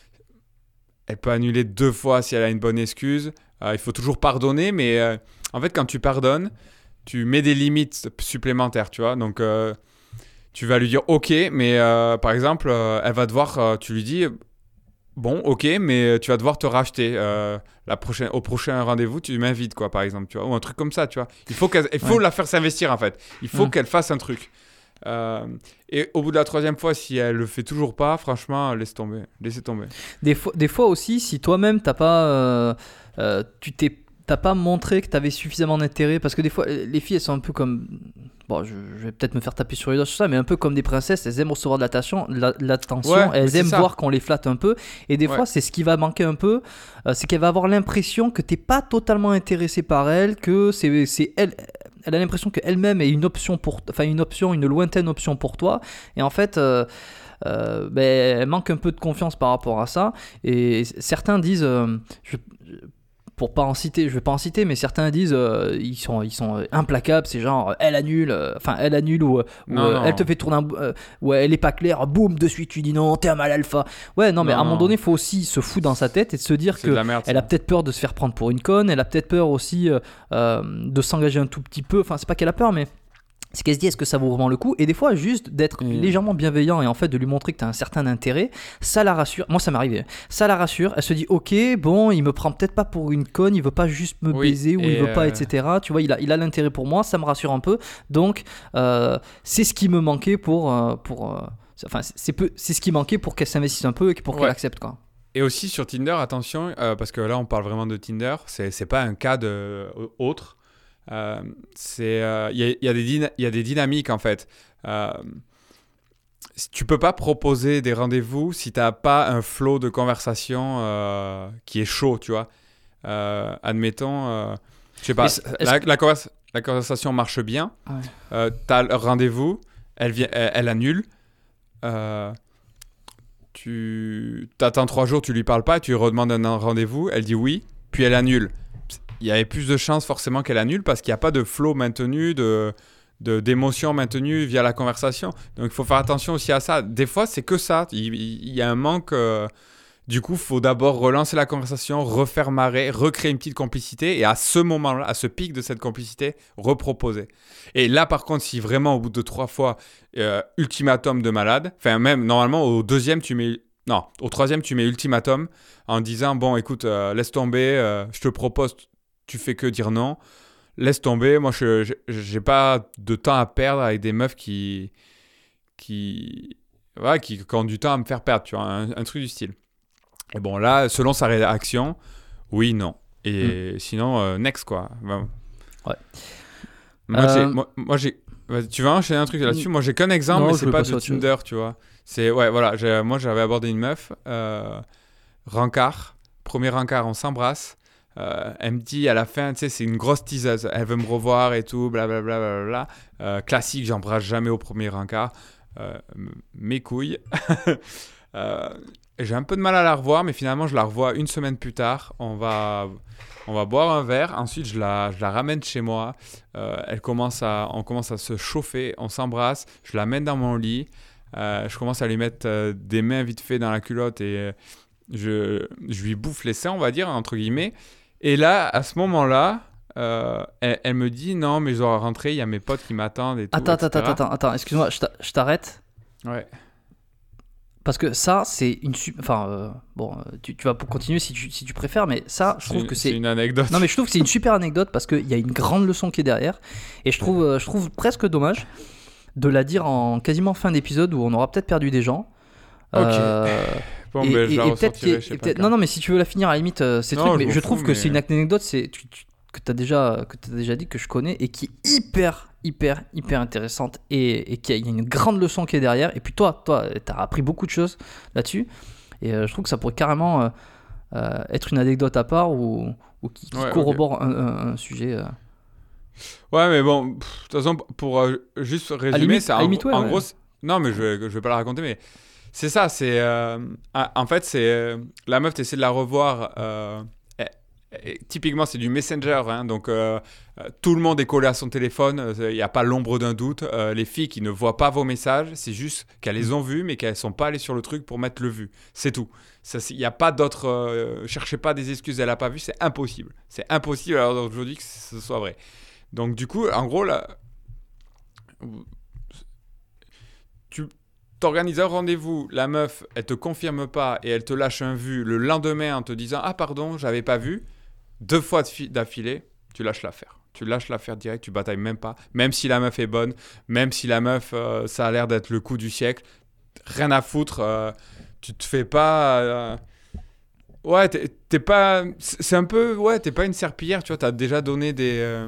Elle peut annuler deux fois si elle a une bonne excuse. Euh, il faut toujours pardonner, mais euh, en fait, quand tu pardonnes, tu mets des limites supplémentaires, tu vois. Donc, euh, tu vas lui dire OK, mais euh, par exemple, euh, elle va devoir, euh, tu lui dis bon, OK, mais tu vas devoir te racheter. Euh, la prochaine, au prochain rendez-vous, tu m'invites, quoi, par exemple, tu vois, ou un truc comme ça, tu vois. Il faut, qu'elle, il faut Ouais. la faire s'investir, en fait. Il faut Mm. qu'elle fasse un truc. Euh, et au bout de la troisième fois, si elle le fait toujours pas, franchement, laisse tomber, laissez tomber. Des fois, des fois aussi, si toi-même t'as pas, euh, euh, tu t'es, t'as pas montré que t'avais suffisamment d'intérêt, parce que des fois, les filles elles sont un peu comme, bon, je, je vais peut-être me faire taper sur les doigts sur ça, mais un peu comme des princesses, elles aiment recevoir de l'attention, de la- de l'attention, Ouais, mais elles c'est aiment ça. voir qu'on les flatte un peu, et des Ouais. fois c'est ce qui va manquer un peu, euh, c'est qu'elle va avoir l'impression que t'es pas totalement intéressé par elle, que c'est, c'est elle. Elle a l'impression qu'elle-même est une option pour, enfin une option, une lointaine option pour toi, et en fait. Euh, euh, ben, elle manque un peu de confiance par rapport à ça, et certains disent, euh, je, pour pas en citer, je vais pas en citer, mais certains disent euh, ils sont ils sont implacables, c'est genre euh, elle annule, euh, enfin elle annule ou, ou, Non, euh, non. elle te fait tourner un, bou- euh, ou elle est pas claire, boum de suite tu dis non, t'es un mal alpha. Ouais non mais Non, à un moment non. donné il faut aussi se foutre dans sa tête et de se dire C'est que de la merde. elle ça. a peut-être peur de se faire prendre pour une conne, elle a peut-être peur aussi euh, euh, de s'engager un tout petit peu, enfin c'est pas qu'elle a peur mais c'est qu'elle se dit est-ce que ça vaut vraiment le coup, et des fois juste d'être Mm. légèrement bienveillant et en fait de lui montrer que tu as un certain intérêt, ça la rassure. Moi ça m'est arrivé, ça la rassure, elle se dit ok bon il me prend peut-être pas pour une conne, il veut pas juste me Oui, baiser ou il et veut pas euh, etc, tu vois il a, il a l'intérêt pour moi, ça me rassure un peu, donc euh, c'est ce qui me manquait pour, euh, pour euh, enfin c'est, peu, c'est ce qui manquait pour qu'elle s'investisse un peu et pour qu'elle Ouais. accepte quoi. Et aussi sur Tinder, attention, euh, parce que là on parle vraiment de Tinder, c'est, c'est pas un cas de euh, autre. Euh, c'est, euh, il y, a, il y a des dyna- il y a des dynamiques en fait. Euh, si- tu peux pas proposer des rendez-vous si t'as pas un flow de conversation euh, qui est chaud, tu vois. Euh, admettons, euh, je sais pas, Est-ce- est-ce la, la, convers- la conversation marche bien. Ouais. Euh, t'as le rendez-vous, elle vient, elle, elle annule. Euh, tu t'attends trois jours, tu lui parles pas, tu lui redemandes un rendez-vous, elle dit oui, puis elle annule. Il y avait plus de chances forcément qu'elle annule parce qu'il n'y a pas de flow maintenu, de, de, d'émotion maintenue via la conversation. Donc il faut faire attention aussi à ça. Des fois, c'est que ça. Il, il- il y a un manque. euh, Du coup, il faut d'abord relancer la conversation, refaire marrer, recréer une petite complicité et à ce moment-là, à ce pic de cette complicité, reproposer. Et là, par contre, si vraiment au bout de trois fois, euh, ultimatum de malade, enfin même normalement au deuxième, tu mets... Non, au troisième, tu mets ultimatum en disant, bon, écoute, euh, laisse tomber, euh, je te propose, tu fais que dire non, laisse tomber, moi, je j'ai pas de temps à perdre avec des meufs qui... qui... Ouais, qui, qui ont du temps à me faire perdre, tu vois, un, un truc du style. Et bon, là, selon sa réaction, oui, non. Et mmh. sinon, euh, next, quoi. Bon. Ouais. Moi, euh... j'ai, moi, moi, j'ai... Tu vas enchaîner un truc là-dessus. Moi, j'ai qu'un exemple, non, mais c'est pas de Tinder, tu vois. C'est, ouais, voilà. J'ai, moi, j'avais abordé une meuf, euh, rencard, premier rencard, on s'embrasse. Euh, elle me dit à la fin, tu sais, c'est une grosse teaseuse. Elle veut me revoir et tout, blablabla. Bla, bla, bla. Euh, classique, j'embrasse jamais au premier rencard. Euh, mes couilles. euh, J'ai un peu de mal à la revoir, mais finalement, je la revois une semaine plus tard. On va, on va boire un verre. Ensuite, je la, je la ramène chez moi. Euh, elle commence à, on commence à se chauffer. On s'embrasse. Je la mène dans mon lit. Euh, je commence à lui mettre euh, des mains vite fait dans la culotte et euh, je, je lui bouffe les seins, on va dire, entre guillemets. Et là, à ce moment-là, euh, elle, elle me dit non, mais je dois rentrer. Il y a mes potes qui m'attendent et tout. Attends, attends, attends, attends, attends. Excuse-moi, je t'arrête. Ouais. Parce que ça, c'est une... Su- enfin, euh, bon, tu, tu vas continuer si tu, si tu préfères, mais ça, je trouve une, que c'est... C'est une anecdote. Non, mais je trouve que c'est une super anecdote parce qu'il y a une grande leçon qui est derrière. Et je trouve, euh, je trouve presque dommage de la dire en quasiment fin d'épisode où on aura peut-être perdu des gens. Ok. Euh, bon, et, ben, je et, la et peut-être qu'il y a- ressortirai, je sais et pas peut-être- quand. Non, non, mais si tu veux la finir à la limite, euh, c'est Non, truc, je mais m'en je fous, trouve que mais- c'est une anecdote c'est, tu, tu- que tu as déjà, que t'as déjà dit, que je connais et qui est hyper, hyper, hyper intéressante et, et qu'il y a une grande leçon qui est derrière. Et puis toi, toi, tu as appris beaucoup de choses là-dessus. Et euh, je trouve que ça pourrait carrément euh, euh, être une anecdote à part ou, ou qui, qui Ouais, corrobore ok. un, un- un sujet. euh. Ouais, mais bon, pff, de toute façon, pour euh, juste résumer, limite- c'est à en, limite, ouais, en ouais. gros. c'est- Non, mais je vais, je vais pas la raconter, mais c'est ça. C'est euh, ah, en fait, c'est euh, la meuf, t'essaies de la revoir. Euh, et- et typiquement, c'est du Messenger, hein, donc euh, euh, tout le monde est collé à son téléphone. Il n'y a pas l'ombre d'un doute. Euh, les filles qui ne voient pas vos messages, c'est juste qu'elles les ont vus, mais qu'elles sont pas allées sur le truc pour mettre le vu. C'est tout. Il n'y a pas d'autre. Euh, cherchez pas des excuses. Elle a pas vu, c'est impossible. C'est impossible à l'heure d'aujourd'hui que ce soit vrai. Donc du coup, en gros, là, tu t'organises un rendez-vous, la meuf, elle te confirme pas et elle te lâche un vu le lendemain en te disant « Ah pardon, j'avais pas vu », deux fois d'affilée, tu lâches l'affaire. Tu lâches l'affaire direct, tu batailles même pas. Même si la meuf est bonne, même si la meuf, euh, ça a l'air d'être le coup du siècle, rien à foutre, euh, tu te fais pas... Euh, ouais, t'es, t'es pas... C'est un peu... Ouais, t'es pas une serpillière, tu vois, t'as déjà donné des... Euh,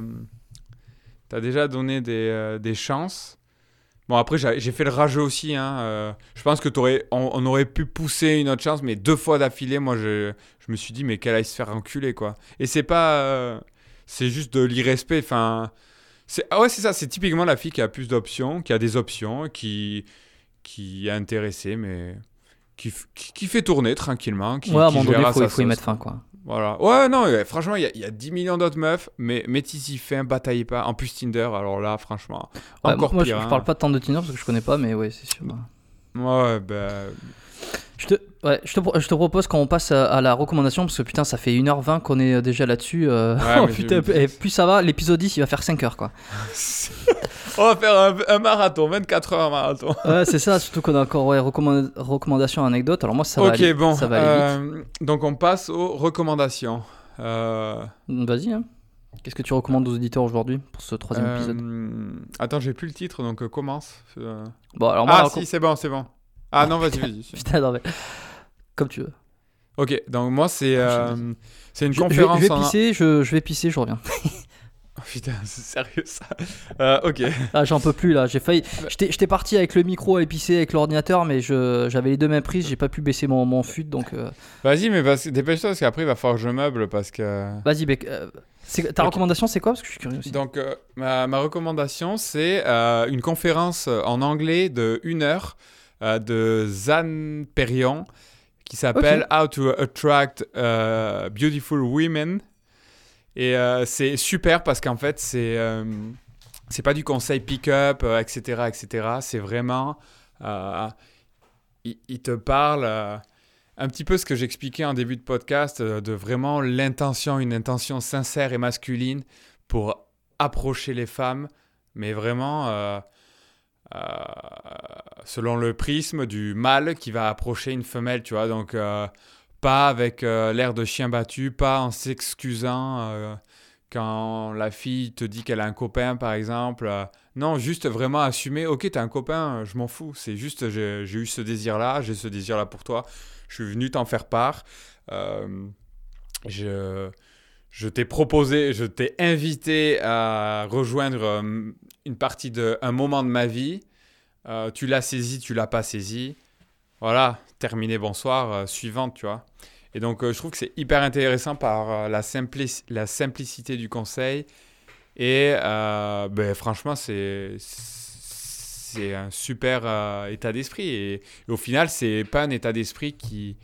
T'as déjà donné des, euh, des chances. Bon, après, j'ai, j'ai fait le rageux aussi. Hein, euh, je pense que t'aurais, on, on aurait pu pousser une autre chance, mais deux fois d'affilée, moi, je, je me suis dit, mais qu'elle aille se faire enculer, quoi. Et c'est pas... Euh, c'est juste de l'irrespect. Enfin, c'est, ah ouais, c'est ça. C'est typiquement la fille qui a plus d'options, qui a des options, qui, qui est intéressée, mais qui, qui, qui fait tourner tranquillement. Qui, Ouais, à un qui moment donné, gérera faut, il sa faut y sauce. mettre fin, quoi. Voilà. Ouais, non, ouais, franchement, il y, y a dix millions d'autres meufs, mais mettez-y fin, bataillez pas. En plus, Tinder, alors là, franchement, Ouais, encore moi, pire. je, je hein. parle pas tant de Tinder parce que je connais pas, mais ouais, c'est sûr. Ouais, bah... Je te, ouais, je, te, pro- je te propose qu'on passe à, à la recommandation parce que putain, ça fait une heure vingt qu'on est déjà là-dessus. euh, Ouais, oh, mais putain, je- et plus ça va, l'épisode dix il va faire cinq heures, quoi. On va faire un, un marathon, vingt-quatre heures marathon. Ouais, c'est ça, surtout qu'on a encore ouais, recommanda- recommandations, anecdotes. Alors moi, ça va Ok, aller, bon. ça va aller vite. euh, donc, on passe aux recommandations. Euh, Vas-y, hein. Qu'est-ce que tu recommandes aux auditeurs aujourd'hui pour ce troisième euh, épisode? Attends, j'ai plus le titre, donc euh, commence. Euh, Bon, alors moi, Ah, la si, recom- c'est bon, c'est bon. Ah non, vas-y, vas-y. Putain, non, mais... Comme tu veux. Ok, donc moi, c'est euh, c'est une Je, je vais, conférence je vais en... pisser, je, je vais pisser, je reviens. Oh, putain, c'est sérieux, ça. Euh, ok. Ah, j'en peux plus, là. J'ai failli... J'étais, j'étais parti avec le micro à pisser avec l'ordinateur, mais je, j'avais les deux mains prises, j'ai pas pu baisser mon, mon fut, donc... euh, Vas-y, mais parce... dépêche-toi, parce qu'après, il va falloir que je meuble, parce que... Vas-y, Bec. euh, c'est- Ta Ok. recommandation, c'est quoi? Parce que je suis curieux aussi. Donc, euh, ma, ma recommandation, c'est euh, une conférence en anglais de une heure euh, de Zan Perion qui s'appelle How to Attract uh, Beautiful Women. Et euh, c'est super parce qu'en fait, c'est, euh, c'est pas du conseil pick-up, euh, et cetera, et cetera. C'est vraiment... Euh, il, il te parle... euh, un petit peu ce que j'expliquais en début de podcast, euh, de vraiment l'intention, une intention sincère et masculine pour approcher les femmes, mais vraiment euh, euh, selon le prisme du mâle qui va approcher une femelle, tu vois. Donc, euh, pas avec euh, l'air de chien battu, pas en s'excusant euh, quand la fille te dit qu'elle a un copain, par exemple. Euh, non, juste vraiment assumer, ok, t'as un copain, je m'en fous. C'est juste, j'ai, j'ai eu ce désir-là, j'ai ce désir-là pour toi. Je suis venu t'en faire part. Euh, je, je t'ai proposé, je t'ai invité à rejoindre euh, une partie de, un moment de ma vie. Euh, tu l'as saisi, tu l'as pas saisi. Voilà, terminé, bonsoir, euh, suivante, tu vois. Et donc, euh, je trouve que c'est hyper intéressant par euh, la, simpli- la simplicité du conseil. Et euh, ben, franchement, c'est, c'est un super euh, état d'esprit. Et, et au final, c'est pas un état d'esprit qui...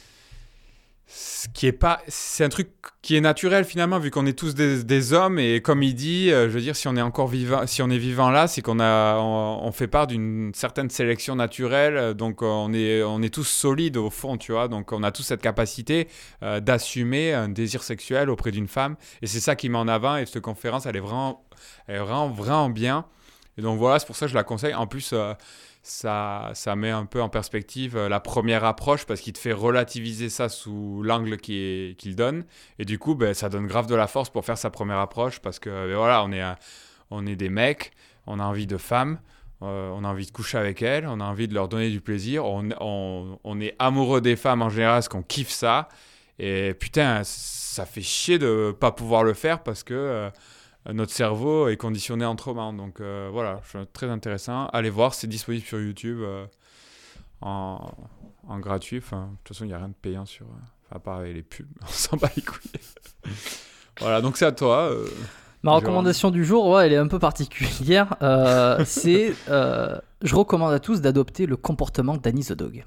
qui est pas, c'est un truc qui est naturel finalement, vu qu'on est tous des, des hommes. Et comme il dit, euh, je veux dire, si on est encore vivant, si on est vivant là, c'est qu'on a, on, on fait part d'une certaine sélection naturelle. Donc on est, on est tous solides au fond, tu vois. Donc on a tous cette capacité euh, d'assumer un désir sexuel auprès d'une femme. Et c'est ça qui met en avant. Et cette conférence, elle est vraiment, elle est vraiment, vraiment bien. Et donc voilà, c'est pour ça que je la conseille. En plus, euh, ça, ça met un peu en perspective euh, la première approche parce qu'il te fait relativiser ça sous l'angle qui est, qu'il donne. Et du coup, ben, ça donne grave de la force pour faire sa première approche parce que ben, voilà, on est, un, on est des mecs, on a envie de femmes, euh, on a envie de coucher avec elles, on a envie de leur donner du plaisir. On, on, on est amoureux des femmes en général parce qu'on kiffe ça. Et putain, ça fait chier de ne pas pouvoir le faire parce que... Euh, notre cerveau est conditionné autrement. Donc euh, voilà, très intéressant. Allez voir, c'est disponible sur YouTube euh, en, en gratuit. Enfin, de toute façon, il n'y a rien de payant sur... Enfin, à part les pubs, on s'en bat les couilles. Voilà, donc c'est à toi. Euh, Ma recommandation du jour, ouais, elle est un peu particulière. Euh, c'est, euh, je recommande à tous d'adopter le comportement d'Annie the Dog.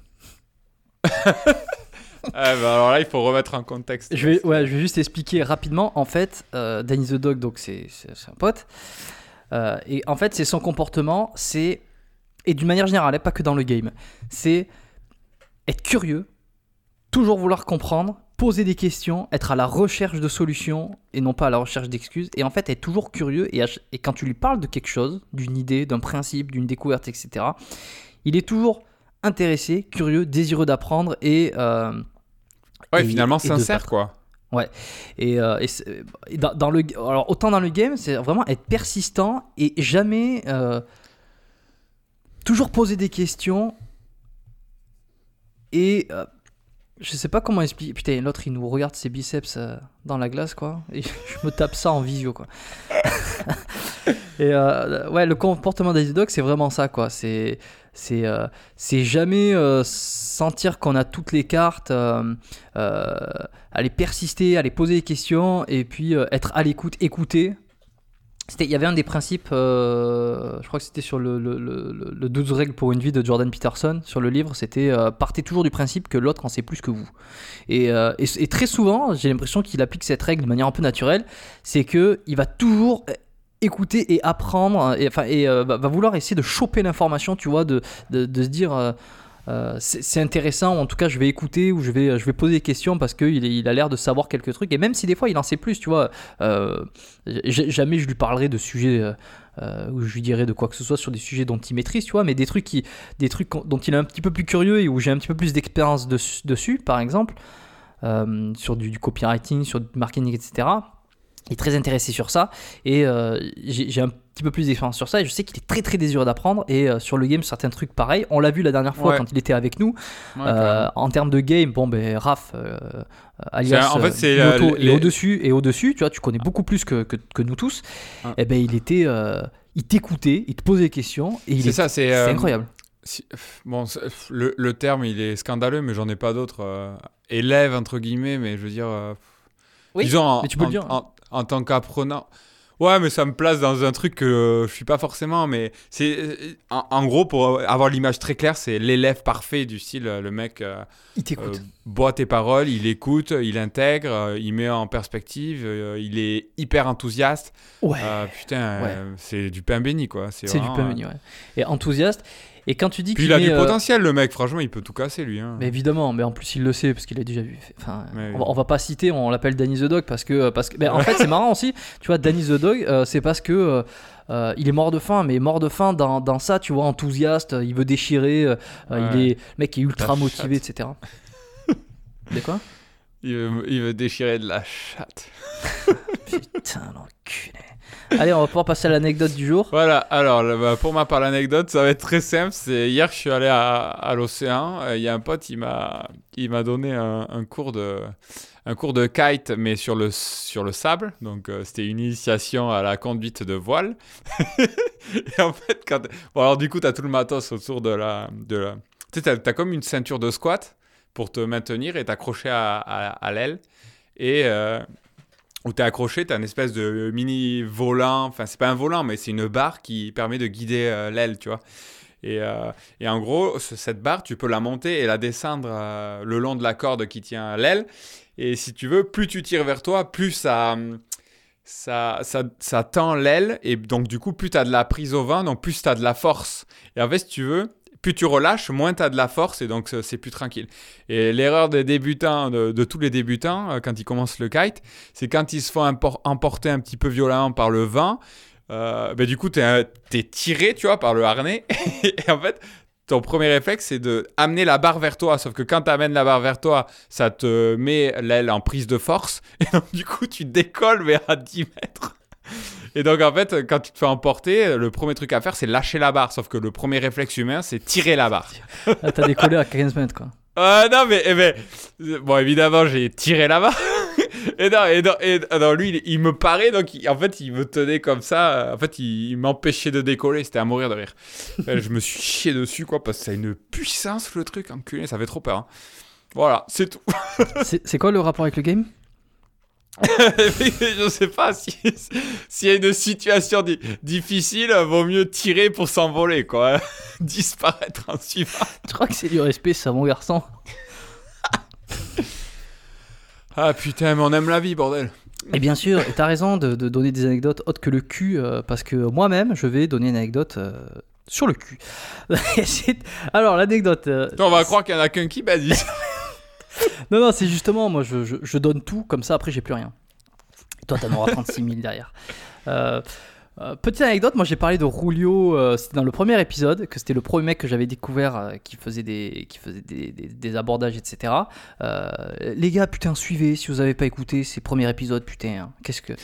Ah bah alors là, il faut remettre en contexte. Je vais, ouais, je vais juste expliquer rapidement. En fait, euh, Danny the Dog, donc c'est, c'est, c'est un pote. Euh, et en fait, c'est son comportement, c'est et d'une manière générale, pas que dans le game, c'est être curieux, toujours vouloir comprendre, poser des questions, être à la recherche de solutions et non pas à la recherche d'excuses. Et en fait, être toujours curieux. Et, à, et quand tu lui parles de quelque chose, d'une idée, d'un principe, d'une découverte, et cetera, il est toujours intéressé, curieux, désireux d'apprendre et euh, ouais, et, finalement et sincère, quoi. Ouais. Et, euh, et, et dans, dans le, alors autant dans le game, c'est vraiment être persistant et jamais euh, toujours poser des questions. Et euh, je sais pas comment expliquer. Putain, l'autre il nous regarde ses biceps euh, dans la glace, quoi. Et je me tape ça en visio, quoi. Et euh, ouais, le comportement des dogs, c'est vraiment ça, quoi. C'est c'est euh, c'est jamais euh, sentir qu'on a toutes les cartes, euh, euh, aller persister, aller poser des questions et puis euh, être à l'écoute, écouter. C'était, il y avait un des principes, euh, je crois que c'était sur le, le, le, le douze règles pour une vie de Jordan Peterson, sur le livre, c'était euh, partez toujours du principe que l'autre en sait plus que vous. Et, euh, et, et très souvent, j'ai l'impression qu'il applique cette règle de manière un peu naturelle, c'est qu'il va toujours écouter et apprendre, et, enfin, et euh, va, va vouloir essayer de choper l'information, tu vois, de, de, de se dire... Euh, Euh, c'est, c'est intéressant, ou en tout cas je vais écouter ou je vais, je vais poser des questions parce qu'il il a l'air de savoir quelques trucs, et même si des fois il en sait plus, tu vois, euh, jamais je lui parlerai de sujets euh, ou je lui dirai de quoi que ce soit sur des sujets dont il maîtrise, tu vois, mais des trucs, qui, des trucs dont il est un petit peu plus curieux et où j'ai un petit peu plus d'expérience de, dessus, par exemple euh, sur du, du copywriting, sur du marketing, etc. Il est très intéressé sur ça et euh, j'ai, j'ai un petit peu plus d'expérience sur ça et je sais qu'il est très très désireux d'apprendre, et euh, sur le game certains trucs pareils, on l'a vu la dernière fois, ouais, quand il était avec nous. Ouais, euh, en termes de game, bon ben Raph euh, alias en fait, c'est Moto euh, est les... au-dessus et au-dessus, tu vois, tu connais beaucoup plus que, que, que nous tous. Ouais. Et ben il était euh, il t'écoutait, il te posait des questions et il c'est est, ça, c'est, c'est euh, incroyable. Si, bon, le, le terme il est scandaleux, mais j'en ai pas d'autres. Euh, élève entre guillemets, mais je veux dire euh, oui, disons en, mais tu peux en, le dire. En, en, en tant qu'apprenant. Ouais, mais ça me place dans un truc que je suis pas forcément, mais c'est en, en gros, pour avoir l'image très claire, c'est l'élève parfait du style, le mec euh, il t'écoute, euh, boit tes paroles, il écoute, il intègre, euh, il met en perspective, euh, il est hyper enthousiaste. Ouais. Euh, putain, ouais. Euh, c'est du pain béni, quoi. C'est, c'est vraiment, du pain béni, ouais. Et enthousiaste. Et quand tu dis Puis qu'il il a met, du euh, potentiel, le mec. Franchement, il peut tout casser, lui. Hein. Mais évidemment, mais en plus il le sait parce qu'il a déjà vu. Enfin, Mais on, oui. va, on va pas citer, on l'appelle Danny the Dog parce que parce que. Ben, en fait, c'est marrant aussi. Tu vois, Danny the Dog, euh, c'est parce que euh, euh, il est mort de faim, mais mort de faim dans, dans ça, tu vois, enthousiaste. Il veut déchirer. Euh, Ouais. Il est le mec est ultra La motivé, chatte. et cetera. De quoi? Il veut, il veut déchirer de la chatte. Putain, l'enculé. Allez, on va pouvoir passer à l'anecdote du jour. Voilà, alors le- bah, pour ma part, l'anecdote, ça va être très simple. C'est hier, je suis allé à, à l'océan. euh, Il y a un pote, il m'a, il m'a donné un, un cours de, un cours de kite, mais sur le, sur le sable. Donc, euh, c'était une initiation à la conduite de voile. Et en fait, quand, bon, alors du coup, t'as tout le matos autour de la, de la... Tu sais, t'as, t'as comme une ceinture de squat pour te maintenir et t'accrocher à, à, à l'aile. Et euh, où t'es accroché, t'as une espèce de mini volant. Enfin, c'est pas un volant, mais c'est une barre qui permet de guider euh, l'aile, tu vois. Et, euh, et en gros, ce- cette barre, tu peux la monter et la descendre euh, le long de la corde qui tient à l'aile. Et si tu veux, plus tu tires vers toi, plus ça, ça, ça, ça tend l'aile. Et donc, du coup, plus tu as de la prise au vent, donc plus tu as de la force. Et en fait, si tu veux, plus tu relâches, moins tu as de la force. Et donc, c'est c'est plus tranquille. Et l'erreur des débutants, de, de tous les débutants, euh, quand ils commencent le kite, c'est quand ils se font empor- emporter un petit peu violemment par le vent. Euh, ben, du coup, tu es tiré, tu vois, par le harnais. Et en fait, ton premier réflexe, c'est de amener la barre vers toi. Sauf que quand tu amènes la barre vers toi, ça te met l'aile en prise de force. Et donc, du coup, tu décolles, mais à dix mètres. Et donc, en fait, quand tu te fais emporter, le premier truc à faire, c'est lâcher la barre. Sauf que le premier réflexe humain, c'est tirer la barre. Ah, t'as décollé à quinze mètres, quoi. Euh, non, mais, eh ben, bon, évidemment, j'ai tiré la barre. Et non, et non, et non, lui, il, il me paraît, donc il- en fait, il me tenait comme ça. En fait, il, il m'empêchait de décoller. C'était à mourir de rire. Euh, Je me suis chié dessus, quoi, parce que ça a une puissance, le truc, enculé. Ça fait trop peur. Hein. Voilà, c'est tout. C'est c'est quoi le rapport avec le game? Je sais pas si s'il y a une situation di- difficile, vaut mieux tirer pour s'envoler, quoi. Disparaître en suivant. Je crois que c'est du respect, ça, mon garçon. Ah putain, mais on aime la vie, bordel. Et bien sûr, et t'as raison de, de donner des anecdotes autres que le cul, euh, parce que moi-même, je vais donner une anecdote euh, sur le cul. C'est- Alors, l'anecdote... euh, On va croire qu'il y en a qu'un qui bah, dit. Non, non, c'est justement, moi, je, je, je donne tout, comme ça, après, j'ai plus rien. Et toi, t'en auras trente-six mille derrière. Euh, euh, petite anecdote, moi, j'ai parlé de Rulio, euh, c'était dans le premier épisode, que c'était le premier mec que j'avais découvert euh, qui faisait, des, qui faisait des, des, des abordages, et cetera. Euh, les gars, putain, suivez, si vous avez pas écouté ces premiers épisodes, putain, hein, qu'est-ce que...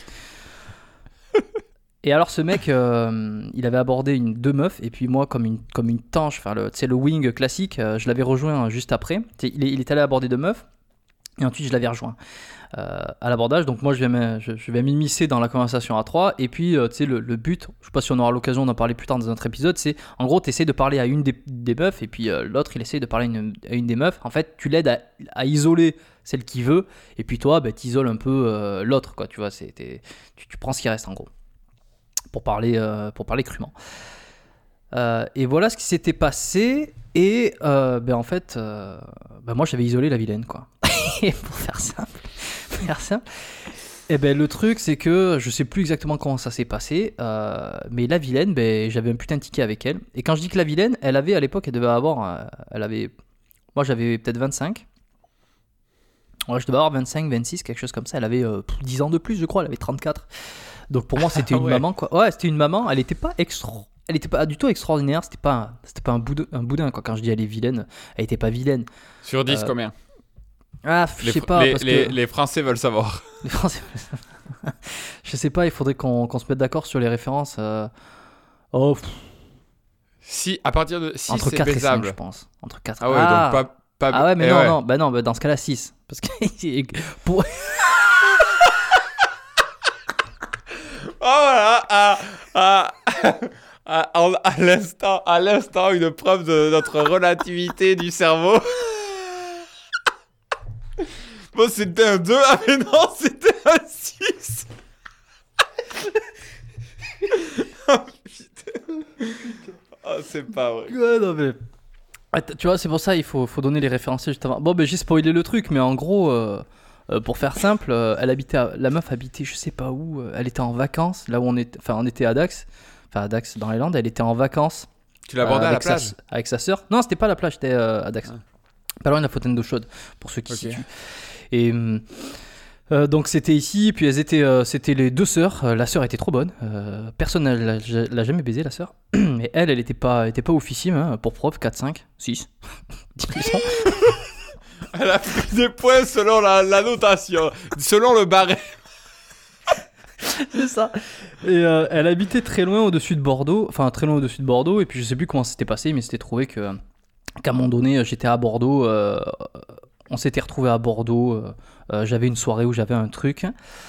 Et alors ce mec, euh, il avait abordé une, deux meufs, et puis moi, comme une, comme une tanche, enfin, le, tu sais, le wing classique, euh, je l'avais rejoint juste après. Tu sais, il, est, il est allé aborder deux meufs, et ensuite je l'avais rejoint euh, à l'abordage. Donc moi, je vais, me- je, je vais m'immiscer dans la conversation à trois, et puis euh, tu sais, le, le but, je sais pas si on aura l'occasion d'en parler plus tard dans un autre épisode, c'est en gros, tu essaies de parler à une des, des meufs, et puis euh, l'autre, il essaie de parler à une, à une des meufs. En fait, tu l'aides à, à isoler celle qu'il veut, et puis toi, bah, tu isoles un peu euh, l'autre, quoi, tu vois, c'est, t'es- tu, tu prends ce qui reste en gros. Pour parler, euh, pour parler crûment. Euh, et voilà ce qui s'était passé. Et euh, ben en fait, euh, ben moi j'avais isolé la vilaine, quoi. Et pour faire simple, pour faire simple. Et ben le truc c'est que je sais plus exactement comment ça s'est passé, euh, mais la vilaine, ben j'avais un putain de ticket avec elle. Et quand je dis que la vilaine, elle avait à l'époque, elle devait avoir, euh, elle avait, moi j'avais peut-être vingt-cinq. Ouais, je devais avoir vingt-cinq, vingt-six, quelque chose comme ça. Elle avait euh, dix ans de plus, je crois. Elle avait trente-quatre. Donc pour moi, c'était Ah une ouais. maman, quoi. Ouais, c'était une maman. Elle était pas extra... Elle était pas du tout extraordinaire. C'était pas, un... c'était pas un, boudin, un boudin, quoi. Quand je dis elle est vilaine, elle était pas vilaine. Sur dix, Euh, combien Ah, je les, sais Fr- pas. les, parce les- que... les Français veulent savoir. les Français... je sais pas, il faudrait qu'on, qu'on se mette d'accord sur les références. euh. Oh, pff, Si, à partir de six, entre c'est quatre et cinq, baisable. je pense. Entre quatre Ah ouais, donc pas. pas Ah ouais, mais eh non, ouais. non, bah non, bah dans ce cas-là, six. Parce que pour... Oh voilà, à, à, à, à, à l'instant, à l'instant, une preuve de notre relativité du cerveau. Bon, c'était un deux, ah mais non, c'était un six. Oh putain. Oh, c'est pas vrai. Ouais, non, mais... Attends, tu vois, c'est pour ça il faut, faut donner les références juste avant. Bon, ben j'ai spoilé le truc, mais en gros, euh, euh, pour faire simple, euh, elle habitait à- la meuf habitait je sais pas où, euh, elle était en vacances, là où on était, enfin on était à Dax, enfin à Dax dans les Landes, elle était en vacances Tu l'as abordé euh, à la avec sa, plage avec sa sœur. Non, c'était pas à la plage, c'était euh, à Dax. Ah. Pas loin de la fontaine d'eau chaude, pour ceux qui Ok. situent. Et euh, donc c'était ici, puis elles étaient, euh, c'était les deux sœurs. Euh, la sœur était trop bonne. Euh, personne ne l'a, l'a jamais baisé, la sœur. Mais elle, elle était pas, était pas oufissime. Hein, pour preuve, quatre, cinq, six. dix pour cent. Elle a pris des points selon la, la notation, selon le barème. C'est ça. Et euh, elle habitait très loin au-dessus de Bordeaux, enfin très loin au-dessus de Bordeaux, et puis je sais plus comment c'était passé, mais c'était trouvé que qu'à un moment donné, j'étais à Bordeaux, euh, on s'était retrouvé à Bordeaux, euh, euh, j'avais une soirée où j'avais un truc,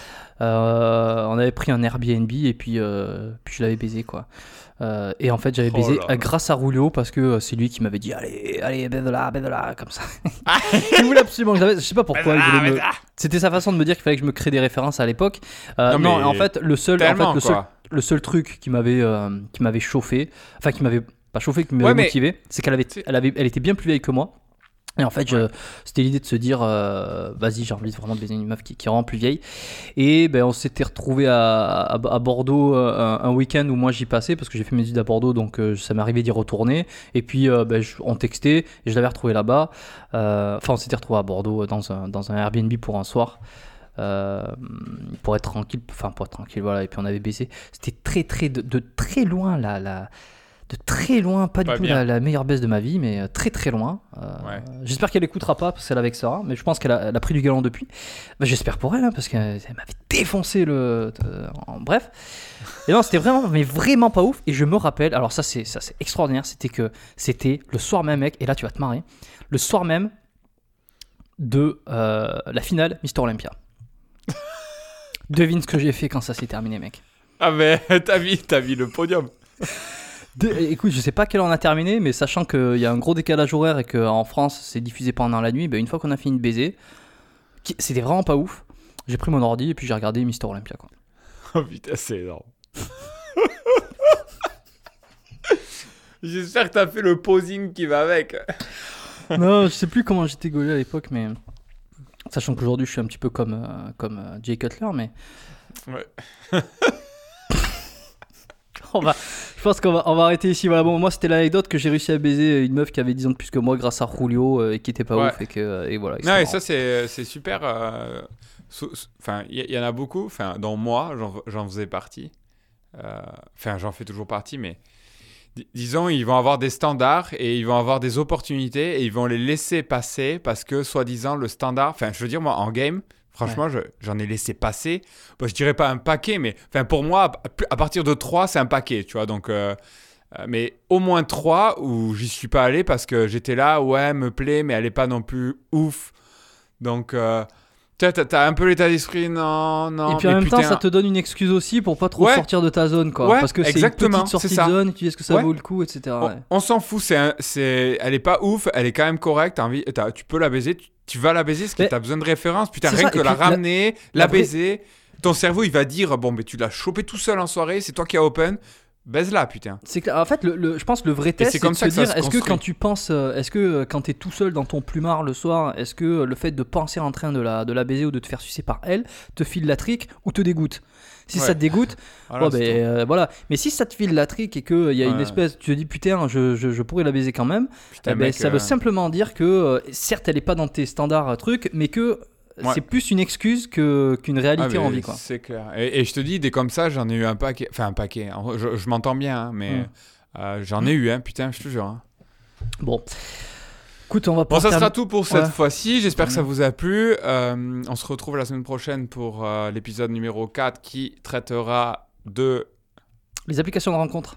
euh, on avait pris un Airbnb et puis, euh, puis je l'avais baisé quoi. Euh, et en fait, j'avais Oh baisé là euh, là. grâce à Rulio parce que euh, c'est lui qui m'avait dit allez, allez, baise de là, baise de là, comme ça. Il voulait absolument que je la baise. Je sais pas pourquoi. il voulait me... C'était sa façon de me dire qu'il fallait que je me crée des références à l'époque. Euh, Non, non, mais en fait, le seul, en Tellement, fait, le seul, quoi. le seul truc qui m'avait, euh, qui m'avait chauffé, enfin qui m'avait pas chauffé, qui m'avait Ouais, mais- motivé, c'est qu'elle avait, C'est- elle avait, elle était bien plus vieille que moi. Et en fait, je- Ouais. c'était l'idée de se dire, euh, vas-y, j'ai envie vraiment de baiser une meuf qui, qui est vraiment plus vieille. Et ben, on s'était retrouvé à, à, à Bordeaux euh, un, un week-end où moi j'y passais parce que j'ai fait mes études à Bordeaux, donc euh, ça m'est arrivé d'y retourner. Et puis euh, ben, je- on textait et je l'avais retrouvé là-bas. Euh, Enfin, on s'était retrouvé à Bordeaux dans un, dans un Airbnb pour un soir. Euh, pour être tranquille, enfin pour être tranquille, voilà. Et puis on avait baisé. C'était très, très, de, de très loin la, la, de très loin, pas, Pas du tout bien. la, la meilleure baisse de ma vie, mais euh, très très loin. Euh, Ouais. J'espère qu'elle écoutera pas parce qu'elle est avec Sarah, mais je pense qu'elle a, elle a pris du galon depuis. Bah, j'espère pour elle, hein, parce qu'elle elle m'avait défoncé le. euh, en bref. Et non, c'était vraiment, mais vraiment pas ouf. Et je me rappelle, alors ça c'est, ça c'est extraordinaire, c'était que c'était le soir même, mec, et là tu vas te marrer, le soir même de euh, la finale Mister Olympia. Devine ce que j'ai fait quand ça s'est terminé, mec. Ah mais t'as vu, t'as vu le podium. De- écoute, je sais pas quelle heure on a terminé, mais sachant qu'il y a un gros décalage horaire et qu'en France c'est diffusé pendant la nuit, ben une fois qu'on a fini de baiser, qui- c'était vraiment pas ouf. J'ai pris mon ordi et puis j'ai regardé Mister Olympia quoi. Oh putain, c'est énorme. J'espère que t'as fait le posing qui va avec. Non, je sais plus comment j'étais gaulé à l'époque, mais sachant qu'aujourd'hui je suis un petit peu comme euh, comme euh, Jay Cutler, mais Ouais. on va, je pense qu'on va, on va arrêter ici. Voilà, bon, moi c'était l'anecdote que j'ai réussi à baiser une meuf qui avait dix ans de plus que moi grâce à Julio euh, et qui était pas Ouais. ouf et que et voilà. Non, c'était et marrant. ça, c'est, c'est super. euh, sou- sou- Enfin, il y, y en a beaucoup. Enfin, dans moi, j'en, j'en faisais partie. Euh, Enfin, j'en fais toujours partie, mais dis- disons, ils vont avoir des standards et ils vont avoir des opportunités et ils vont les laisser passer parce que, soi-disant, le standard. Enfin, je veux dire, moi, en game, franchement, je- j'en ai laissé passer. Bon, je dirais pas un paquet, mais enfin, pour moi, à, à partir de trois, c'est un paquet, tu vois. Donc. euh, Euh, mais au moins trois où j'y suis pas allé parce que j'étais là, ouais, elle me plaît, mais elle est pas non plus ouf. Donc, euh, t'as, t'as- t'as un peu l'état d'esprit, non, non. Et puis en mais même temps, putain, ça te donne une excuse aussi pour pas trop Ouais. sortir de ta zone, quoi. Ouais, Parce que c'est une exactement, petite sortie c'est de ça. zone, et tu dis est-ce que ça Ouais. vaut le coup, et cetera. on, ouais. on s'en fout, c'est, un- c'est, elle est pas ouf, elle est quand même correcte, t'as envie, t'as- tu peux la baiser, tu, tu vas la baiser parce que Mais- t'as besoin de références. Putain, C'est rien ça, que et la puis la- ramener, la, la vraie- baiser, ton cerveau il va dire, bon, mais tu l'as chopé tout seul en soirée, c'est toi qui as open, baise-la, putain. C'est que, en fait, le, le- je pense que le vrai test, c'est c'est, comme de ça se que ça dire se est-ce que construit. quand tu penses, euh, est-ce que euh, quand t'es tout seul dans ton plumard le soir, est-ce que euh, le fait de penser en train de la, de la baiser ou de te faire sucer par elle te file la trique ou te dégoûte? Si Ouais. ça te dégoûte, Voilà, oh, c'est ben, tout. euh, voilà. Mais si ça te file la trique et qu'il y a une Ouais. espèce, tu te dis putain, je, je, je pourrais la baiser quand même, Putain, eh ben, mec, ça euh, veut simplement dire que euh, certes elle est pas dans tes standards euh, trucs, mais que Ouais. c'est plus une excuse que, qu'une Ah, réalité mais en vie quoi. C'est clair. Et, et je te dis, des comme ça, j'en ai eu un paquet. Enfin, un paquet. En- Je, je m'entends bien, hein, mais Mm. euh, j'en ai eu, hein, putain, je te jure. hein. Bon, écoute, on va Bon, pouvoir ça sera terminer- tout pour cette Ouais. fois-ci. J'espère que ça vous a plu. Euh, on se retrouve la semaine prochaine pour euh, l'épisode numéro quatre qui traitera de. les applications de rencontre.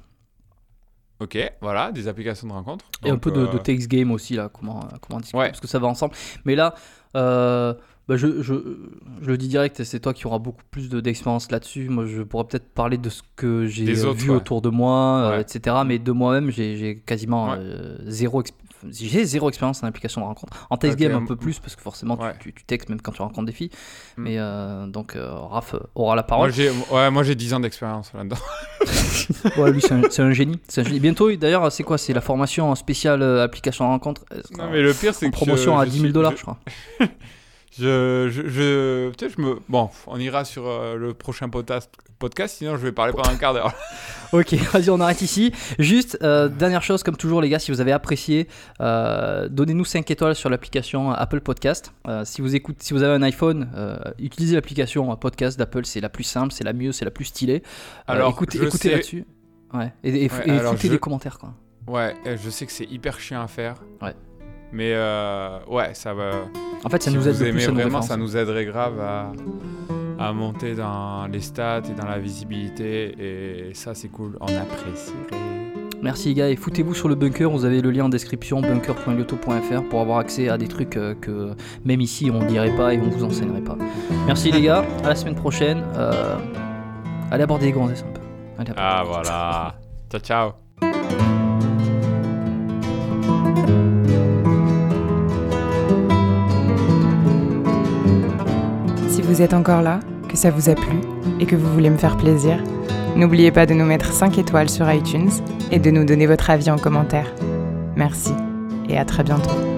Ok, voilà, des applications de rencontre. Et un Donc, peu de, euh, de text game aussi, là, comment, euh, comment discuter, Ouais. parce que ça va ensemble. Mais là, euh, bah, je, je, je le dis direct, c'est toi qui auras beaucoup plus de, d'expérience là-dessus. Moi, je pourrais peut-être parler de ce que j'ai Des euh, autres, vu ouais. autour de moi, euh, Ouais. et cetera. Mais de moi-même, j'ai, j'ai quasiment Ouais. euh, zéro expérience. J'ai zéro expérience en application de rencontre. En text Ok, game, un m- peu plus, parce que forcément, Ouais. tu, tu, tu textes même quand tu rencontres des filles. Mm. Mais euh, donc, euh, Raph aura la Moi parole. j'ai, ouais, moi, j'ai dix ans d'expérience là-dedans. Ouais, lui, c'est un, c'est un génie. C'est un génie. Bientôt, d'ailleurs, c'est quoi? C'est la formation spéciale euh, application de rencontre. Elle sera Non, mais le pire, c'est en que. promotion je- à je dix mille suis- dollars, je- je crois. Je, je, je, peut-être je me. Bon, on ira sur euh, le prochain podcast, podcast, sinon je vais parler pendant un quart d'heure. Ok, vas-y, on arrête ici. Juste, euh, dernière chose, comme toujours, les gars, si vous avez apprécié, euh, donnez-nous cinq étoiles sur l'application Apple Podcast. Euh, si, vous écoutez, si vous avez un iPhone, euh, utilisez l'application Podcast d'Apple, c'est la plus simple, c'est la mieux, c'est la plus stylée. Euh, Alors, écoutez, je écoutez sais- là-dessus. Ouais. Et, et, Ouais, et alors foutez je- des commentaires, quoi. Ouais, euh, je sais que c'est hyper chiant à faire. Ouais. Mais euh, ouais, ça va. En fait, ça si nous aide vous le plus aimez à nous vraiment, référencer. ça nous aiderait grave à, à monter dans les stats et dans la visibilité. Et ça, c'est cool. On apprécierait. Merci les gars, et foutez-vous sur le bunker, vous avez le lien en description, bunker point lyoto point f r, pour avoir accès à des trucs euh, que même ici on ne dirait pas et on vous enseignerait pas. Merci les gars, à la semaine prochaine. Euh, allez aborder les gonzesses un peu. Allez, aborder Ah les gonzesses. voilà. Ciao, ciao. Si vous êtes encore là, que ça vous a plu et que vous voulez me faire plaisir, n'oubliez pas de nous mettre cinq étoiles sur iTunes et de nous donner votre avis en commentaire. Merci et à très bientôt.